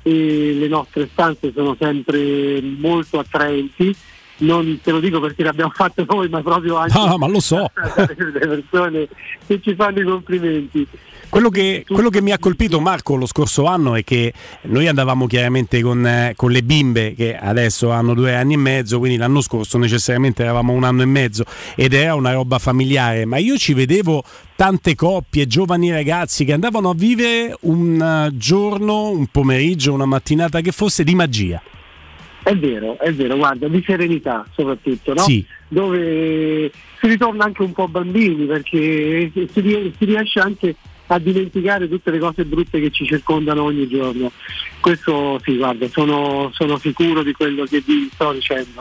e le nostre stanze sono sempre molto attraenti. Non te lo dico perché l'abbiamo fatto noi, ma proprio anche ah, ma lo so. le persone che ci fanno i complimenti. Quello che, quello che mi ha colpito, Marco, lo scorso anno è che noi andavamo chiaramente con, eh, con le bimbe che adesso hanno due anni e mezzo, quindi l'anno scorso necessariamente eravamo un anno e mezzo ed era una roba familiare, ma io ci vedevo tante coppie, giovani ragazzi che andavano a vivere un giorno, un pomeriggio, una mattinata che fosse di magia. È vero, è vero, guarda, di serenità soprattutto, no? Sì. Dove si ritorna anche un po' bambini, perché si, si riesce anche a dimenticare tutte le cose brutte che ci circondano ogni giorno. Questo sì, guarda, sono, sono sicuro di quello che vi sto dicendo.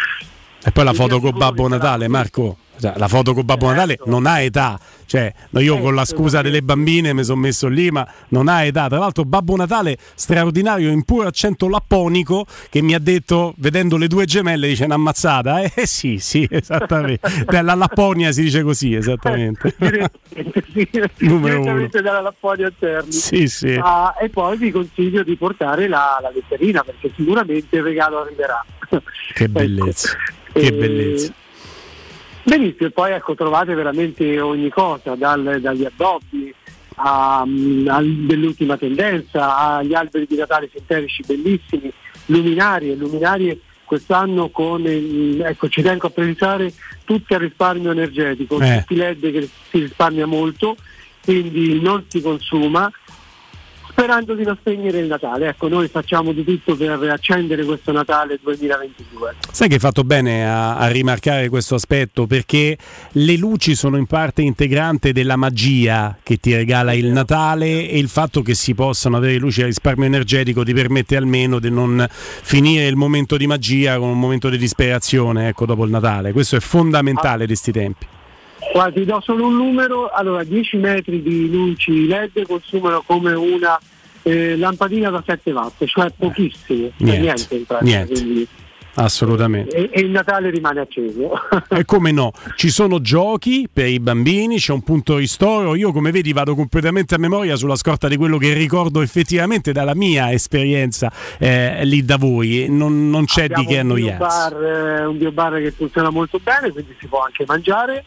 E poi la foto con Babbo Natale, Marco, la foto con Babbo Natale non ha età, cioè io con la scusa delle bambine mi sono messo lì, ma non ha età. Tra l'altro Babbo Natale straordinario in puro accento lapponico, che mi ha detto, vedendo le due gemelle, dice un'ammazzata. Eh sì, sì, esattamente. Dalla Lapponia si dice così, esattamente. Sì, direttamente dalla Lapponia a Terni. Sì, sì. Ah, e poi vi consiglio di portare la, la letterina, perché sicuramente il regalo arriverà. Che bellezza, che eh, bellezza. Benissimo, e poi ecco, trovate veramente ogni cosa, dal, dagli addobbi a, a, dell'ultima tendenza, agli alberi di Natale sintetici bellissimi, luminarie, luminarie quest'anno con, ecco, ci tengo a precisare, tutti a risparmio energetico, eh. tutti L E D che si risparmia molto, quindi non si consuma, sperando di non spegnere il Natale. Ecco, noi facciamo di tutto per accendere questo Natale duemilaventidue. Sai che hai fatto bene a, a rimarcare questo aspetto, perché le luci sono in parte integrante della magia che ti regala il Natale, e il fatto che si possano avere luci a risparmio energetico ti permette almeno di non finire il momento di magia con un momento di disperazione, ecco, dopo il Natale. Questo è fondamentale ah. di sti tempi. Guarda, ti do solo un numero, allora dieci metri di luci L E D consumano come una eh, lampadina da sette watt, cioè pochissimo, niente, cioè niente in pratica, niente. Quindi, assolutamente. E, e il Natale rimane acceso. E come no, ci sono giochi per i bambini, c'è un punto ristoro. Io, come vedi, vado completamente a memoria sulla scorta di quello che ricordo effettivamente dalla mia esperienza eh, lì da voi. Non, non c'è Abbiamo di che annoiarsi. Un biobar, eh, un biobar che funziona molto bene, quindi si può anche mangiare.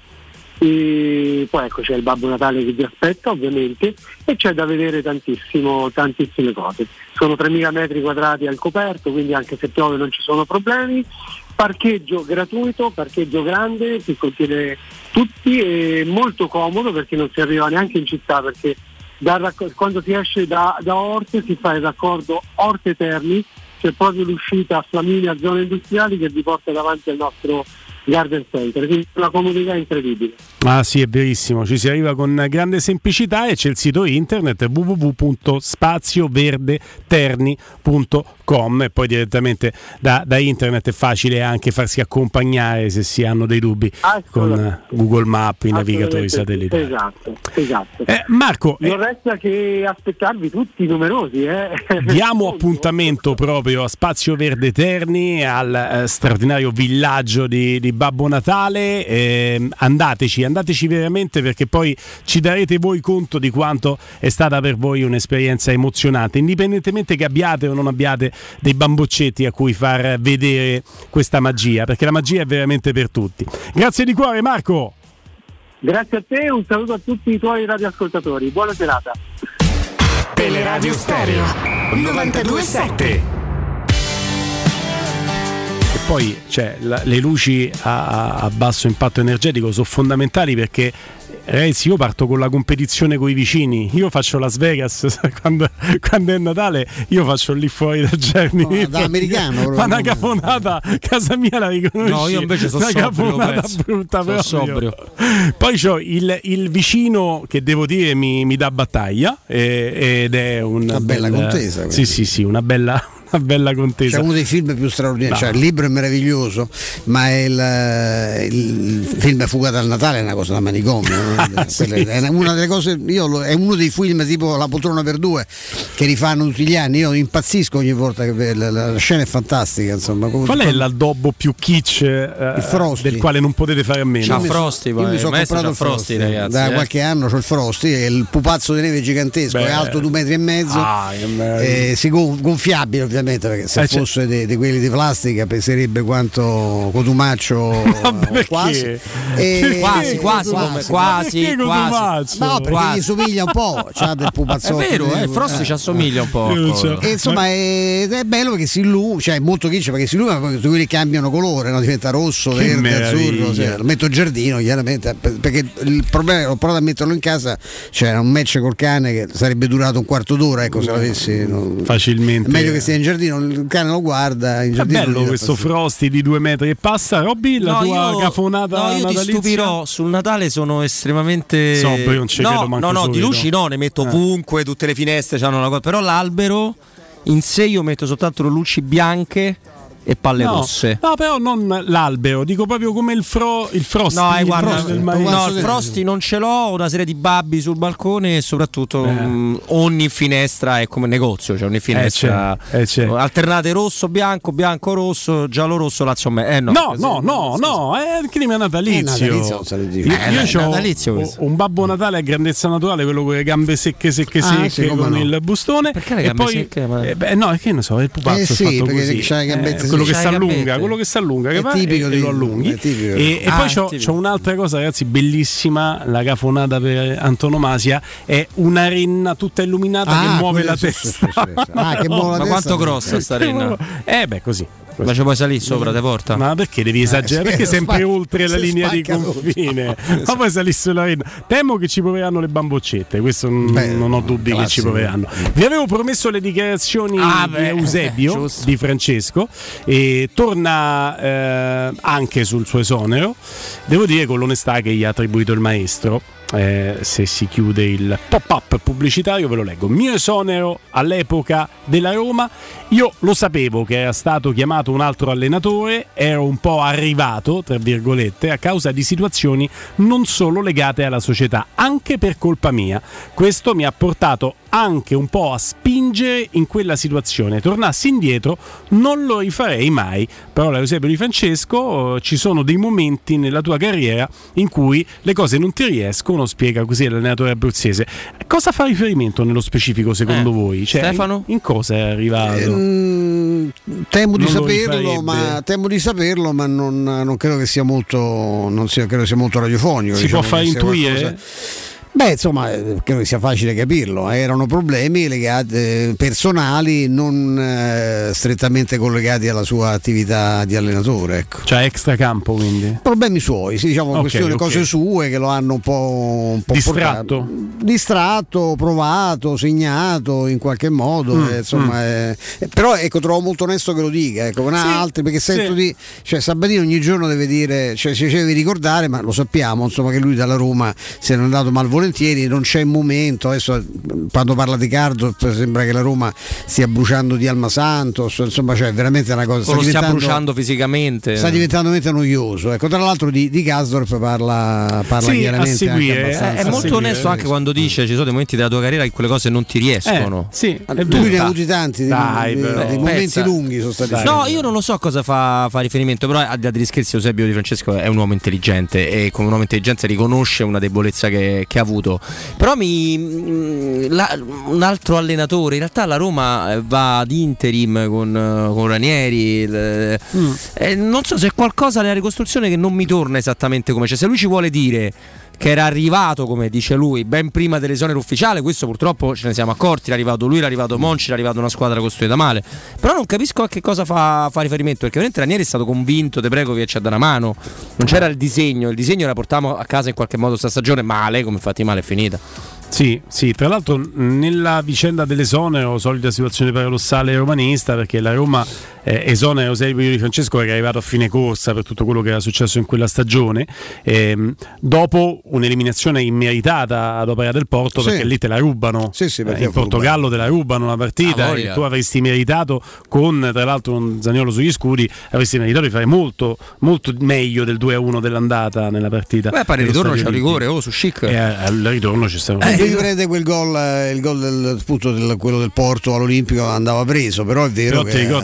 E poi ecco, c'è il Babbo Natale che vi aspetta ovviamente, e c'è da vedere tantissimo, tantissime cose. Sono tremila metri quadrati al coperto, quindi anche se piove non ci sono problemi. Parcheggio gratuito, parcheggio grande che contiene tutti, e molto comodo perché non si arriva neanche in città, perché da raccor- quando si esce da, da Orte si fa il raccordo Orte Terni, c'è proprio l'uscita a Flaminia, zone industriali, che vi porta davanti al nostro Garden Center, quindi una comodità incredibile. Ah sì, è verissimo, ci si arriva con grande semplicità, e c'è il sito internet w w w punto spazio verde terni punto com, e poi direttamente da, da internet è facile anche farsi accompagnare se si hanno dei dubbi con Google Maps, i navigatori satellitari. Esatto, esatto. Eh, Marco, non eh, resta che aspettarvi tutti numerosi. Eh. Diamo appuntamento proprio a Spazio Verde Terni, al eh, straordinario villaggio di, di Babbo Natale. Eh, andateci, andateci veramente, perché poi ci darete voi conto di quanto è stata per voi un'esperienza emozionante, indipendentemente che abbiate o non abbiate dei bamboccetti a cui far vedere questa magia, perché la magia è veramente per tutti. Grazie di cuore, Marco. Grazie a te, un saluto a tutti i tuoi radioascoltatori, buona serata. Teleradio Stereo novantadue sette. E poi cioè, la, le luci a, a basso impatto energetico sono fondamentali, perché ragazzi, io parto con la competizione con i vicini. Io faccio Las Vegas quando, quando è Natale, io faccio lì fuori da Gerni, no, da americano, ma una caponata, casa mia la riconosci? No, io invece sono una sobrio, caponata penso. brutta sono sobrio. Poi c'ho il, il vicino che devo dire mi, mi dà battaglia, e, ed è un una bella bella, contesa. Sì, sì, sì, una bella una bella contesa. C'è uno dei film più straordinari, no. Cioè il libro è meraviglioso, ma è il, il film Fuga dal Natale è una cosa da manicomio, no? Sì. È una delle cose, io lo, è uno dei film tipo La poltrona per due che rifanno tutti gli anni, io impazzisco ogni volta che la, la scena è fantastica, insomma. Qual è l'addobbo più kitsch eh, del quale non potete fare a meno? C'ha Frosty, io mi sono comprato il Frosty, ragazzi, da eh. qualche anno c'ho il Frosty, è il pupazzo di neve gigantesco. Beh, è alto due metri e mezzo, ah, è si gonfiabile ovviamente, chiaramente, perché se eh, fosse di, di quelli di plastica peserebbe quanto Cotumaccio quasi. E quasi, quasi, quasi, quasi, quasi. No, perché quasi. Gli somiglia un po', c'ha del pupazzotto. È vero, eh, Frosti eh. ci assomiglia un po'. E insomma è, è bello perché si illumina, cioè è molto kitsch perché si illumina, poi quelli cambiano colore, no? Diventa rosso, che verde, meraviglia. Azzurro, cioè, lo metto in giardino chiaramente, perché il problema è che ho provato a metterlo in casa, c'era un match col cane che sarebbe durato un quarto d'ora, ecco, se l'avessi no, facilmente. È meglio che sia in giardino, il cane lo guarda in giardino. È bello questo Frosti di due metri e passa. Robby, la no, tua io, cafonata no, io natalizia? ti stupirò, sul Natale sono estremamente Sobrio, non ci no, credo manco no, no, subito. di luci no, ne metto ovunque, eh. tutte le finestre c'hanno una cosa, però l'albero in sé io metto soltanto le luci bianche e palle no, rosse. No, però non l'albero, dico proprio come il, fro, il Frosty. No, eh, guarda, il, no, il Frosty non ce l'ho, ho una serie di babbi sul balcone e soprattutto mh, ogni finestra è come negozio, cioè ogni finestra eh c'è, eh c'è. alternate rosso, bianco, bianco, rosso, giallo, rosso, Lazio me. Eh, no, no, no, no, no, è il clima natalizio. natalizio io eh, io ho natalizio un Babbo Natale a grandezza naturale, quello con le gambe secche, secche, ah, secche, sì, con no. il bustone. Perché le e gambe poi, secche? Ma... Eh, beh, no, che ne so, è il pupazzo eh sì, fatto perché così. c'ha le gambette eh, quello che sì. si allunga, quello che si allunga, che è va tipico e, di, e lo allunghi. E, e ah, poi c'ho, c'ho un'altra cosa, ragazzi, bellissima, la cafonata per antonomasia, è una renna tutta illuminata ah, che muove la sì, testa. Sì, sì, sì. Ah, che muove la ma testa, quanto grossa sta renna? Eh beh, così. Ma ci puoi salire sopra, te porta? Ma perché devi esagerare? Eh, perché sì, sempre spacca, oltre la linea di confine? Ma poi salire sulla renna. Temo che ci proveranno le bamboccette, questo beh, non ho dubbi classico. Che ci proveranno. Vi avevo promesso le dichiarazioni ah, di Eusebio, di Francesco, e torna eh, anche sul suo esonero. Devo dire con l'onestà che gli ha attribuito il maestro. Eh, se si chiude il pop-up pubblicitario ve lo leggo. Mio esonero all'epoca della Roma, io lo sapevo che era stato chiamato un altro allenatore, ero un po' arrivato tra virgolette a causa di situazioni non solo legate alla società, anche per colpa mia. Questo mi ha portato anche un po' a spingere in quella situazione. Tornassi indietro non lo rifarei mai. Parola Eusebio di Francesco, ci sono dei momenti nella tua carriera in cui le cose non ti riescono, spiega così l'allenatore abruzzese. Cosa fa riferimento nello specifico secondo eh. voi? Cioè, Stefano? In, in cosa è arrivato? Eh, temo di saperlo, ma temo di saperlo, ma non, non credo che sia molto non sia, credo sia molto radiofonico. Si diciamo, può far intuire? Qualcosa... Beh, insomma, credo che sia facile capirlo. Erano problemi legati, eh, personali, non eh, strettamente collegati alla sua attività di allenatore. Ecco. Cioè extracampo, quindi? Problemi suoi, sì, diciamo, okay, questioni, okay. cose sue che lo hanno un po', un po' distratto. Portato. Distratto, provato, segnato in qualche modo. Mm, eh, insomma, mm. eh, però ecco, trovo molto onesto che lo dica. Ecco, non sì, altri, perché sento sì. di. Cioè, Sabatini ogni giorno deve dire, cioè, ci deve ricordare, ma lo sappiamo, insomma, che lui dalla Roma se n'è andato malvolentieri. Non c'è il momento, adesso quando parla di Cardo sembra che la Roma stia bruciando di Alma Santos, insomma, cioè veramente una cosa sta lo stia bruciando fisicamente, sta diventando veramente noioso. Ecco, tra l'altro di, di Gasdorp parla, parla sì, chiaramente seguire, anche è, è molto seguire, onesto anche quando dice ci sono dei momenti della tua carriera che quelle cose non ti riescono. Eh, sì, lui ne ha avuti tanti Dai, dei, dei, dei momenti lunghi sono stati. Dai, no, io non lo so cosa fa, fa riferimento, però al di là degli scherzi Eusebio di Francesco è un uomo intelligente e come un uomo intelligente riconosce una debolezza che, che ha avuto. Però mi, la, un altro allenatore, in realtà la Roma va ad interim con, con Ranieri, le, mm. eh, non so se è qualcosa nella ricostruzione che non mi torna esattamente come c'è. Se lui ci vuole dire che era arrivato, come dice lui, ben prima dell'esonero ufficiale, questo purtroppo ce ne siamo accorti, era arrivato lui, era arrivato Monci, era arrivata una squadra costruita male, però non capisco a che cosa fa, fa riferimento, perché veramente Ranieri è stato convinto, te prego che ci dà una mano, non c'era il disegno, il disegno la portiamo a casa in qualche modo sta stagione male, come infatti male è finita. Sì, sì, tra l'altro nella vicenda dell'esonero, solita situazione paradossale romanista, perché la Roma eh, esonera Eusebio di Francesco che è arrivato a fine corsa per tutto quello che era successo in quella stagione, ehm, dopo un'eliminazione immeritata ad opera del Porto, sì. perché lì te la rubano, sì, sì, eh, in Portogallo te la rubano la partita ah, e tu avresti meritato, con tra l'altro un Zaniolo sugli scudi, avresti meritato di fare molto, molto meglio del due a uno dell'andata nella partita. Beh, pare il ritorno c'è un rigore, oh, su Schick. E al ritorno c'è stato eh, riprende quel gol, il gol del, appunto, del, quello del Porto all'Olimpico andava preso, però è vero però che ti ricordi come lo fa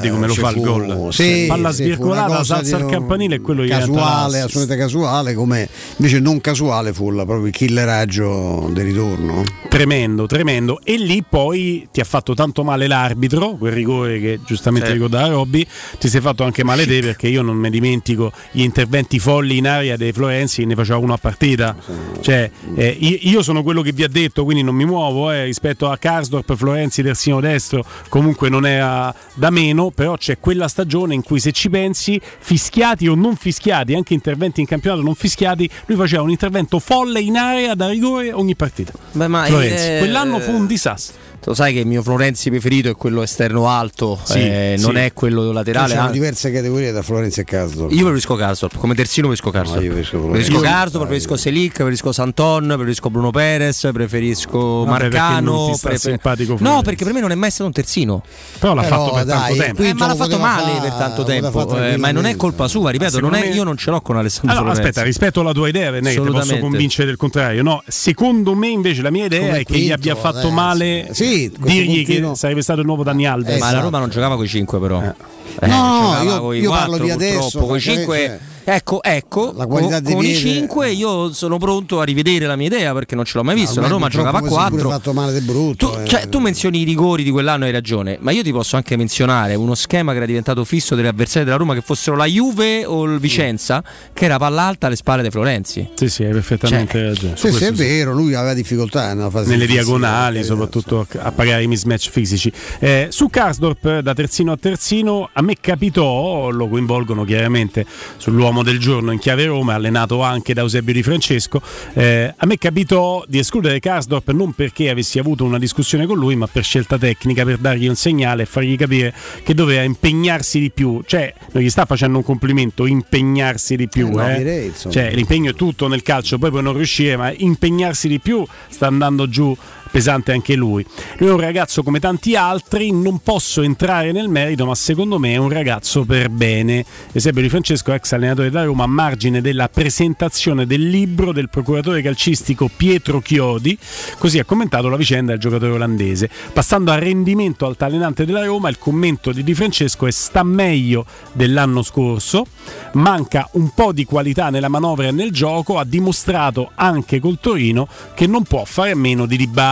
fa il gol. Sì, palla sì, svircolata, salza al campanile e quello casuale, assolutamente casuale, come invece non casuale fu la proprio il killeraggio del ritorno. Tremendo, tremendo. E lì poi ti ha fatto tanto male l'arbitro, quel rigore che giustamente sì. ricordava Robby, ti sei fatto anche male te, perché io non mi dimentico gli interventi folli in area dei Florenzi, ne faceva uno a partita. Cioè, eh, io sono quello che vi ha detto, quindi non mi muovo eh, rispetto a Karsdorp, Florenzi, terzino destro, comunque non è da meno, però c'è quella stagione in cui, se ci pensi, fischiati o non fischiati, anche interventi in campionato non fischiati, lui faceva un intervento folle in area da rigore ogni partita. Beh, ma Florenzi. Eh... Quell'anno fu un disastro. Lo sai che il mio Florenzi preferito è quello esterno alto, sì, eh, non sì. è quello laterale. C'erano diverse categorie da Florenzi e Karsdorp. Io preferisco Karsdorp, come terzino preferisco Karsdorp. No, preferisco Karsdorp, preferisco Selic, preferisco Santon, preferisco Bruno Perez, preferisco Vabbè, Marcano. Non prefer... simpatico no, perché per me non è mai stato un terzino. Però l'ha Però, fatto per dai, tanto tempo. Eh, ma l'ha fatto male fa... per tanto tempo. Eh, ma non è colpa sua, ripeto, non è, me... io non ce l'ho con Alessandro allora, Florenzi. Aspetta, rispetto alla tua idea, non è che ti posso convincere del contrario. No, secondo me invece la mia idea come è che gli abbia fatto male dirgli che sarebbe stato il nuovo Dani Alves. Eh, ma la Roma non giocava coi cinque però. Eh. Eh, no, io, io parlo di adesso. Coi cinque Ecco, ecco, la qualità con, con i cinque io sono pronto a rivedere la mia idea, perché non ce l'ho mai visto. No, la Roma giocava a quattro. Fatto male del brutto, tu, eh. cioè, tu menzioni i rigori di quell'anno, hai ragione, ma io ti posso anche menzionare uno schema che era diventato fisso delle avversarie della Roma, che fossero la Juve o il Vicenza, che era palla alta alle spalle dei Florenzi. Sì, sì, hai perfettamente cioè, ragione. Sì, sì, è vero, lui aveva difficoltà nella fase nelle diagonali, soprattutto a pagare i mismatch fisici. Eh, su Karsdorp, da terzino a terzino, a me capitò, lo coinvolgono chiaramente sull'uomo del giorno in chiave Roma, allenato anche da Eusebio Di Francesco. Eh, a me capitò di escludere Karsdorp non perché avessi avuto una discussione con lui, ma per scelta tecnica, per dargli un segnale e fargli capire che doveva impegnarsi di più. Cioè, non gli sta facendo un complimento impegnarsi di più, eh, no, eh. direi, cioè, l'impegno è tutto nel calcio, poi puoi non riuscire, ma impegnarsi di più sta andando giù pesante anche lui. Lui è un ragazzo come tanti altri, non posso entrare nel merito, ma secondo me è un ragazzo per bene. Eusebio Di Francesco, ex allenatore da Roma, a margine della presentazione del libro del procuratore calcistico Pietro Chiodi, così ha commentato la vicenda del giocatore olandese. Passando al rendimento altalenante della Roma, il commento di Di Francesco è: sta meglio dell'anno scorso, manca un po' di qualità nella manovra e nel gioco, ha dimostrato anche col Torino che non può fare a meno di Dybala.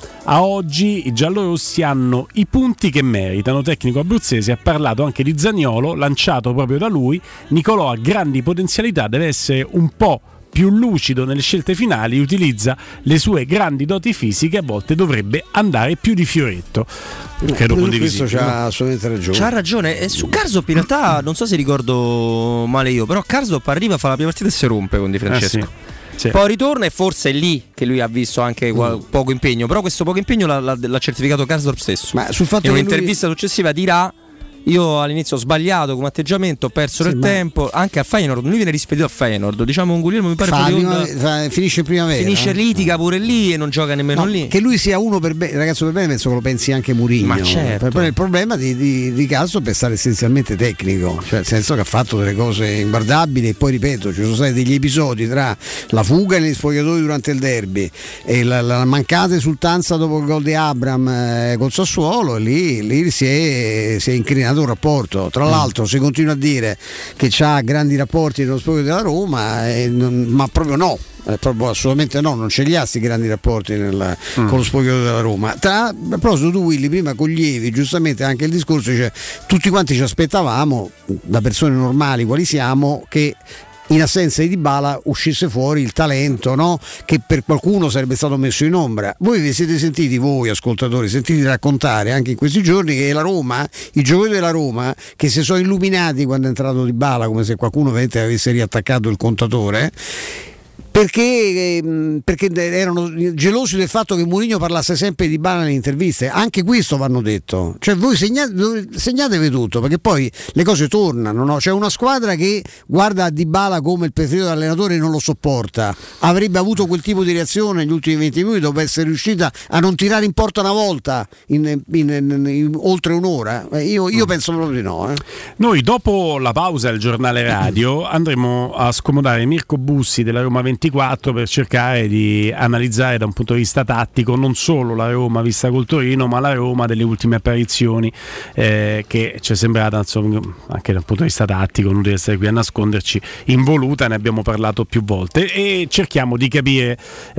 A oggi i giallorossi hanno i punti che meritano. Tecnico abruzzese, ha parlato anche di Zaniolo, lanciato proprio da lui. Nicolò ha grandi potenzialità, deve essere un po' più lucido nelle scelte finali, utilizza le sue grandi doti fisiche, a volte dovrebbe andare più di fioretto. Credo condivisibile. Questo c'ha assolutamente ragione. C'ha ragione. E su Karsdorp in realtà non so se ricordo male io, però Karsdorp arriva, fa la prima partita e si rompe con Di Francesco. Eh sì. Sì. Poi ritorna e forse è lì che lui ha visto anche mm. poco impegno, però questo poco impegno l'ha, l'ha, l'ha certificato Karsdorp stesso. Ma sul fatto in che un'intervista lui... successiva dirà: io all'inizio ho sbagliato come atteggiamento, ho perso sì, del ma... tempo, anche a Feyenoord, lui viene rispedito a Feyenoord, diciamo un Guglielmo mi pare fa, fuori onda, fa, finisce in primavera, finisce litiga pure lì e non gioca nemmeno no, lì. Che lui sia uno per bene, ragazzo per bene, penso che lo pensi anche Mourinho. Ma certo. Però il problema di, di, di Calcio per stare essenzialmente tecnico, cioè nel senso che ha fatto delle cose inguardabili, e poi ripeto, ci sono stati degli episodi tra la fuga negli spogliatoi durante il derby e la, la mancata esultanza dopo il gol di Abraham eh, col Sassuolo, e lì, lì si, è, si è incrinato un rapporto. Tra l'altro si continua a dire che ha grandi rapporti nello spogliatoio della Roma, eh, non, ma proprio no. Eh, proprio assolutamente no, non ce li ha questi grandi rapporti nel, mm. con lo spogliatoio della Roma. Tra, a proposito, tu Willy prima coglievi giustamente anche il discorso, cioè, tutti quanti ci aspettavamo, da persone normali quali siamo, che in assenza di Dybala uscisse fuori il talento, no? Che per qualcuno sarebbe stato messo in ombra. Voi vi siete sentiti, voi ascoltatori, sentiti raccontare anche in questi giorni che la Roma, i giocatori della Roma, che si sono illuminati quando è entrato Dybala, come se qualcuno veramente avesse riattaccato il contatore, perché, perché erano gelosi del fatto che Mourinho parlasse sempre di Dybala nelle interviste. Anche questo vanno detto, cioè voi segnate, segnatevi tutto, perché poi le cose tornano, no? C'è una squadra che guarda a Dybala come il preferito dell'allenatore e non lo sopporta, avrebbe avuto quel tipo di reazione negli ultimi venti minuti dopo essere riuscita a non tirare in porta una volta in, in, in, in oltre un'ora. Io, io penso proprio di no, eh. Noi dopo la pausa del giornale radio andremo a scomodare Mirko Bussi della Roma ventiquattro ventiquattro per cercare di analizzare da un punto di vista tattico non solo la Roma vista col Torino, ma la Roma delle ultime apparizioni, eh, che ci è sembrata, insomma, anche dal punto di vista tattico, non deve essere qui a nasconderci, involuta. Ne abbiamo parlato più volte e cerchiamo di capire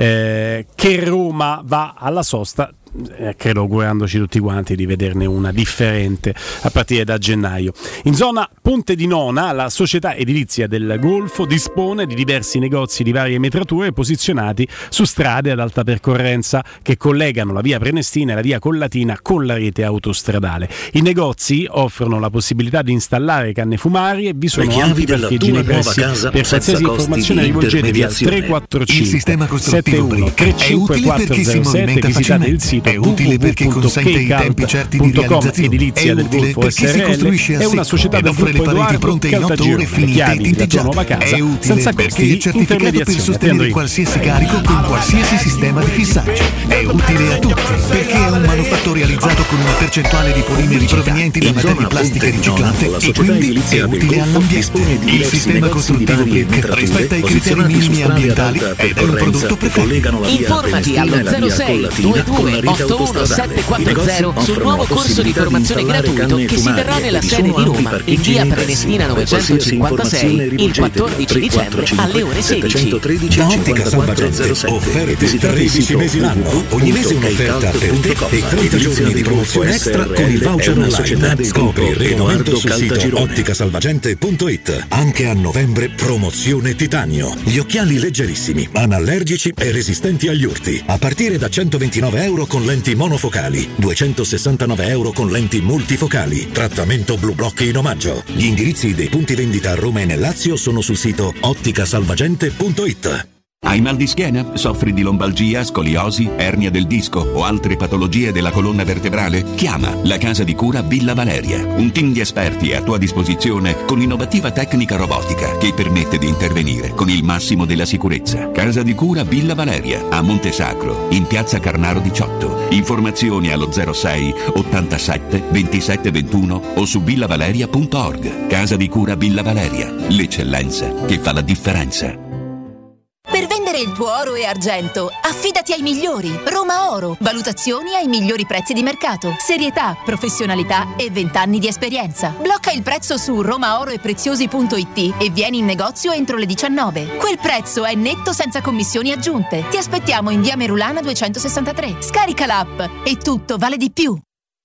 eh, che Roma va alla sosta. Eh, credo, augurandoci tutti quanti di vederne una differente a partire da gennaio. In zona Ponte di Nona, la società edilizia del Golfo dispone di diversi negozi di varie metrature posizionati su strade ad alta percorrenza che collegano la via Prenestina e la via Collatina con la rete autostradale. I negozi offrono la possibilità di installare canne fumarie e vi sono ampi parcheggi nei pressi. Per qualsiasi informazione rivolgetevi al tre quattro cinque sette uno tre cinque quattro zero sette, visitate il sito è utile perché consente i tempi certi di realizzazione, edilizia è del utile Golfo perché si costruisce a è una secco società ed del offre le gruppo pareti Edoardo pronte in otto ore finite e tinteggiate, è utile perché è certificato per sostenere qualsiasi carico con qualsiasi sistema di fissaggio, è utile a tutti perché è un manufatto realizzato con una percentuale di polimeri provenienti da materie plastiche riciclate e quindi è utile all'ambiente. Il sistema costruttivo Brick rispetta i criteri minimi ambientali ed è un prodotto perfetto. Informati allo zero sei due due otto uno sette quattro zero sul nuovo corso di formazione gratuito che si terrà nella sede di Roma in via Prenestina novecentocinquantasei il quattordici dicembre alle ore sedici. Da Ottica Salvagente offerte tredici mesi l'anno, ogni mese un'offerta per te e trenta giorni di promozione extra con il voucher online. Scopri il regolamento sul sito otticasalvagente punto it. Anche a novembre promozione titanio, gli occhiali leggerissimi, anallergici e resistenti agli urti, a partire da centoventinove euro con lenti monofocali, duecentosessantanove euro con lenti multifocali, trattamento Blue Block in omaggio. Gli indirizzi dei punti vendita a Roma e nel Lazio sono sul sito otticasalvagente punto it. Hai mal di schiena? Soffri di lombalgia, scoliosi, ernia del disco o altre patologie della colonna vertebrale? Chiama la casa di cura Villa Valeria. Un team di esperti è a tua disposizione con innovativa tecnica robotica che permette di intervenire con il massimo della sicurezza. Casa di cura Villa Valeria a Montesacro, in piazza Carnaro diciotto. Informazioni allo zero sei ottantasette ventisette ventuno o su villavaleria punto org. Casa di cura Villa Valeria, l'eccellenza che fa la differenza. Per vendere il tuo oro e argento, affidati ai migliori. Roma Oro. Valutazioni ai migliori prezzi di mercato. Serietà, professionalità e vent'anni di esperienza. Blocca il prezzo su romaoroepreziosi punto it e vieni in negozio entro le diciannove. Quel prezzo è netto senza commissioni aggiunte. Ti aspettiamo in via Merulana duecentosessantatré. Scarica l'app e tutto vale di più.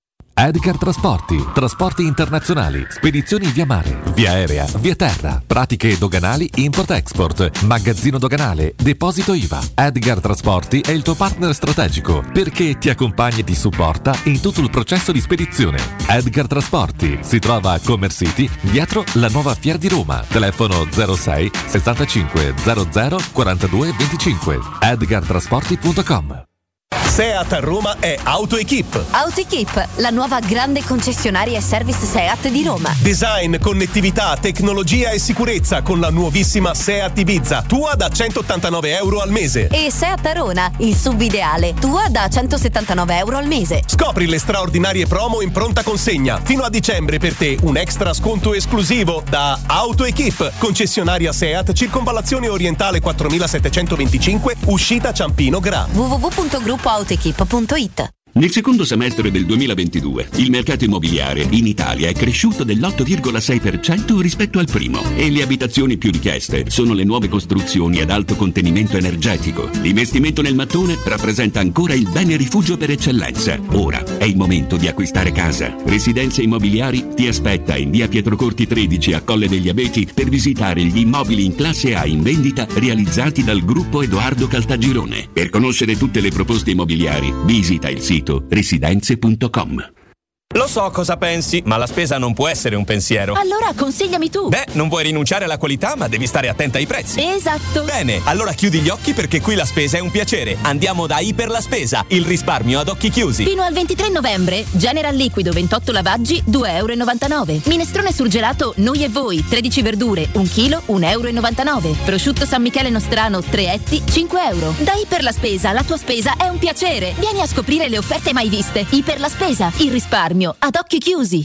Edgar Trasporti, trasporti internazionali, spedizioni via mare, via aerea, via terra, pratiche doganali import-export, magazzino doganale, deposito I V A. Edgar Trasporti è il tuo partner strategico perché ti accompagna e ti supporta in tutto il processo di spedizione. Edgar Trasporti si trova a Commerce City, dietro la nuova Fiera di Roma. Telefono zero sei sessantacinque zero zero quarantadue venticinque. edgar trasporti punto com. Seat a Roma è AutoEquip. AutoEquip, la nuova grande concessionaria e service Seat di Roma. Design, connettività, tecnologia e sicurezza con la nuovissima Seat Ibiza, tua da centottantanove euro al mese. E Seat Arona, il sub ideale, tua da centosettantanove euro al mese. Scopri le straordinarie promo in pronta consegna. Fino a dicembre per te un extra sconto esclusivo da AutoEquip, concessionaria Seat, circonvallazione orientale quattromilasettecentoventicinque, uscita Ciampino Gra. w w w punto gruppo autoequip punto it. Nel secondo semestre del duemilaventidue il mercato immobiliare in Italia è cresciuto dell'otto virgola sei per cento rispetto al primo e le abitazioni più richieste sono le nuove costruzioni ad alto contenimento energetico. L'investimento nel mattone rappresenta ancora il bene rifugio per eccellenza. Ora è il momento di acquistare casa. Residenze Immobiliari ti aspetta in via Pietrocorti tredici a Colle degli Abeti per visitare gli immobili in classe A in vendita realizzati dal gruppo Edoardo Caltagirone. Per conoscere tutte le proposte immobiliari visita il sito residenze punto com. Lo so cosa pensi, ma la spesa non può essere un pensiero. Allora consigliami tu. Beh, non vuoi rinunciare alla qualità, ma devi stare attenta ai prezzi. Esatto. Bene, allora chiudi gli occhi perché qui la spesa è un piacere. Andiamo da Iper la Spesa, il risparmio ad occhi chiusi. Fino al ventitré novembre, General Liquido ventotto lavaggi, due euro e novantanove. Minestrone surgelato Noi e Voi, tredici verdure, un chilo, un euro e novantanove. Prosciutto San Michele Nostrano, tre etti, cinque euro. Da Iper la Spesa, la tua spesa è un piacere. Vieni a scoprire le offerte mai viste. Iper la Spesa, il risparmio ad occhi chiusi.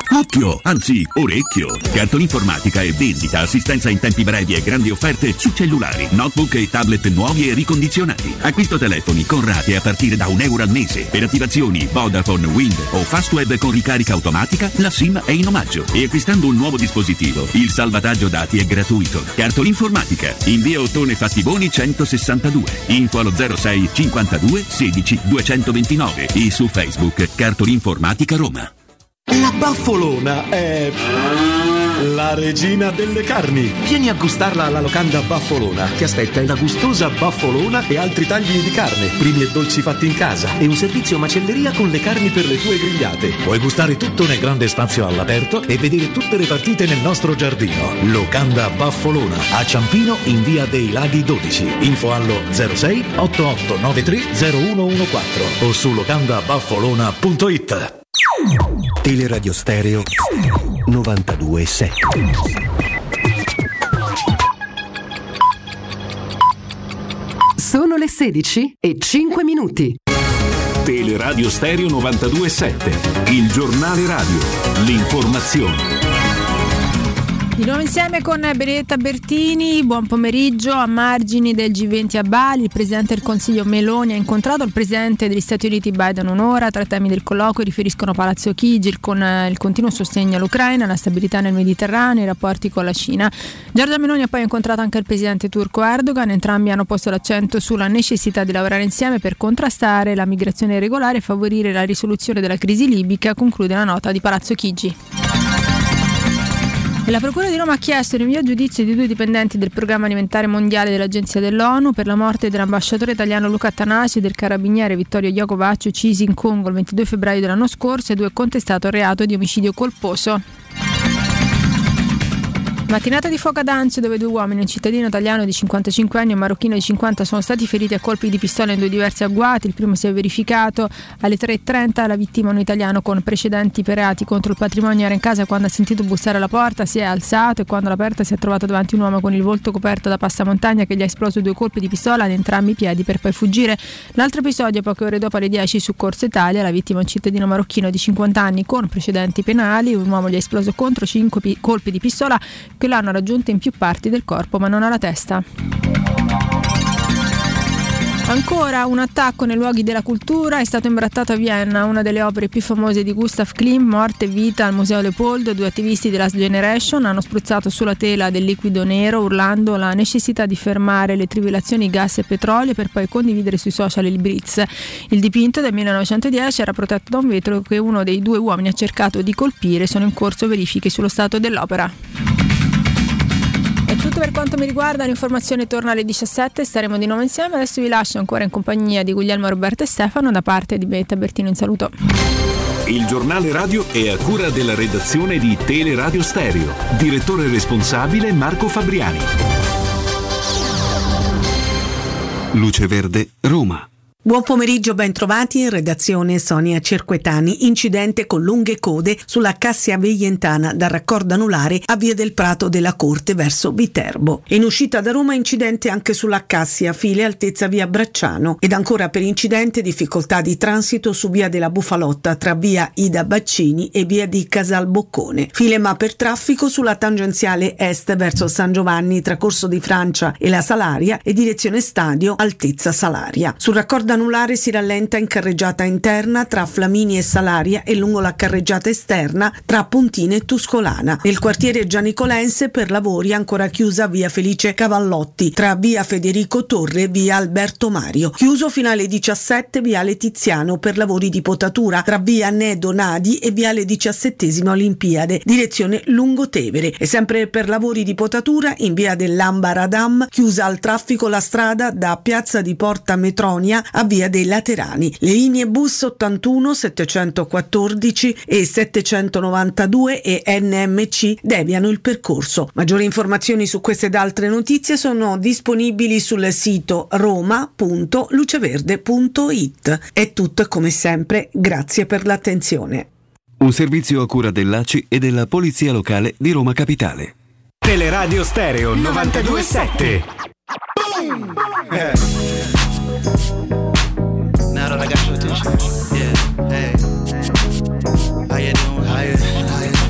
Occhio, anzi orecchio. Cartolinformatica e vendita, assistenza in tempi brevi e grandi offerte su cellulari, notebook e tablet nuovi e ricondizionati. Acquisto telefoni con rate a partire da un euro al mese. Per attivazioni Vodafone, Wind o Fastweb con ricarica automatica, la SIM è in omaggio. E acquistando un nuovo dispositivo, il salvataggio dati è gratuito. Cartolinformatica, in via Ottone Fattiboni centosessantadue. Info allo zero sei cinquantadue sedici duecentoventinove e su Facebook Cartolinformatica Roma. La Baffolona è la regina delle carni. Vieni a gustarla alla locanda Baffolona. Ti aspetta una gustosa baffolona e altri tagli di carne, primi e dolci fatti in casa e un servizio macelleria con le carni per le tue grigliate. Puoi gustare tutto nel grande spazio all'aperto e vedere tutte le partite nel nostro giardino. Locanda Baffolona a Ciampino in via dei Laghi dodici. Info allo zero sei ottantotto novantatré zero uno quattordici o su locanda baffolona punto it. Teleradio Stereo novantadue sette. Sono le sedici e cinque minuti. Teleradio Stereo novantadue sette, il giornale radio, l'informazione. Di nuovo insieme con Benedetta Bertini, buon pomeriggio. A margini del G venti a Bali, il Presidente del Consiglio Meloni ha incontrato il Presidente degli Stati Uniti Biden un'ora. Tra i temi del colloquio riferiscono Palazzo Chigi con il continuo sostegno all'Ucraina, la stabilità nel Mediterraneo e i rapporti con la Cina. Giorgia Meloni ha poi incontrato anche il Presidente turco Erdogan, entrambi hanno posto l'accento sulla necessità di lavorare insieme per contrastare la migrazione irregolare e favorire la risoluzione della crisi libica, conclude la nota di Palazzo Chigi. La Procura di Roma ha chiesto il rinvio a giudizio di due dipendenti del Programma Alimentare Mondiale dell'Agenzia dell'ONU per la morte dell'ambasciatore italiano Luca Attanasio e del carabiniere Vittorio Iacovaccio uccisi in Congo il ventidue febbraio dell'anno scorso e due contestato il reato di omicidio colposo. Mattinata di fuoco ad Anzio dove due uomini, un cittadino italiano di cinquantacinque anni e un marocchino di cinquanta, sono stati feriti a colpi di pistola in due diversi agguati. Il primo si è verificato alle tre e trenta, la vittima un italiano con precedenti per reati contro il patrimonio era in casa quando ha sentito bussare alla porta, si è alzato e quando l'ha aperta si è trovato davanti un uomo con il volto coperto da passamontagna che gli ha esploso due colpi di pistola ad entrambi i piedi per poi fuggire. L'altro episodio poche ore dopo alle dieci su Corso Italia, la vittima un cittadino marocchino di cinquanta anni con precedenti penali, un uomo gli ha esploso contro cinque pi- colpi di pistola che l'hanno raggiunto in più parti del corpo ma non alla testa. Ancora un attacco nei luoghi della cultura, è stato imbrattato a Vienna una delle opere più famose di Gustav Klimt, Morte e vita al Museo Leopoldo. Due attivisti della Generation hanno spruzzato sulla tela del liquido nero urlando la necessità di fermare le trivellazioni gas e petrolio per poi condividere sui social il blitz. Il dipinto del millenovecentodieci era protetto da un vetro che uno dei due uomini ha cercato di colpire. Sono in corso verifiche sullo stato dell'opera. È tutto per quanto mi riguarda, l'informazione torna alle diciassette, staremo di nuovo insieme. Adesso vi lascio ancora in compagnia di Guglielmo, Roberto e Stefano. Da parte di Benedetta Bertino un saluto. Il giornale radio è a cura della redazione di Teleradio Stereo. Direttore responsabile Marco Fabriani. Luce Verde, Roma. Buon pomeriggio, ben trovati in redazione Sonia Cerquetani. Incidente con lunghe code sulla Cassia Veientana dal raccordo anulare a Via del Prato della Corte verso Viterbo. In uscita da Roma incidente anche sulla Cassia, file altezza Via Bracciano, ed ancora per incidente difficoltà di transito su Via della Bufalotta tra Via Ida Baccini e Via di Casal Boccone. File ma per traffico sulla tangenziale est verso San Giovanni tra Corso di Francia e la Salaria e direzione Stadio altezza Salaria. Sul raccordo anulare si rallenta in carreggiata interna tra Flamini e Salaria e lungo la carreggiata esterna tra Pontine e Tuscolana. Nel quartiere Gianicolense per lavori ancora chiusa Via Felice Cavallotti tra Via Federico Torre e Via Alberto Mario. Chiuso fino alle diciassette Viale Tiziano per lavori di potatura tra Via Nedo Nadi e Viale diciassettesima Olimpiade direzione Lungotevere. E sempre per lavori di potatura in Via dell'Ambaradam chiusa al traffico la strada da Piazza di Porta Metronia a Via dei Laterani. Le linee bus ottantuno, settecentoquattordici e settecentonovantadue e N M C deviano il percorso. Maggiori informazioni su queste ed altre notizie sono disponibili sul sito roma punto luceverde punto it. È tutto e come sempre grazie per l'attenzione. Un servizio a cura dell'A C I e della Polizia Locale di Roma Capitale. Teleradio Stereo novantadue sette. Now that I got your attention, yeah, hey, how you doing? How you, how you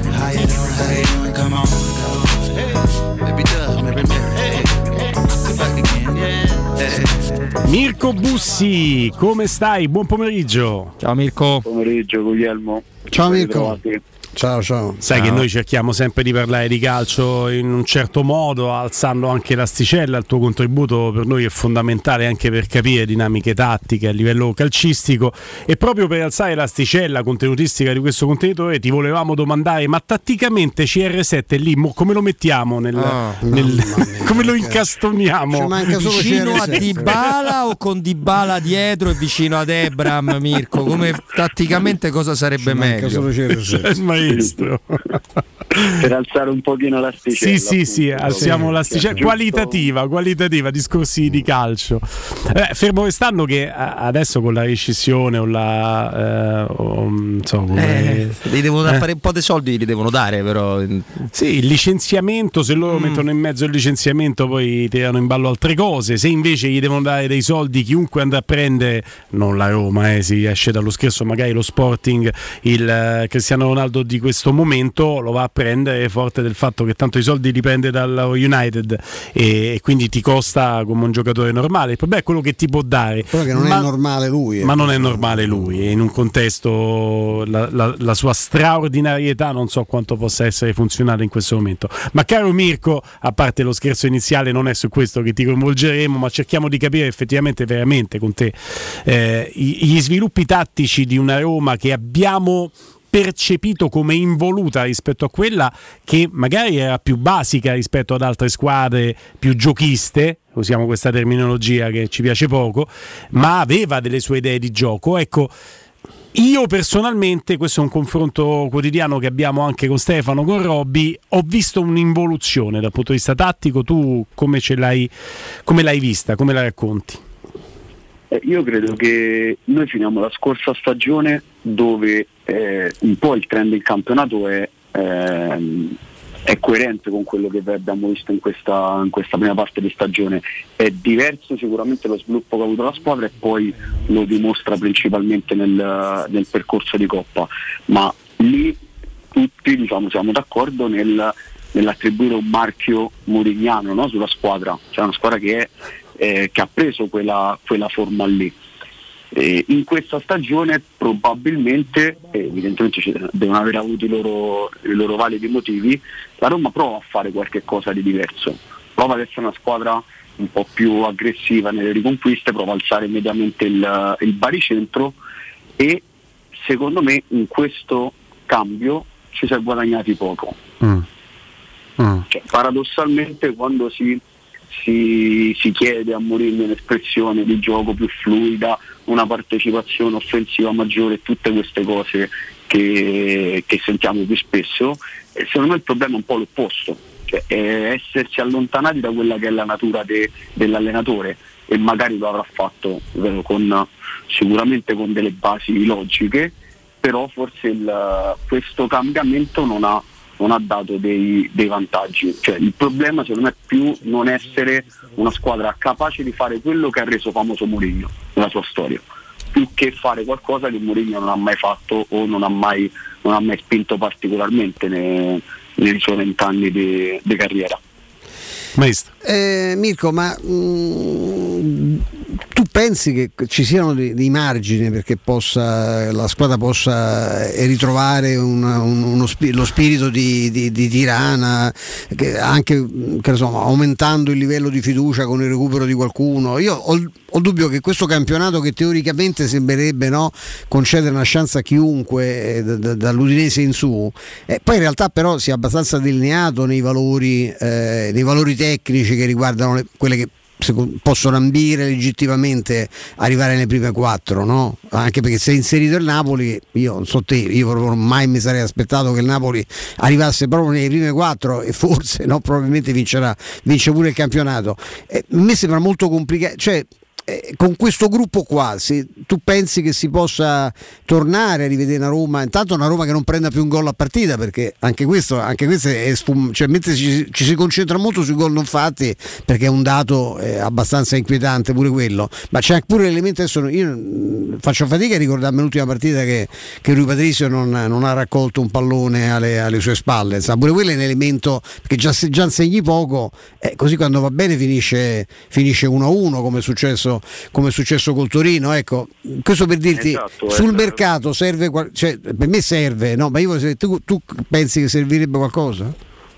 Mirko Bussi, come stai? Buon pomeriggio. Ciao Mirko. Buon pomeriggio Guglielmo. Ciao Mirko. Ciao, ciao. Sai ciao. che noi cerchiamo sempre di parlare di calcio in un certo modo, alzando anche l'asticella. Il tuo contributo per noi è fondamentale anche per capire dinamiche tattiche a livello calcistico, e proprio per alzare l'asticella contenutistica di questo contenitore ti volevamo domandare: ma tatticamente C R sette lì mo, come lo mettiamo nel, oh, nel come lo incastoniamo? Vicino a Dybala o con Dybala dietro e vicino ad Ebram? Mirko, come tatticamente cosa sarebbe meglio? Per alzare un pochino l'asticella. Sì, sì, sì, alziamo sì, l'asticella qualitativa, qualitativa, discorsi di calcio. Eh, fermo restando che adesso con la rescissione o la eh, o, so, come, eh, li devono dare eh. un po' di soldi, li devono dare, però. Sì, il licenziamento, se loro mm. mettono in mezzo il licenziamento poi tirano in ballo altre cose. Se invece gli devono dare dei soldi, chiunque andrà a prendere, non la Roma, eh, si esce dallo scherzo, magari lo Sporting, il uh, Cristiano Ronaldo di questo momento lo va a prendere forte del fatto che tanto i soldi li prende dal United e, e quindi ti costa come un giocatore normale. Il problema è quello che ti può dare, però che non ma, è normale lui eh. ma non è normale lui, e in un contesto la, la, la sua straordinarietà non so quanto possa essere funzionale in questo momento. Ma caro Mirko, a parte lo scherzo iniziale, non è su questo che ti coinvolgeremo, ma cerchiamo di capire effettivamente veramente con te eh, gli sviluppi tattici di una Roma che abbiamo percepito come involuta rispetto a quella che magari era più basica rispetto ad altre squadre più giochiste, usiamo questa terminologia che ci piace poco, ma aveva delle sue idee di gioco. Ecco, io personalmente, questo è un confronto quotidiano che abbiamo anche con Stefano, con Robby, ho visto un'involuzione dal punto di vista tattico. Tu come ce l'hai, come l'hai vista, come la racconti? Io credo che noi finiamo la scorsa stagione dove eh, un po' il trend del campionato è, eh, è coerente con quello che abbiamo visto in questa, in questa prima parte di stagione. È diverso sicuramente lo sviluppo che ha avuto la squadra, e poi lo dimostra principalmente nel, nel percorso di Coppa, ma lì tutti diciamo, siamo d'accordo nel, nell'attribuire un marchio mourinhiano, no, sulla squadra. Cioè una squadra che è Eh, che ha preso quella, quella forma lì. Eh, in questa stagione probabilmente, eh, evidentemente devono aver avuto i loro, i loro validi motivi, la Roma prova a fare qualche cosa di diverso, prova ad essere una squadra un po' più aggressiva nelle riconquiste, prova a alzare mediamente il, il baricentro, e secondo me in questo cambio ci si è guadagnati poco. Mm. Mm. Cioè, paradossalmente quando si Si, si chiede a Mourinho un'espressione di gioco più fluida, una partecipazione offensiva maggiore, tutte queste cose che, che sentiamo più spesso, e secondo me il problema è un po' l'opposto, cioè è essersi allontanati da quella che è la natura de, dell'allenatore, e magari lo avrà fatto eh, con, sicuramente con delle basi logiche, però forse il, questo cambiamento non ha non ha dato dei, dei vantaggi. Cioè, il problema secondo me è più non essere una squadra capace di fare quello che ha reso famoso Mourinho nella sua storia, più che fare qualcosa che Mourinho non ha mai fatto o non ha mai, non ha mai spinto particolarmente nei, nei suoi vent'anni di, di carriera. Maestro. Eh, Mirko, ma mh, tu pensi che ci siano dei, dei margini perché possa, la squadra possa ritrovare una, un, uno spi- lo spirito di, di, di Tirana, che anche che insomma, aumentando il livello di fiducia con il recupero di qualcuno? Io ho, ho dubbio che questo campionato, che teoricamente sembrerebbe, no, concedere una chance a chiunque eh, d- d- dall'Udinese in su, eh, poi in realtà però sia abbastanza delineato nei valori, eh, nei valori tecnici che riguardano le, quelle che possono ambire legittimamente arrivare nelle prime quattro, no? Anche perché se è inserito il Napoli, io non so te, io proprio mai mi sarei aspettato che il Napoli arrivasse proprio nelle prime quattro, e forse no, probabilmente vincerà, vince pure il campionato. Eh, a me sembra molto complicato, cioè eh, con questo gruppo qua, se tu pensi che si possa tornare a rivedere una Roma, intanto una Roma che non prenda più un gol a partita, perché anche questo, anche questo è sfum- cioè mentre ci, ci si concentra molto sui gol non fatti, perché è un dato eh, abbastanza inquietante pure quello, ma c'è anche pure l'elemento, adesso io faccio fatica a ricordarmi l'ultima partita che, che Rui Patricio non, non ha raccolto un pallone alle, alle sue spalle, insomma, pure quello è un elemento, perché già, già insegni poco, eh, così quando va bene finisce, finisce uno a uno, come è successo successo, come è successo col Torino, ecco, questo per dirti, esatto, sul esatto. mercato serve, cioè, per me serve, no? Ma io se tu, tu pensi che servirebbe qualcosa?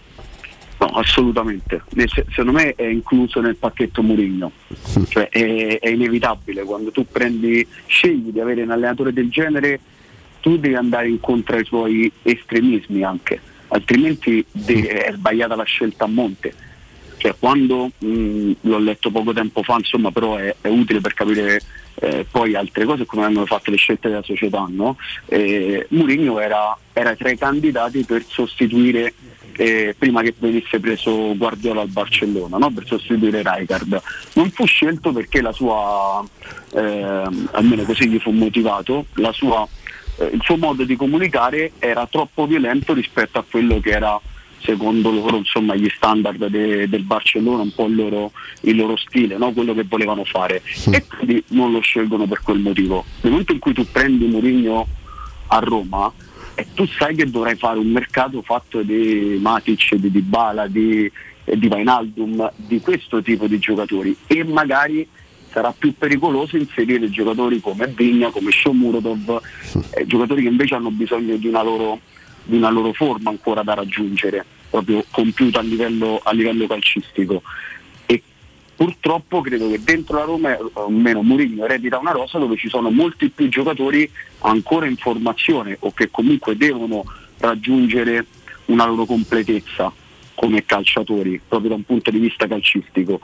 No, assolutamente. Secondo me è incluso nel pacchetto Mourinho, cioè è, è inevitabile. Quando tu prendi, scegli di avere un allenatore del genere, tu devi andare incontro ai suoi estremismi anche, altrimenti de- è sbagliata la scelta a monte. Cioè, quando mh, l'ho letto poco tempo fa, insomma, però è, è utile per capire eh, poi altre cose, come hanno fatto le scelte della società, no? Eh, Mourinho era, era tra i candidati per sostituire eh, prima che venisse preso Guardiola al Barcellona, no? Per sostituire Rijkaard. Non fu scelto perché la sua, eh, almeno così gli fu motivato, la sua, eh, il suo modo di comunicare era troppo violento rispetto a quello che era, secondo loro, insomma, gli standard de, del Barcellona, un po' il loro, il loro stile, no? Quello che volevano fare, e quindi non lo scelgono per quel motivo. Nel momento in cui tu prendi Mourinho a Roma, e tu sai che dovrai fare un mercato fatto di Matic, di Dybala, di, eh, di Wijnaldum, di questo tipo di giocatori, e magari sarà più pericoloso inserire giocatori come Vigna, come Shomurodov, eh, giocatori che invece hanno bisogno di una loro di una loro forma ancora da raggiungere, proprio compiuta a livello, a livello calcistico. E purtroppo credo che dentro la Roma, o meno, Mourinho eredita una rosa dove ci sono molti più giocatori ancora in formazione o che comunque devono raggiungere una loro completezza come calciatori, proprio da un punto di vista calcistico.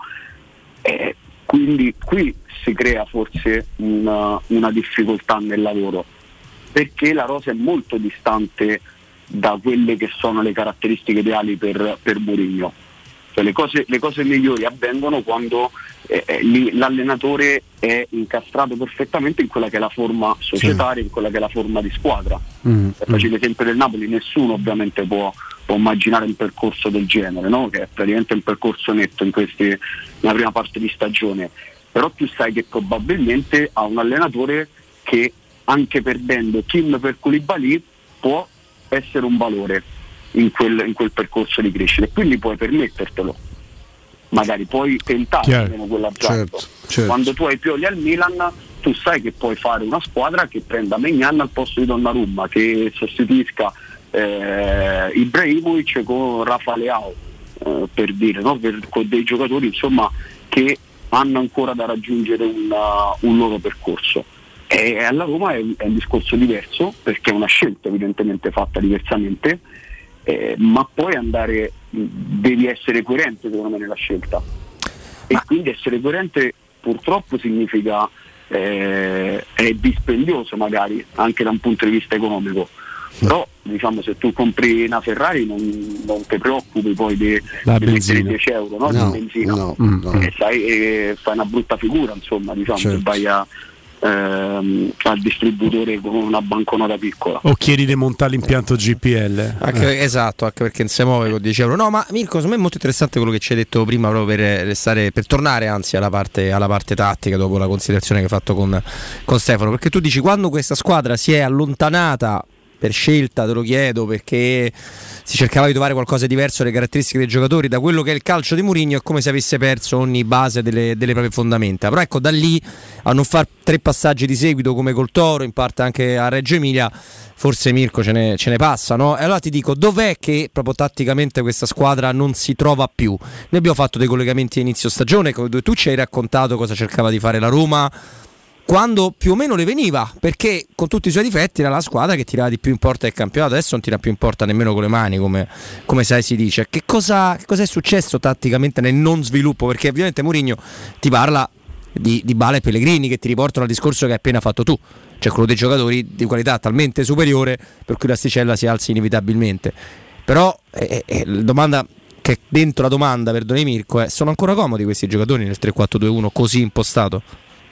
E quindi qui si crea forse una, una difficoltà nel lavoro, perché la rosa è molto distante da quelle che sono le caratteristiche ideali per, per Mourinho. Cioè, le cose, le cose migliori avvengono quando eh, lì, l'allenatore è incastrato perfettamente in quella che è la forma societaria, sì. in quella che è la forma di squadra. Mm, Faccio mm. l'esempio del Napoli, nessuno ovviamente può, può immaginare un percorso del genere, no? Che è praticamente un percorso netto in questi, nella prima parte di stagione, però tu sai che probabilmente ha un allenatore che, anche perdendo Kim per Koulibaly, può essere un valore in quel, in quel percorso di crescita, e quindi puoi permettertelo, magari puoi tentare almeno quell'azzardo. Certo, certo. Quando tu hai Pioli al Milan, tu sai che puoi fare una squadra che prenda Maignan al posto di Donnarumma, che sostituisca eh, Ibrahimovic con Rafa Leao, eh, per dire, no? Per, con dei giocatori, insomma, che hanno ancora da raggiungere una, un loro percorso. E alla Roma è, è un discorso diverso, perché è una scelta evidentemente fatta diversamente, eh, ma poi andare, devi essere coerente secondo me nella scelta, e ma... quindi essere coerente purtroppo significa eh, è dispendioso magari anche da un punto di vista economico, però diciamo, se tu compri una Ferrari non, non ti preoccupi poi di, di mettere dieci euro, no? No, di benzina, no, no. E sai, e fai una brutta figura, insomma, diciamo, certo. Se vai a Ehm, al distributore con una banconota piccola, o chiedi di montare l'impianto G P L, anche, eh. esatto, anche perché non si muove con dieci euro. No, ma Mirko, secondo me è molto interessante quello che ci hai detto prima, proprio per restare, per tornare anzi alla parte, alla parte tattica, dopo la considerazione che hai fatto con, con Stefano, perché tu dici, quando questa squadra si è allontanata per scelta, te lo chiedo, perché si cercava di trovare qualcosa di diverso, le caratteristiche dei giocatori, da quello che è il calcio di Mourinho, è come se avesse perso ogni base delle, delle proprie fondamenta. Però ecco, da lì a non fare tre passaggi di seguito come col Toro, in parte anche a Reggio Emilia, forse Mirko ce ne, ce ne passa, no? E allora ti dico, dov'è che proprio tatticamente questa squadra non si trova più? Noi abbiamo fatto dei collegamenti a inizio stagione, dove tu ci hai raccontato cosa cercava di fare la Roma quando più o meno le veniva, perché con tutti i suoi difetti era la squadra che tirava di più in porta del campionato. Adesso non tira più in porta nemmeno con le mani, come, come sai si dice. Che cosa, che cosa è successo tatticamente nel non sviluppo? Perché ovviamente Mourinho ti parla di, di Bala e Pellegrini, che ti riportano al discorso che hai appena fatto tu, cioè quello dei giocatori di qualità talmente superiore per cui l'asticella si alza inevitabilmente. Però eh, eh, la domanda che dentro la domanda, perdoni Mirko, è: sono ancora comodi questi giocatori nel tre quattro due uno così impostato?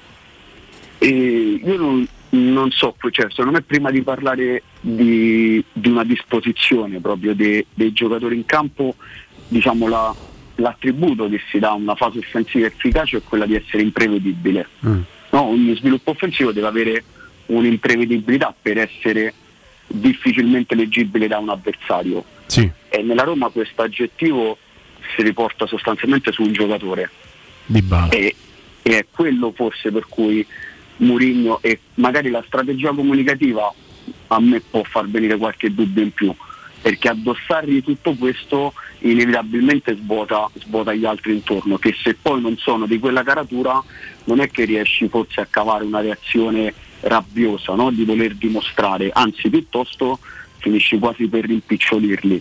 E io non, non so, cioè, secondo me prima di parlare di, di una disposizione proprio de, dei giocatori in campo, diciamo la, l'attributo che si dà a una fase offensiva efficace è quella di essere imprevedibile. Mm. No? Ogni sviluppo offensivo deve avere un'imprevedibilità per essere difficilmente leggibile da un avversario. Sì. E nella Roma questo aggettivo si riporta sostanzialmente su un giocatore. Dybala. E, e è quello forse per cui Mourinho, e magari la strategia comunicativa a me può far venire qualche dubbio in più, perché addossargli tutto questo inevitabilmente svuota, svuota gli altri intorno, che se poi non sono di quella caratura non è che riesci forse a cavare una reazione rabbiosa, no? Di voler dimostrare, anzi piuttosto finisci quasi per rimpicciolirli.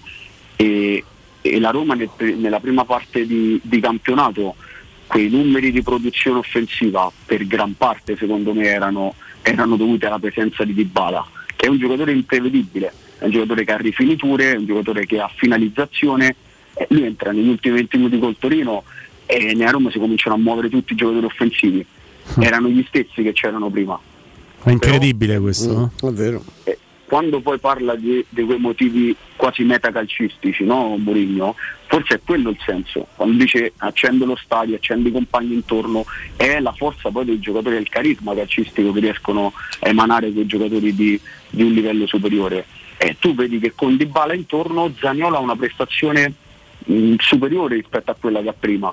E, e la Roma nel, nella prima parte di, di campionato, quei numeri di produzione offensiva per gran parte secondo me erano, erano dovuti alla presenza di Dybala, che è un giocatore imprevedibile, è un giocatore che ha rifiniture, è un giocatore che ha finalizzazione. Eh, lui entra negli ultimi venti minuti col Torino e nella Roma si cominciano a muovere tutti i giocatori offensivi, erano gli stessi che c'erano prima. È incredibile. Però, questo, no? È vero. Eh, quando poi parla di, di quei motivi quasi metacalcistici, no, Mourinho, forse è quello il senso, quando dice accende lo stadio, accende i compagni intorno, è la forza poi dei giocatori e il carisma calcistico che riescono a emanare quei giocatori di, di un livello superiore. E tu vedi che con Dybala intorno Zaniolo ha una prestazione mh, superiore rispetto a quella che ha prima,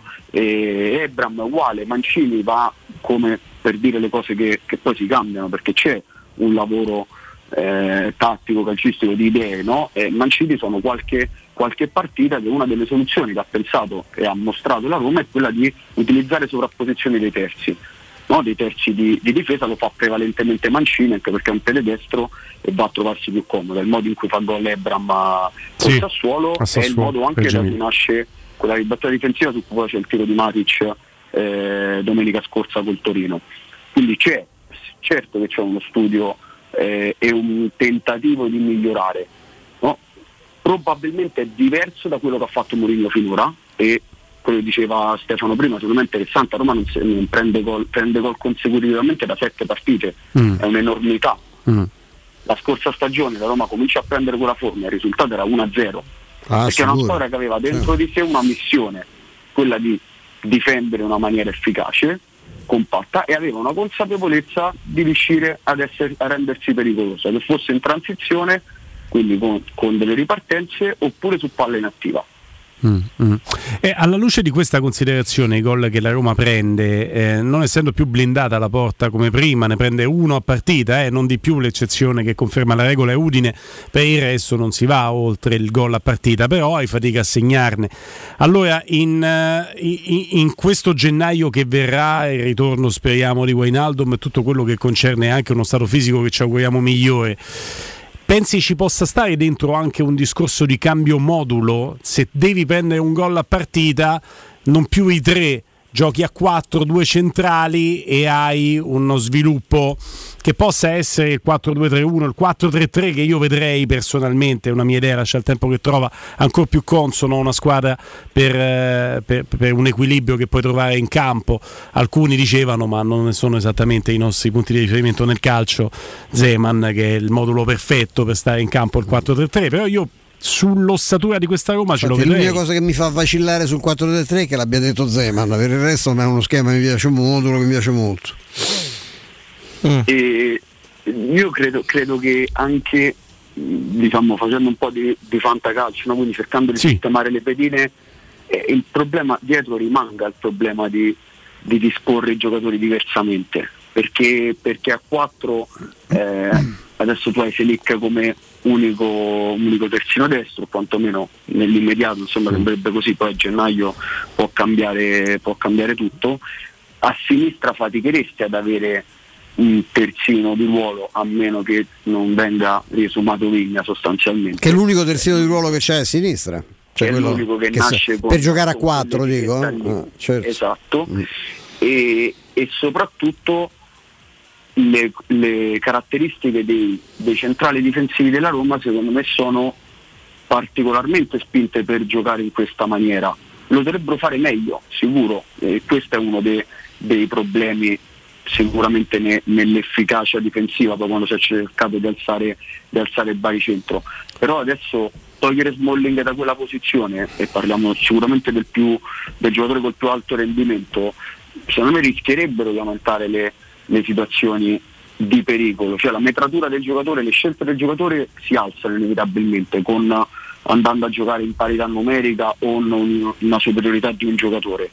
e Ebram è uguale, Mancini va, come per dire le cose che, che poi si cambiano, perché c'è un lavoro eh, tattico, calcistico, di idee, no? E Mancini sono qualche, qualche partita che una delle soluzioni che ha pensato e ha mostrato la Roma è quella di utilizzare sovrapposizioni dei terzi, no? Dei terzi di, di difesa. Lo fa prevalentemente Mancini, anche perché è un piede destro e va a trovarsi più comodo. Il modo in cui fa gol Ebram a sì, Sassuolo a Sassuolo è il modo anche da cui nasce quella ribattuta difensiva su cui poi c'è il tiro di Matic eh, domenica scorsa col Torino. Quindi c'è, certo che c'è uno studio eh, e un tentativo di migliorare, no? Probabilmente è diverso da quello che ha fatto Mourinho finora, e quello che diceva Stefano prima, sicuramente che Santa Roma non, non prende gol prende gol consecutivamente da sette partite, mm. è un'enormità. Mm. La scorsa stagione la Roma comincia a prendere quella forma, il risultato era uno a zero, ah, perché è una squadra che aveva dentro sì. di sé una missione, quella di difendere in una maniera efficace, compatta, e aveva una consapevolezza di riuscire ad essere, a rendersi pericolosa, che fosse in transizione, quindi con, con delle ripartenze, oppure su palla inattiva. Mm, mm. E alla luce di questa considerazione, i gol che la Roma prende, eh, non essendo più blindata la porta come prima, ne prende uno a partita, eh, non di più, l'eccezione che conferma la regola è Udine, per il resto non si va oltre il gol a partita, però hai fatica a segnarne. Allora in, uh, in, in questo gennaio che verrà, il ritorno speriamo di Wijnaldum e tutto quello che concerne anche uno stato fisico che ci auguriamo migliore, pensi ci possa stare dentro anche un discorso di cambio modulo? Se devi prendere un gol a partita, non più i tre, giochi a quattro, due centrali e hai uno sviluppo che possa essere il quattro due tre uno, il quattro tre tre, che io vedrei personalmente, una mia idea, lascia il tempo che trova, ancora più consono una squadra per, per, per un equilibrio che puoi trovare in campo. Alcuni dicevano, ma non sono esattamente i nostri punti di riferimento nel calcio, Zeman, che è il modulo perfetto per stare in campo, il quattro tre tre, però io sull'ossatura di questa Roma ce lo vedrei. L'unica cosa che mi fa vacillare sul quattro tre tre è che l'abbia detto Zeman, per il resto è uno schema che mi piace, un modulo che mi piace molto. Mm. E io credo, credo che anche, diciamo, facendo un po' di, di fantacalcio, no? Quindi cercando di sì. sistemare le pedine, eh, il problema dietro rimanga il problema di, di disporre i giocatori diversamente, perché, perché a quattro eh, adesso tu hai Selic come unico, unico terzino destro, quantomeno nell'immediato, insomma sembrerebbe così, poi a gennaio può cambiare, può cambiare tutto. A sinistra faticheresti ad avere un terzino di ruolo, a meno che non venga riesumato Vigna sostanzialmente, che è l'unico terzino di ruolo che c'è a sinistra, cioè è l'unico che, che nasce con, per giocare a quattro, dico ah, certo. esatto mm. e, e soprattutto le, le caratteristiche dei, dei centrali difensivi della Roma secondo me sono particolarmente spinte per giocare in questa maniera. Lo dovrebbero fare meglio, sicuro, e questo è uno dei, dei problemi sicuramente ne, nell'efficacia difensiva, poi quando si è cercato di alzare, di alzare il baricentro. Però adesso togliere Smalling da quella posizione, e parliamo sicuramente del, più, del giocatore col più alto rendimento, secondo me rischierebbero di aumentare le, le situazioni di pericolo, cioè la metratura del giocatore, le scelte del giocatore si alzano inevitabilmente con andando a giocare in parità numerica o non una superiorità di un giocatore.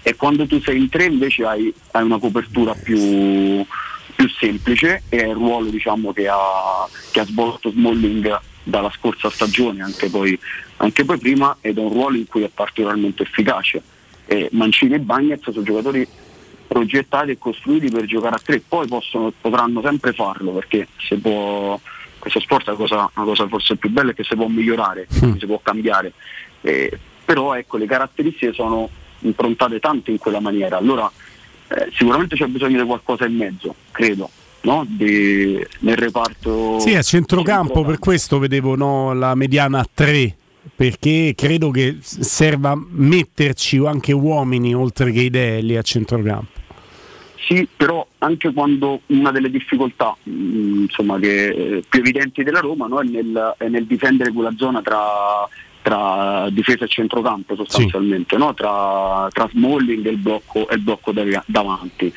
e quando tu sei in tre invece hai, hai una copertura più, più semplice, e è il ruolo diciamo che ha, che ha svolto Smalling dalla scorsa stagione, anche poi, anche poi prima, ed è un ruolo in cui è particolarmente efficace. E Mancini e Bagnez sono giocatori progettati e costruiti per giocare a tre, poi possono, potranno sempre farlo, perché se può, questo sport è una cosa, una cosa forse più bella, è che si può migliorare, mm. si può cambiare, eh, però ecco, le caratteristiche sono improntate tanto in quella maniera, allora eh, sicuramente c'è bisogno di qualcosa in mezzo, credo, no? Di, nel reparto. Sì, a centrocampo, per questo vedevo no, la mediana a tre, perché credo che serva metterci anche uomini oltre che idee lì a centrocampo. Sì, però anche quando una delle difficoltà mh, insomma, che, eh, più evidenti della Roma, no, è, nel, è nel difendere quella zona tra, tra difesa e centrocampo sostanzialmente, sì. no? tra, tra Smalling e il blocco, e il blocco dav- davanti.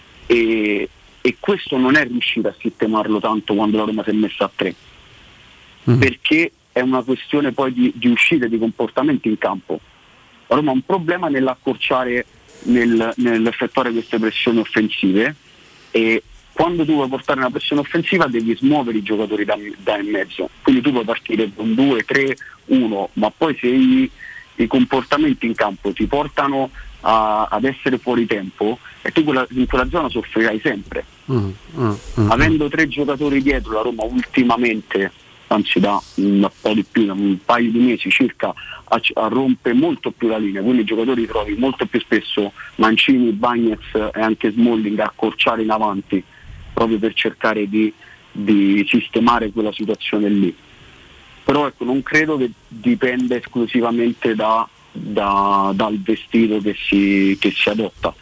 E, e questo non è riuscito a sistemarlo tanto quando la Roma si è messa a tre, mm. perché è una questione poi di, di uscite, di comportamenti in campo. La Roma ha un problema nell'accorciare, nel, nell'effettuare queste pressioni offensive, e quando tu vuoi portare una pressione offensiva devi smuovere i giocatori da, da in mezzo, quindi tu puoi partire con due, tre, uno, ma poi se i, i comportamenti in campo ti portano a, ad essere fuori tempo, e tu quella, in quella zona soffrirai sempre. Mm, mm, mm, avendo tre giocatori dietro, la Roma ultimamente, anzi da un po' di più, un paio di mesi circa, a, a rompe molto più la linea, quindi i giocatori trovi molto più spesso Mancini, Bagnez e anche Smalling a accorciare in avanti, proprio per cercare di, di sistemare quella situazione lì. Però ecco, non credo che dipenda esclusivamente da, da, dal vestito che si, che si adotta.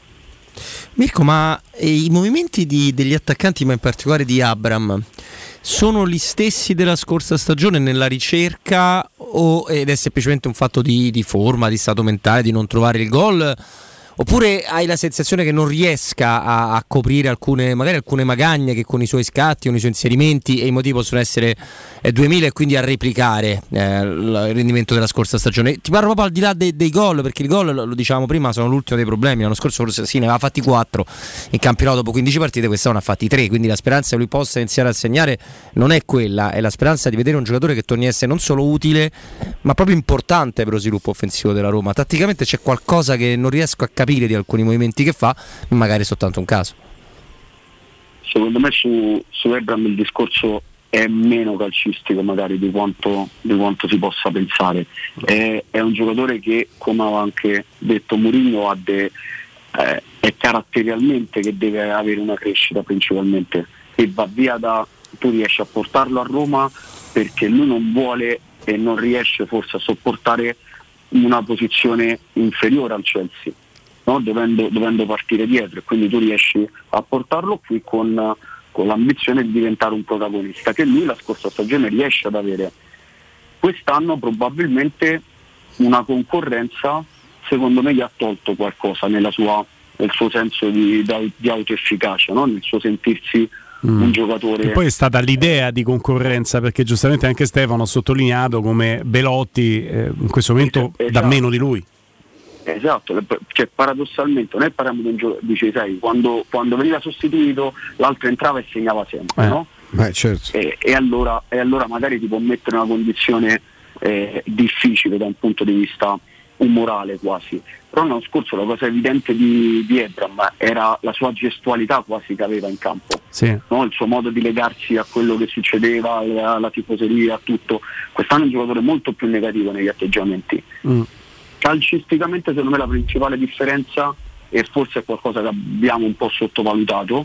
Mirko, ma eh, i movimenti di, degli attaccanti, ma in particolare di Abraham, sono gli stessi della scorsa stagione nella ricerca, o ed è semplicemente un fatto di, di forma, di stato mentale, di non trovare il gol? Oppure hai la sensazione che non riesca a, a coprire alcune, magari alcune magagne che con i suoi scatti, con i suoi inserimenti, e i motivi possono essere eh, duemila, e quindi a replicare eh, il rendimento della scorsa stagione? Ti parlo proprio al di là dei, dei gol, perché il gol, lo, lo dicevamo prima, sono l'ultimo dei problemi. L'anno scorso forse sì, ne aveva fatti quattro in campionato dopo quindici partite, quest'anno ne ha fatti tre, quindi la speranza che lui possa iniziare a segnare non è quella, è la speranza di vedere un giocatore che torni a essere non solo utile, ma proprio importante per lo sviluppo offensivo della Roma. Tatticamente c'è qualcosa che non riesco a capire di alcuni movimenti che fa, magari è soltanto un caso. Secondo me su, su Abraham il discorso è meno calcistico magari di quanto, di quanto si possa pensare. È, è un giocatore che, come aveva anche detto Mourinho, ha de, eh, è caratterialmente che deve avere una crescita principalmente, e va via da, tu riesci a portarlo a Roma perché lui non vuole e non riesce forse a sopportare una posizione inferiore al Chelsea, no? dovendo, dovendo partire dietro, e quindi tu riesci a portarlo qui con, con l'ambizione di diventare un protagonista, che lui la scorsa stagione riesce ad avere. Quest'anno probabilmente una concorrenza, secondo me, gli ha tolto qualcosa nella sua, nel suo senso di, di autoefficacia, no? Nel suo sentirsi mm. un giocatore. E poi è stata l'idea di concorrenza, perché giustamente anche Stefano ha sottolineato come Belotti eh, in questo momento esatto. dà meno di lui. Esatto, cioè paradossalmente noi parliamo di un gioco, dice, sai, quando, quando veniva sostituito l'altro entrava e segnava sempre, eh, no? Beh, certo. e, e, allora, e allora magari ti può mettere in una condizione eh, difficile da un punto di vista umorale quasi. Però l'anno scorso la cosa evidente di, di Abraham era la sua gestualità quasi che aveva in campo, sì. no? Il suo modo di legarsi a quello che succedeva, alla, alla tifoseria, a tutto. Quest'anno è un giocatore molto più negativo negli atteggiamenti. Mm. Calcisticamente secondo me la principale differenza, e forse è qualcosa che abbiamo un po' sottovalutato,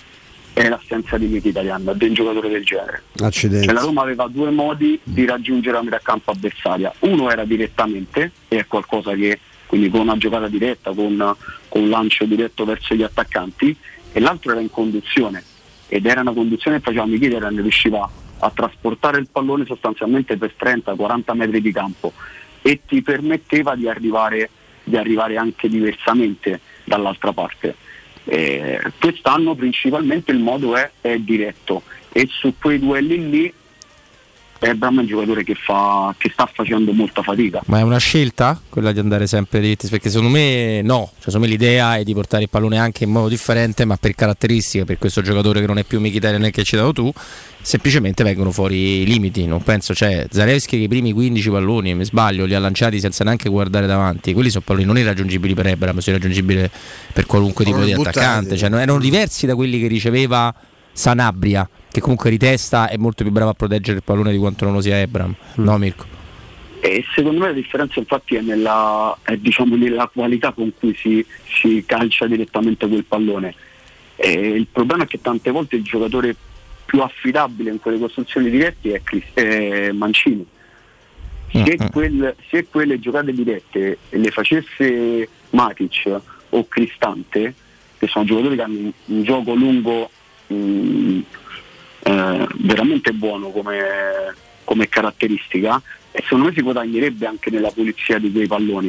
è l'assenza di Mkhitaryan, di un giocatore del genere. Accidenti. Cioè, la Roma aveva due modi di raggiungere la metà campo avversaria. Uno era direttamente, e è qualcosa che, quindi con una giocata diretta, con, con un lancio diretto verso gli attaccanti, e l'altro era in conduzione, ed era una conduzione che faceva Mkhitaryan, riusciva a trasportare il pallone sostanzialmente per trenta quaranta metri di campo, e ti permetteva di arrivare, di arrivare anche diversamente dall'altra parte. Eh, quest'anno principalmente il modo è, è diretto, e su quei duelli lì Ebram è un giocatore che, fa, che sta facendo molta fatica. Ma è una scelta quella di andare sempre dritti? Perché secondo me no, cioè, secondo me l'idea è di portare il pallone anche in modo differente, ma per caratteristiche, per questo giocatore che non è più Mkhitaryan che hai citato tu, semplicemente vengono fuori i limiti. Non penso, cioè Zalewski che i primi quindici palloni, mi sbaglio, li ha lanciati senza neanche guardare davanti. Quelli sono palloni non irraggiungibili per Ebram, sono irraggiungibili per qualunque tipo di attaccante, cioè, erano diversi da quelli che riceveva Sanabria, che comunque ritesta è molto più bravo a proteggere il pallone di quanto non lo sia Ebram. Mm. No, Mirko? E secondo me la differenza infatti è nella, è, diciamo, nella qualità con cui si, si calcia direttamente quel pallone. E il problema è che tante volte il giocatore più affidabile in quelle costruzioni dirette è, Chris, è Mancini. Se, mm-hmm. quel, se quelle giocate dirette le facesse Matic o Cristante, che sono giocatori che hanno un, un gioco lungo mh, eh, veramente buono come, come caratteristica, e secondo me si guadagnerebbe anche nella pulizia di quei palloni.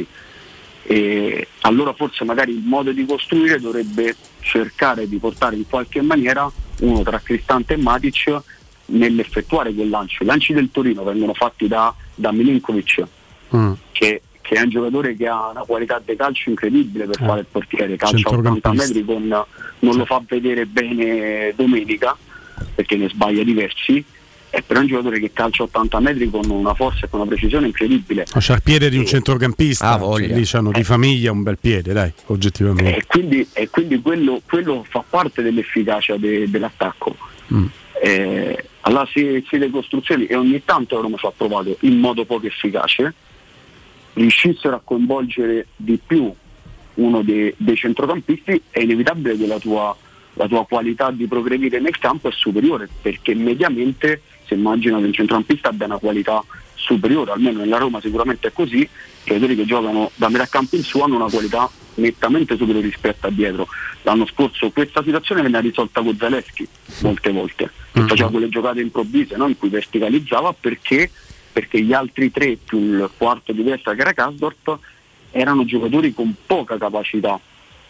E allora forse magari il modo di costruire dovrebbe cercare di portare in qualche maniera uno tra Cristante e Matic nell'effettuare quel lancio. I lanci del Torino vengono fatti da, da Milinkovic, mm. che, che è un giocatore che ha una qualità di calcio incredibile per eh. fare il portiere, calcia a ottanta metri con, non sì. lo fa vedere bene domenica perché ne sbaglia diversi, è però un giocatore che calcia ottanta metri con una forza e con una precisione incredibile. C'ha il piede di un centrocampista, ah, cioè, lì c'hanno eh. di famiglia un bel piede, dai, oggettivamente. E quindi, e quindi quello, quello fa parte dell'efficacia de, dell'attacco. Mm. Eh, allora se, se le costruzioni, e ogni tanto Roma ci ha provato in modo poco efficace, riuscissero a coinvolgere di più uno dei, dei centrocampisti, è inevitabile che la tua, la tua qualità di progredire nel campo è superiore, perché mediamente si immagina che il centrocampista abbia una qualità superiore, almeno nella Roma sicuramente è così. I giocatori che giocano da metà campo in su hanno una qualità nettamente superiore rispetto a dietro. L'anno scorso questa situazione venne risolta con Zalewski molte volte, che mm-hmm. faceva quelle giocate improvvise, no? In cui verticalizzava perché perché gli altri tre più il quarto di destra che era Kasdorp erano giocatori con poca capacità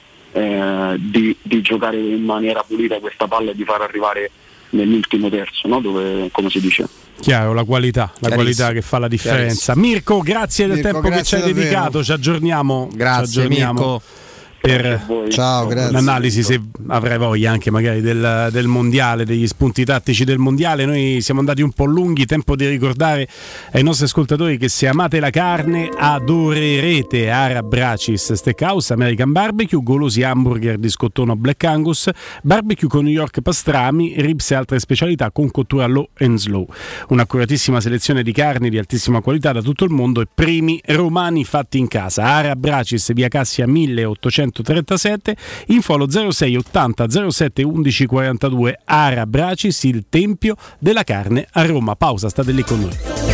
eh, di, di giocare in maniera pulita questa palla e di far arrivare nell'ultimo terzo, no? Dove, come si dice, chiaro, la qualità, la qualità che fa la differenza. Mirko, grazie del Mirko, tempo grazie che ci hai dedicato, ci aggiorniamo, grazie ci aggiorniamo Mirko per Ciao, l'analisi, se avrai voglia anche magari del, del mondiale, degli spunti tattici del mondiale. Noi siamo andati un po' lunghi, tempo di ricordare ai nostri ascoltatori che se amate la carne adorerete Ara Bracis Steakhouse, American Barbecue, golosi hamburger di scottone Black Angus, barbecue con New York pastrami, ribs e altre specialità con cottura low and slow. Un'accuratissima selezione di carni di altissima qualità da tutto il mondo e primi romani fatti in casa. Ara Bracis, via Cassia milleottocentotrentasette, info allo zero sei ottanta zero sette undici quarantadue. Ara Bracis, il tempio della carne a Roma. Pausa, state lì con noi.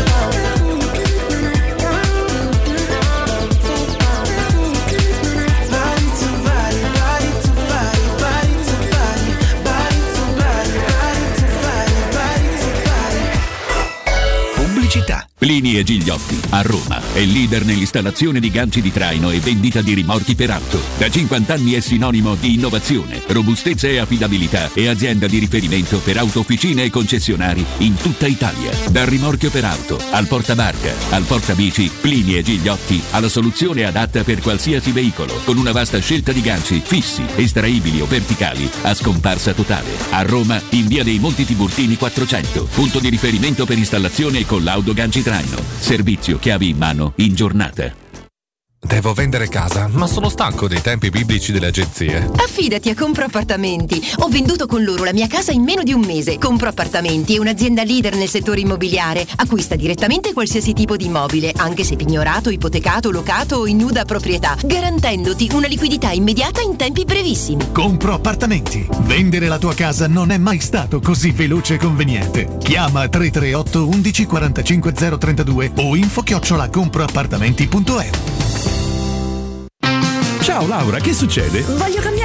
Plini e Gigliotti, a Roma, è leader nell'installazione di ganci di traino e vendita di rimorchi per auto. Da cinquanta anni è sinonimo di innovazione, robustezza e affidabilità e azienda di riferimento per autofficine e concessionari in tutta Italia. Dal rimorchio per auto, al portabarca, al portabici, Plini e Gigliotti ha la soluzione adatta per qualsiasi veicolo, con una vasta scelta di ganci fissi, estraibili o verticali, a scomparsa totale. A Roma, in via dei Monti Tiburtini quattrocento, punto di riferimento per installazione e collaudo ganci traino. Servizio chiavi in mano in giornata. Devo vendere casa, ma sono stanco dei tempi biblici delle agenzie. Affidati a Compro Appartamenti. Ho venduto con loro la mia casa in meno di un mese. Compro Appartamenti è un'azienda leader nel settore immobiliare. Acquista direttamente qualsiasi tipo di immobile, anche se pignorato, ipotecato, locato o in nuda proprietà, garantendoti una liquidità immediata in tempi brevissimi. Compro Appartamenti. Vendere la tua casa non è mai stato così veloce e conveniente. Chiama tre tre otto undici quarantacinque zero trentadue o info chiocciola comproappartamenti punto e u. Ciao Laura, che succede? Voglio cambiare la mia cucina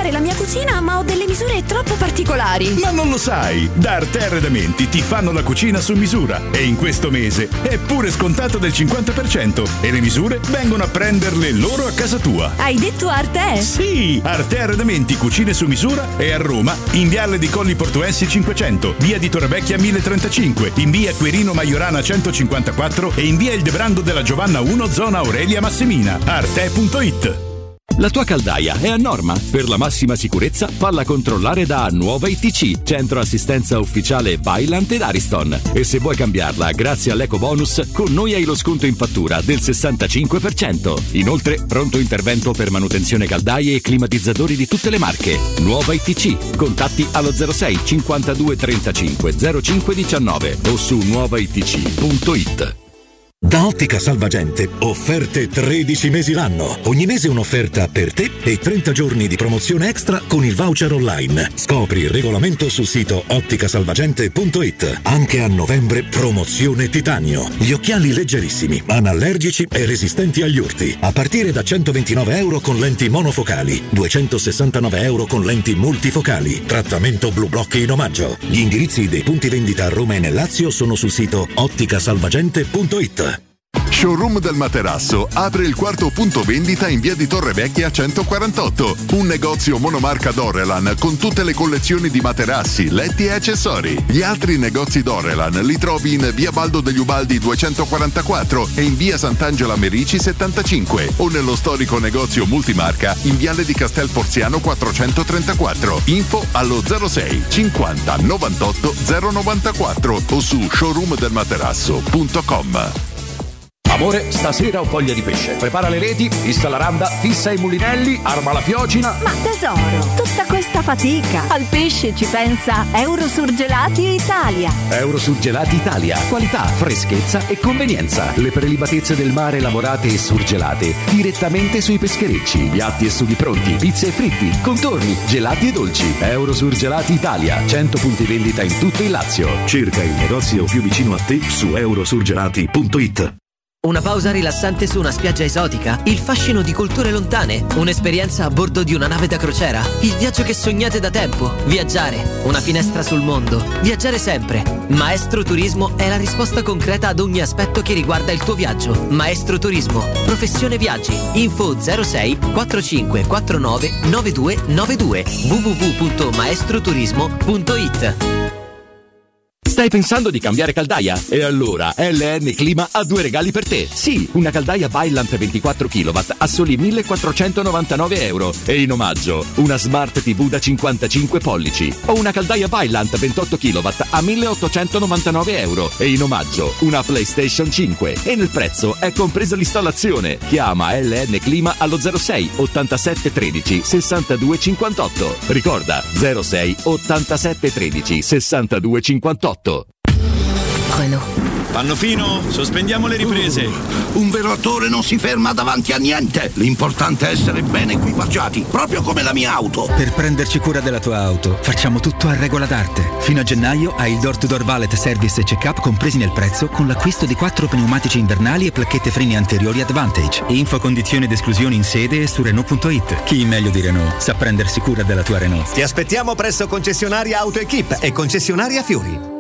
cucina, ma ho delle misure troppo particolari. Ma non lo sai, da Arte Arredamenti ti fanno la cucina su misura e in questo mese è pure scontato del cinquanta per cento e le misure vengono a prenderle loro a casa tua. Hai detto Arte? Sì, Arte Arredamenti Cucine su misura è a Roma, in Viale di Colli Portuensi cinquecento, via di Torrevecchia mille trentacinque, in via Quirino Maiorana centocinquantaquattro e in via Il Debrando della Giovanna uno, zona Aurelia Massimina. arte punto it. La tua caldaia è a norma? Per la massima sicurezza falla controllare da Nuova I T C, centro assistenza ufficiale Vaillant ed Ariston. E se vuoi cambiarla grazie all'eco bonus, con noi hai lo sconto in fattura del sessantacinque per cento. Inoltre, pronto intervento per manutenzione caldaie e climatizzatori di tutte le marche. Nuova I T C. Contatti allo zero sei cinquantadue trentacinque zero cinque diciannove o su nuova i t c punto it. Da Ottica Salvagente, offerte tredici mesi l'anno. Ogni mese un'offerta per te e trenta giorni di promozione extra con il voucher online. Scopri il regolamento sul sito ottica salvagente punto it. Anche a novembre promozione titanio. Gli occhiali leggerissimi, anallergici e resistenti agli urti. A partire da centoventinove euro con lenti monofocali, duecentosessantanove euro con lenti multifocali. Trattamento Blue Block in omaggio. Gli indirizzi dei punti vendita a Roma e nel Lazio sono sul sito ottica salvagente punto it. Showroom del Materasso apre il quarto punto vendita in via di Torrevecchia centoquarantotto. Un negozio monomarca Dorelan con tutte le collezioni di materassi, letti e accessori. Gli altri negozi Dorelan li trovi in via Baldo degli Ubaldi duecentoquarantaquattro e in via Sant'Angela Merici settantacinque o nello storico negozio multimarca in viale di Castel Porziano quattrocentotrentaquattro. Info allo zero sei cinquanta novantotto zero novantaquattro o su showroom del materasso punto com. Amore, stasera ho voglia di pesce. Prepara le reti, fissa la randa, fissa i mulinelli, arma la fiocina. Ma tesoro, tutta questa fatica. Al pesce ci pensa Eurosurgelati Italia. Eurosurgelati Italia. Qualità, freschezza e convenienza. Le prelibatezze del mare lavorate e surgelate direttamente sui pescherecci. Piatti e sughi pronti, pizze e fritti, contorni, gelati e dolci. Eurosurgelati Italia. cento punti vendita in tutto il Lazio. Cerca il negozio più vicino a te su eurosurgelati punto it. Una pausa rilassante su una spiaggia esotica? Il fascino di culture lontane? Un'esperienza a bordo di una nave da crociera? Il viaggio che sognate da tempo? Viaggiare, una finestra sul mondo. Viaggiare sempre. Maestro Turismo è la risposta concreta ad ogni aspetto che riguarda il tuo viaggio. Maestro Turismo, professione viaggi. Info zero sei quarantacinque quarantanove novantadue novantadue w w w punto maestro turismo punto it. Stai pensando di cambiare caldaia? E allora L N Clima ha due regali per te. Sì, una caldaia Vaillant ventiquattro chilowatt a soli millequattrocentonovantanove euro e in omaggio una Smart T V da cinquantacinque pollici o una caldaia Vaillant ventotto chilowatt a milleottocentonovantanove euro e in omaggio una PlayStation cinque e nel prezzo è compresa l'installazione. Chiama L N Clima allo zero sei ottantasette tredici sessantadue cinquantotto. Ricorda zero sei ottantasette tredici sessantadue cinquantotto. Renault. Pannofino, sospendiamo le riprese. Uh, un vero attore non si ferma davanti a niente. L'importante è essere ben equipaggiati, proprio come la mia auto. Per prenderci cura della tua auto, facciamo tutto a regola d'arte. Fino a gennaio hai il door-to-door valet service e check-up compresi nel prezzo con l'acquisto di quattro pneumatici invernali e placchette freni anteriori Advantage. Info, condizioni ed esclusioni in sede e su Renault punto it. Chi meglio di Renault sa prendersi cura della tua Renault. Ti aspettiamo presso concessionaria AutoEquip e concessionaria Fiori.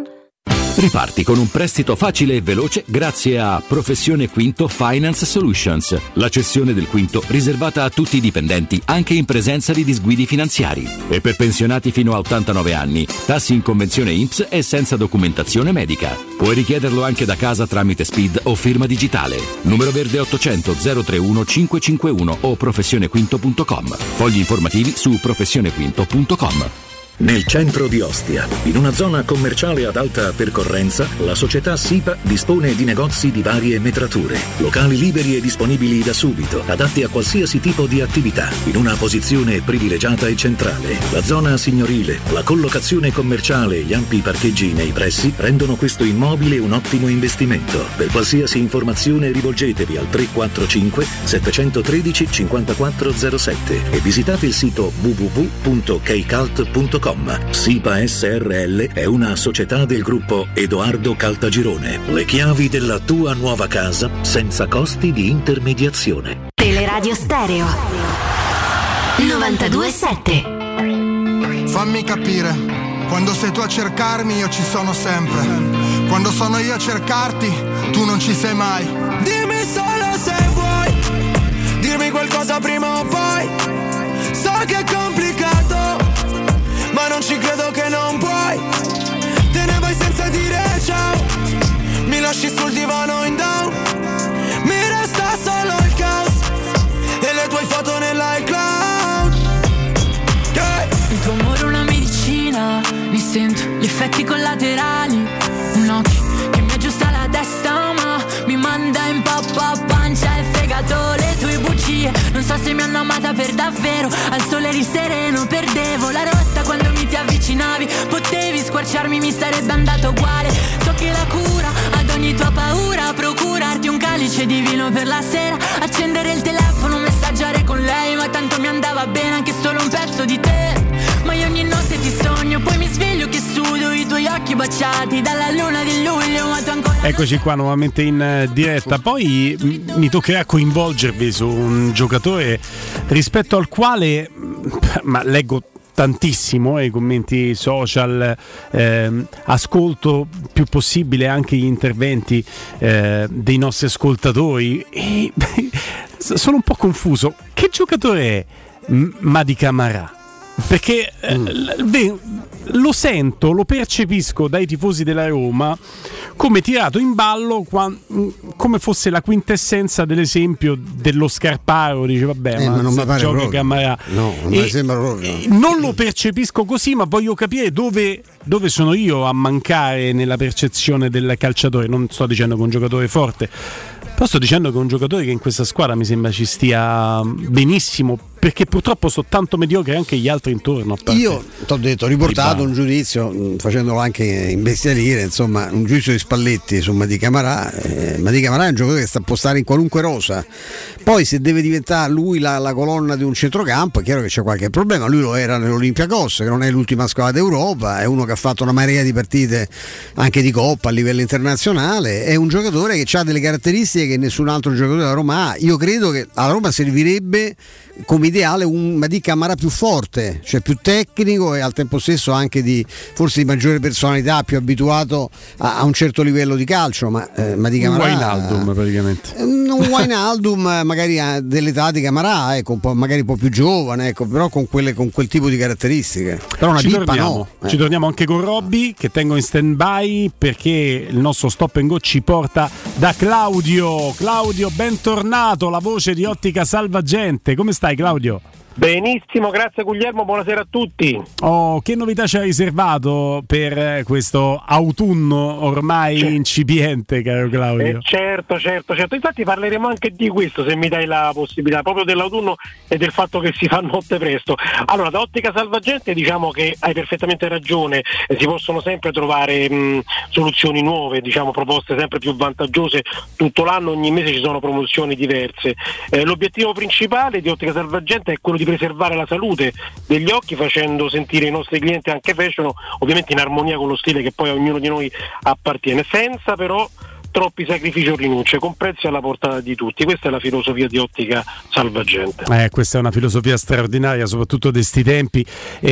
Riparti con un prestito facile e veloce grazie a Professione Quinto Finance Solutions, la cessione del quinto riservata a tutti i dipendenti anche in presenza di disguidi finanziari. E per pensionati fino a ottantanove anni, tassi in convenzione I N P S e senza documentazione medica. Puoi richiederlo anche da casa tramite S P I D o firma digitale. Numero verde ottocento zero trentuno cinquecentocinquantuno o professionequinto punto com. Fogli informativi su professionequinto punto com. Nel centro di Ostia, in una zona commerciale ad alta percorrenza, la società SIPA dispone di negozi di varie metrature, locali liberi e disponibili da subito, adatti a qualsiasi tipo di attività, in una posizione privilegiata e centrale. La zona signorile, la collocazione commerciale e gli ampi parcheggi nei pressi rendono questo immobile un ottimo investimento. Per qualsiasi informazione rivolgetevi al tre quattro cinque sette uno tre cinque quattro zero sette e visitate il sito w w w punto keicalt punto com. SIPA S R L è una società del gruppo Edoardo Caltagirone. Le chiavi della tua nuova casa senza costi di intermediazione. Teleradio Stereo. novantadue sette. Fammi capire, quando sei tu a cercarmi io ci sono sempre, quando sono io a cercarti tu non ci sei mai. Dimmi solo se vuoi, dirmi qualcosa prima o poi, so che è complicato, ma non ci credo che non puoi, te ne vai senza dire ciao, mi lasci sul divano in down, mi resta solo il caos e le tue foto nell'iCloud. Yeah. Il tuo amore è una medicina, mi sento gli effetti collaterali, un occhio che mi aggiusta la testa ma mi manda in pappa, pancia e fegato. Le tue bugie non so se mi hanno amata per davvero, al sole eri sereno, perdevo la rotta quando mi ti avvicinavi, potevi squarciarmi, mi sarebbe andato uguale. So che la cura ad ogni tua paura, procurarti un calice di vino per la sera, accendere il telefono, messaggiare con lei, ma tanto mi andava bene anche solo un pezzo di te. Ma io ogni notte ti sogno, poi mi sveglio che sudo, i tuoi occhi baciati dalla luna di luglio, ma tu ancora. Eccoci qua nuovamente in diretta. Poi m- mi toccherà coinvolgervi su un giocatore rispetto al quale, ma leggo tantissimo i commenti social, ehm, ascolto più possibile anche gli interventi eh, dei nostri ascoltatori e beh, sono un po' confuso. Che giocatore è M- Mady Camara? Perché eh, l- lo sento, lo percepisco dai tifosi della Roma come tirato in ballo, qua, come fosse la quintessenza dell'esempio dello Scarparo. Dice vabbè, eh, ma, ma non mi pare gioca proprio. Camara. No, non mi sembra proprio. Non lo percepisco così, ma voglio capire dove, dove sono io a mancare nella percezione del calciatore. Non sto dicendo che è un giocatore forte, però sto dicendo che è un giocatore che in questa squadra mi sembra ci stia benissimo, perché purtroppo sono tanto mediocri anche gli altri intorno. Io ti ho detto, ho riportato un giudizio, facendolo anche imbestialire, insomma, un giudizio di Spalletti su Mady Camara. Eh, Mady Camara è un giocatore che sta può stare in qualunque rosa. Poi se deve diventare lui la, la colonna di un centrocampo, è chiaro che c'è qualche problema. Lui lo era nell'Olympiakos, che non è l'ultima squadra d'Europa, è uno che ha fatto una marea di partite anche di Coppa a livello internazionale, è un giocatore che ha delle caratteristiche che nessun altro giocatore della Roma ha. Io credo che alla Roma servirebbe come ideale un Mady Camara più forte, cioè più tecnico e al tempo stesso anche di forse di maggiore personalità, più abituato a, a un certo livello di calcio. Ma eh, Mady Camara, un Wijnaldum praticamente, un Wijnaldum magari dell'età di Camara, ecco, un po', magari un po' più giovane, ecco, però con quelle con quel tipo di caratteristiche. Però una ci pippa torniamo, no. Ci eh. torniamo anche con Robby, che tengo in stand by perché il nostro stop and go ci porta da Claudio. Claudio, bentornato, la voce di Ottica Salvagente. Come stai, Claudio? Benissimo, grazie Guglielmo, buonasera a tutti. Oh, che novità ci hai riservato per questo autunno ormai certo. incipiente, caro Claudio? Eh, certo, certo, certo. Infatti parleremo anche di questo, se mi dai la possibilità, proprio dell'autunno e del fatto che si fa notte presto. Allora, da Ottica Salvagente diciamo che hai perfettamente ragione, eh, si possono sempre trovare mh, soluzioni nuove, diciamo proposte sempre più vantaggiose tutto l'anno, ogni mese ci sono promozioni diverse. Eh, l'obiettivo principale di Ottica Salvagente è quello di preservare la salute degli occhi, facendo sentire i nostri clienti anche fashion, ovviamente in armonia con lo stile che poi a ognuno di noi appartiene, senza però troppi sacrifici o rinunce, con prezzi alla portata di tutti. Questa è la filosofia di Ottica Salvagente. Eh, questa è una filosofia straordinaria, soprattutto di sti tempi,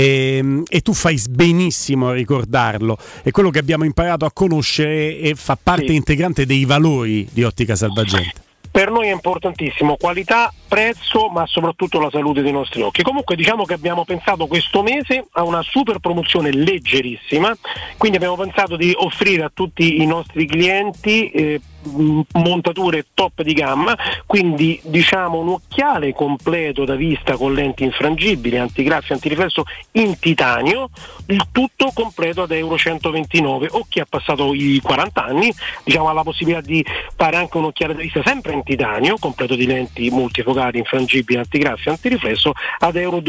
e, e tu fai benissimo a ricordarlo. È quello che abbiamo imparato a conoscere e fa parte sì. integrante dei valori di Ottica Salvagente. Per noi è importantissimo qualità, prezzo, ma soprattutto la salute dei nostri occhi. Comunque diciamo che abbiamo pensato questo mese a una super promozione leggerissima, quindi abbiamo pensato di offrire a tutti i nostri clienti eh, montature top di gamma, quindi diciamo un occhiale completo da vista con lenti infrangibili, antigraffia, antiriflesso in titanio, il tutto completo ad euro centoventinove, o chi ha passato i quaranta anni diciamo ha la possibilità di fare anche un occhiale da vista sempre in titanio, completo di lenti multifocali, infrangibili, antigraffia, antiriflesso ad euro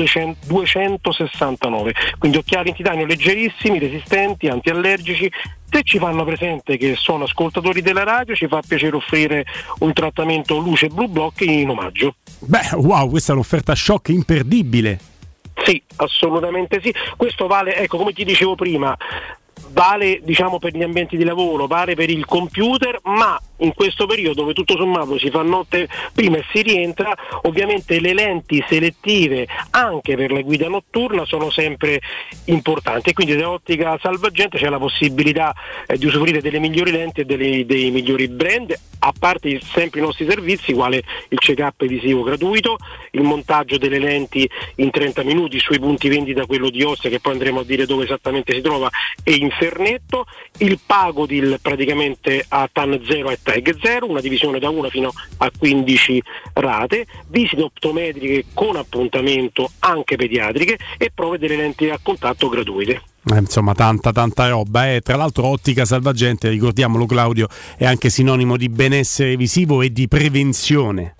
duecentosessantanove, quindi occhiali in titanio leggerissimi, resistenti, antiallergici. Se ci fanno presente che sono ascoltatori della radio, ci fa piacere offrire un trattamento luce blu block in omaggio. Beh, wow, questa è un'offerta shock imperdibile. Sì, assolutamente sì. Questo vale, ecco, come ti dicevo prima, vale diciamo per gli ambienti di lavoro, vale per il computer, ma in questo periodo dove tutto sommato si fa notte prima e si rientra, ovviamente le lenti selettive anche per la guida notturna sono sempre importanti, e quindi da Ottica Salvagente c'è la possibilità eh, di usufruire delle migliori lenti e delle, dei migliori brand, a parte sempre i nostri servizi quale il check-up visivo gratuito, il montaggio delle lenti in trenta minuti sui punti vendita, quello di Ostia che poi andremo a dire dove esattamente si trova, e in Fernetto, il pago di praticamente a T A N zero e Tag zero, una divisione da una fino a quindici rate, visite optometriche con appuntamento anche pediatriche e prove delle lenti a contatto gratuite. Eh, insomma tanta tanta roba, eh. Tra l'altro Ottica Salvagente, ricordiamolo Claudio, è anche sinonimo di benessere visivo e di prevenzione.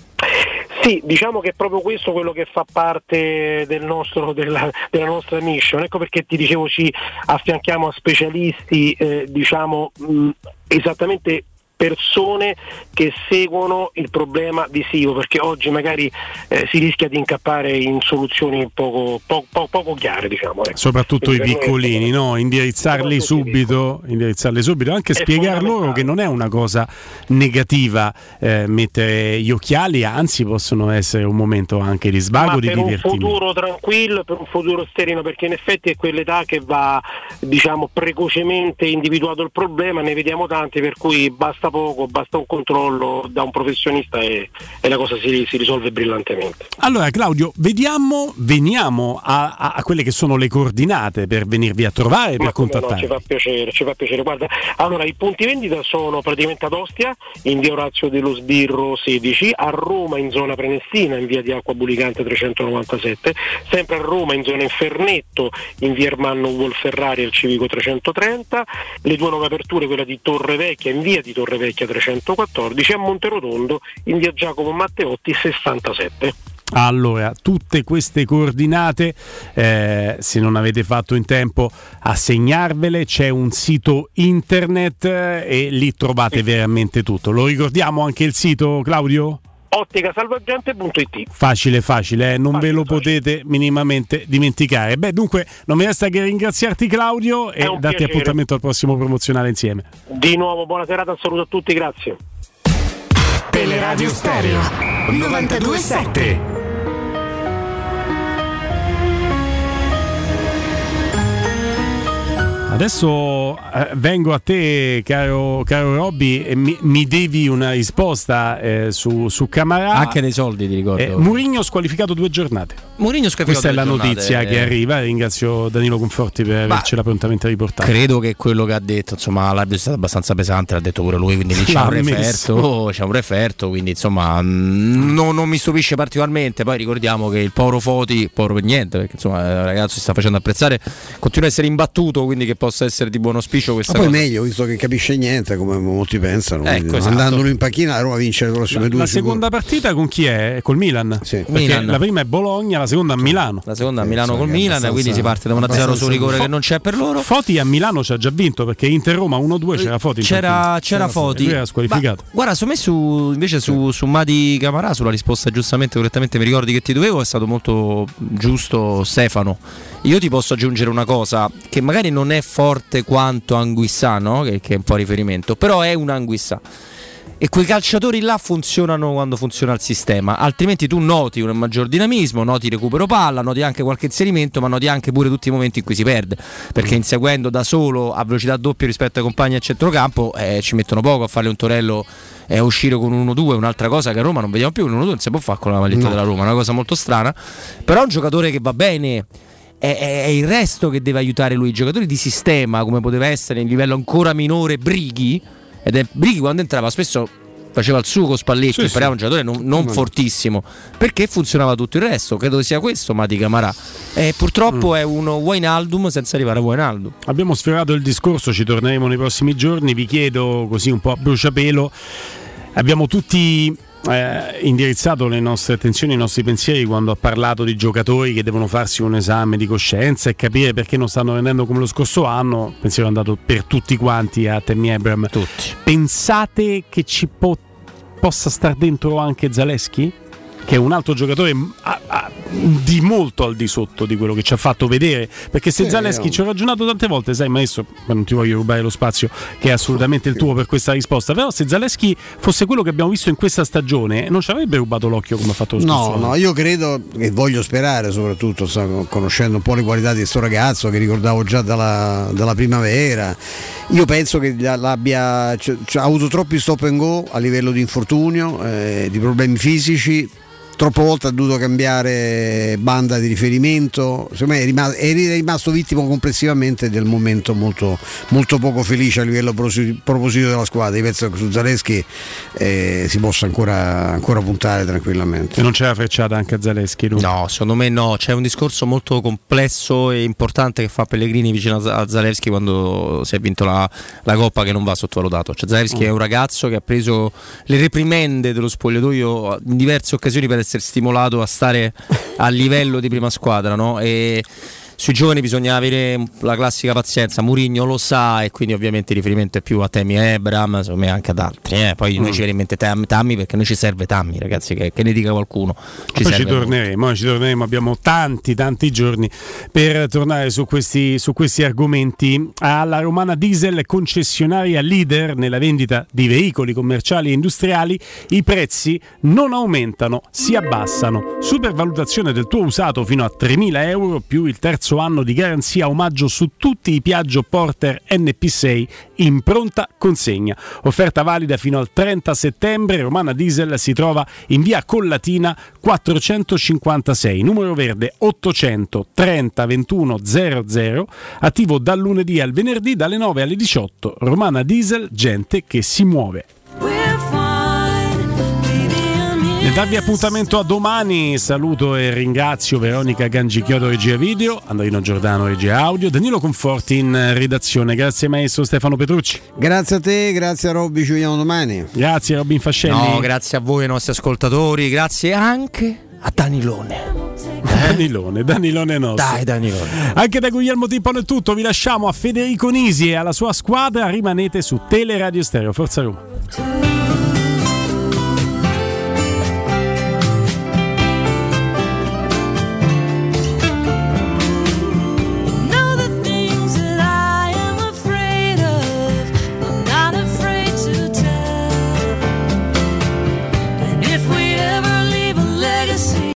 Sì, diciamo che è proprio questo quello che fa parte del nostro, della, della nostra mission, ecco perché ti dicevo ci affianchiamo a specialisti, eh, diciamo mh, esattamente persone che seguono il problema visivo, perché oggi magari eh, si rischia di incappare in soluzioni poco, poco, poco, poco chiare, diciamo. Ecco. Soprattutto Quindi i piccolini, no? Indirizzarli subito, indirizzarli subito, anche È spiegar loro che non è una cosa negativa eh, mettere gli occhiali, anzi possono essere un momento anche di svago, Ma di per un divertimento. futuro tranquillo, per un futuro sereno, perché in effetti è quell'età che va, diciamo, precocemente individuato il problema, ne vediamo tanti, per cui basta poco, basta un controllo da un professionista e, e la cosa si, si risolve brillantemente. Allora Claudio, vediamo, veniamo a, a, a quelle che sono le coordinate per venirvi a trovare, per contattarvi. No, ci fa piacere, ci fa piacere. Guarda, allora i punti vendita sono praticamente ad Ostia, in via Orazio dello Sbirro sedici, a Roma in zona Prenestina, in via di Acqua Bulicante trecentonovantasette, sempre a Roma in zona Infernetto, in via Ermanno Wolferrari al Civico trecentotrenta, le due nuove aperture, quella di Torre Vecchia in via di Torre Vecchia trecentoquattordici, a Monterotondo in via Giacomo Matteotti sessantasette. Allora, tutte queste coordinate, eh, se non avete fatto in tempo a segnarvele, c'è un sito internet eh, e lì trovate veramente tutto. Lo ricordiamo anche il sito, Claudio? ottica salvagente punto it. Facile, facile, eh? non facile, ve lo facile. Potete minimamente dimenticare. Beh, dunque, non mi resta che ringraziarti Claudio e darti piacere. Appuntamento al prossimo promozionale insieme. Di nuovo, buona serata, un saluto a tutti, grazie. Teleradio Stereo novantadue sette. Adesso eh, vengo a te, caro, caro Robby, e mi, mi devi una risposta eh, su, su Camarà. Anche dei soldi, ti ricordo. Eh, Mourinho squalificato due giornate. Mourinho squalificato Questa è la giornate, notizia eh. che arriva. Ringrazio Danilo Conforti per avercela prontamente riportata. Credo che quello che ha detto, insomma, l'arbitro è stato abbastanza pesante, l'ha detto pure lui, quindi lì c'è un referto, c'è un referto, quindi insomma non, non mi stupisce particolarmente. Poi ricordiamo che il povero Foti, povero per niente, perché insomma il ragazzo si sta facendo apprezzare, continua a essere imbattuto, quindi che possa essere di buon auspicio questa ma poi cosa. Meglio, visto che capisce niente come molti pensano, ecco, esatto. Andandolo in panchina la Roma vince le prossime la, due. La sicuro. seconda partita con chi è? Col Milan? Sì. Milan. La prima è Bologna, la seconda a Milano. La seconda a Milano eh, col Milan, quindi si parte da uno a zero su rigore Fo- che non c'è per loro. Foti a Milano ci ha già vinto, perché Inter-Roma uno due c'era Foti. C'era, c'era Foti. Lui era squalificato. Ma, guarda, su me su, invece su, su Madi Camarà, sulla risposta giustamente, correttamente mi ricordi che ti dovevo, è stato molto giusto Stefano. Io ti posso aggiungere una cosa che magari non è forte quanto Anguissà, no? che, che è un po' riferimento, però è un Anguissà. E quei calciatori là funzionano quando funziona il sistema, altrimenti tu noti un maggior dinamismo, noti recupero palla, noti anche qualche inserimento, ma noti anche pure tutti i momenti in cui si perde, perché inseguendo da solo a velocità doppia rispetto ai compagni a centrocampo eh, ci mettono poco a farle un Torello e eh, a uscire con un uno due, un'altra cosa che a Roma non vediamo più, un uno due non si può fare con la maglietta no. della Roma, una cosa molto strana, però è un giocatore che va bene. È, è, è il resto che deve aiutare lui, i giocatori di sistema come poteva essere in livello ancora minore Brighi, ed è Brighi quando entrava spesso faceva il suo con Spalletti, sì, sì. Però è un giocatore non, non no, fortissimo, perché funzionava tutto il resto. Credo sia questo Mati Camarà, e purtroppo mm. è uno Wijnaldum senza arrivare a Wijnaldum. Abbiamo sfiorato il discorso, ci torneremo nei prossimi giorni. Vi chiedo così un po' a bruciapelo, abbiamo tutti Eh, indirizzato le nostre attenzioni, i nostri pensieri quando ha parlato di giocatori che devono farsi un esame di coscienza e capire perché non stanno rendendo come lo scorso anno. Pensiero è andato per tutti quanti a Tammy Abraham. Tutti. Pensate che ci po- possa star dentro anche Zalewski, che è un altro giocatore a- a- di molto al di sotto di quello che ci ha fatto vedere, perché se sì, Zalewski, ci ho ragionato tante volte, sai maestro, ma non ti voglio rubare lo spazio che è assolutamente il tuo per questa risposta, però se Zalewski fosse quello che abbiamo visto in questa stagione non ci avrebbe rubato l'occhio come ha fatto lo scorso anno. No, no, io credo e voglio sperare, soprattutto conoscendo un po' le qualità di questo ragazzo che ricordavo già dalla, dalla primavera, io penso che l'abbia cioè, ha avuto troppi stop and go a livello di infortunio, eh, di problemi fisici, troppe volte ha dovuto cambiare banda di riferimento, secondo me è rimasto, è rimasto vittima complessivamente del momento molto, molto poco felice a livello propositivo della squadra. Io penso che su Zalewski eh, si possa ancora, ancora puntare tranquillamente. E non c'è la frecciata anche a Zalewski? Lui? No, secondo me no, c'è un discorso molto complesso e importante che fa Pellegrini vicino a Zalewski quando si è vinto la, la Coppa, che non va sottovalutato. Cioè, Zalewski mm. è un ragazzo che ha preso le reprimende dello spogliatoio in diverse occasioni per essere stimolato a stare a livello di prima squadra, no? E sui giovani bisogna avere la classica pazienza. Mourinho lo sa e quindi ovviamente il riferimento è più a Tammy Abraham, secondo me anche ad altri, eh? Poi mm. noi ci viene in mente Tammy, Tammy perché noi ci serve Tammy, ragazzi, che, che ne dica qualcuno. Ci poi ci torneremo, ci torneremo, abbiamo tanti tanti giorni per tornare su questi, su questi argomenti. Alla Romana Diesel, concessionaria leader nella vendita di veicoli commerciali e industriali, i prezzi non aumentano, si abbassano. Supervalutazione del tuo usato fino a tremila euro più il terzo anno di garanzia omaggio su tutti i Piaggio Porter N P sei in pronta consegna. Offerta valida fino al trenta settembre. Romana Diesel si trova in via Collatina quattrocentocinquantasei, numero verde ottocento trenta ventuno zero zero, attivo dal lunedì al venerdì dalle nove alle diciotto. Romana Diesel, gente che si muove. E darvi appuntamento a domani. Saluto e ringrazio Veronica Gangichiodo, regia video, Andrino Giordano, regia audio, Danilo Conforti in redazione. Grazie maestro Stefano Petrucci. Grazie a te, grazie a Robby, ci vediamo domani. Grazie Robin Fascelli. No, grazie a voi ai nostri ascoltatori, grazie anche a Danilone. Eh? Danilone, Danilone nostro. Dai Danilone. Anche da Guglielmo Timpano è tutto, vi lasciamo a Federico Nisi e alla sua squadra, rimanete su Teleradio Stereo. Forza Roma.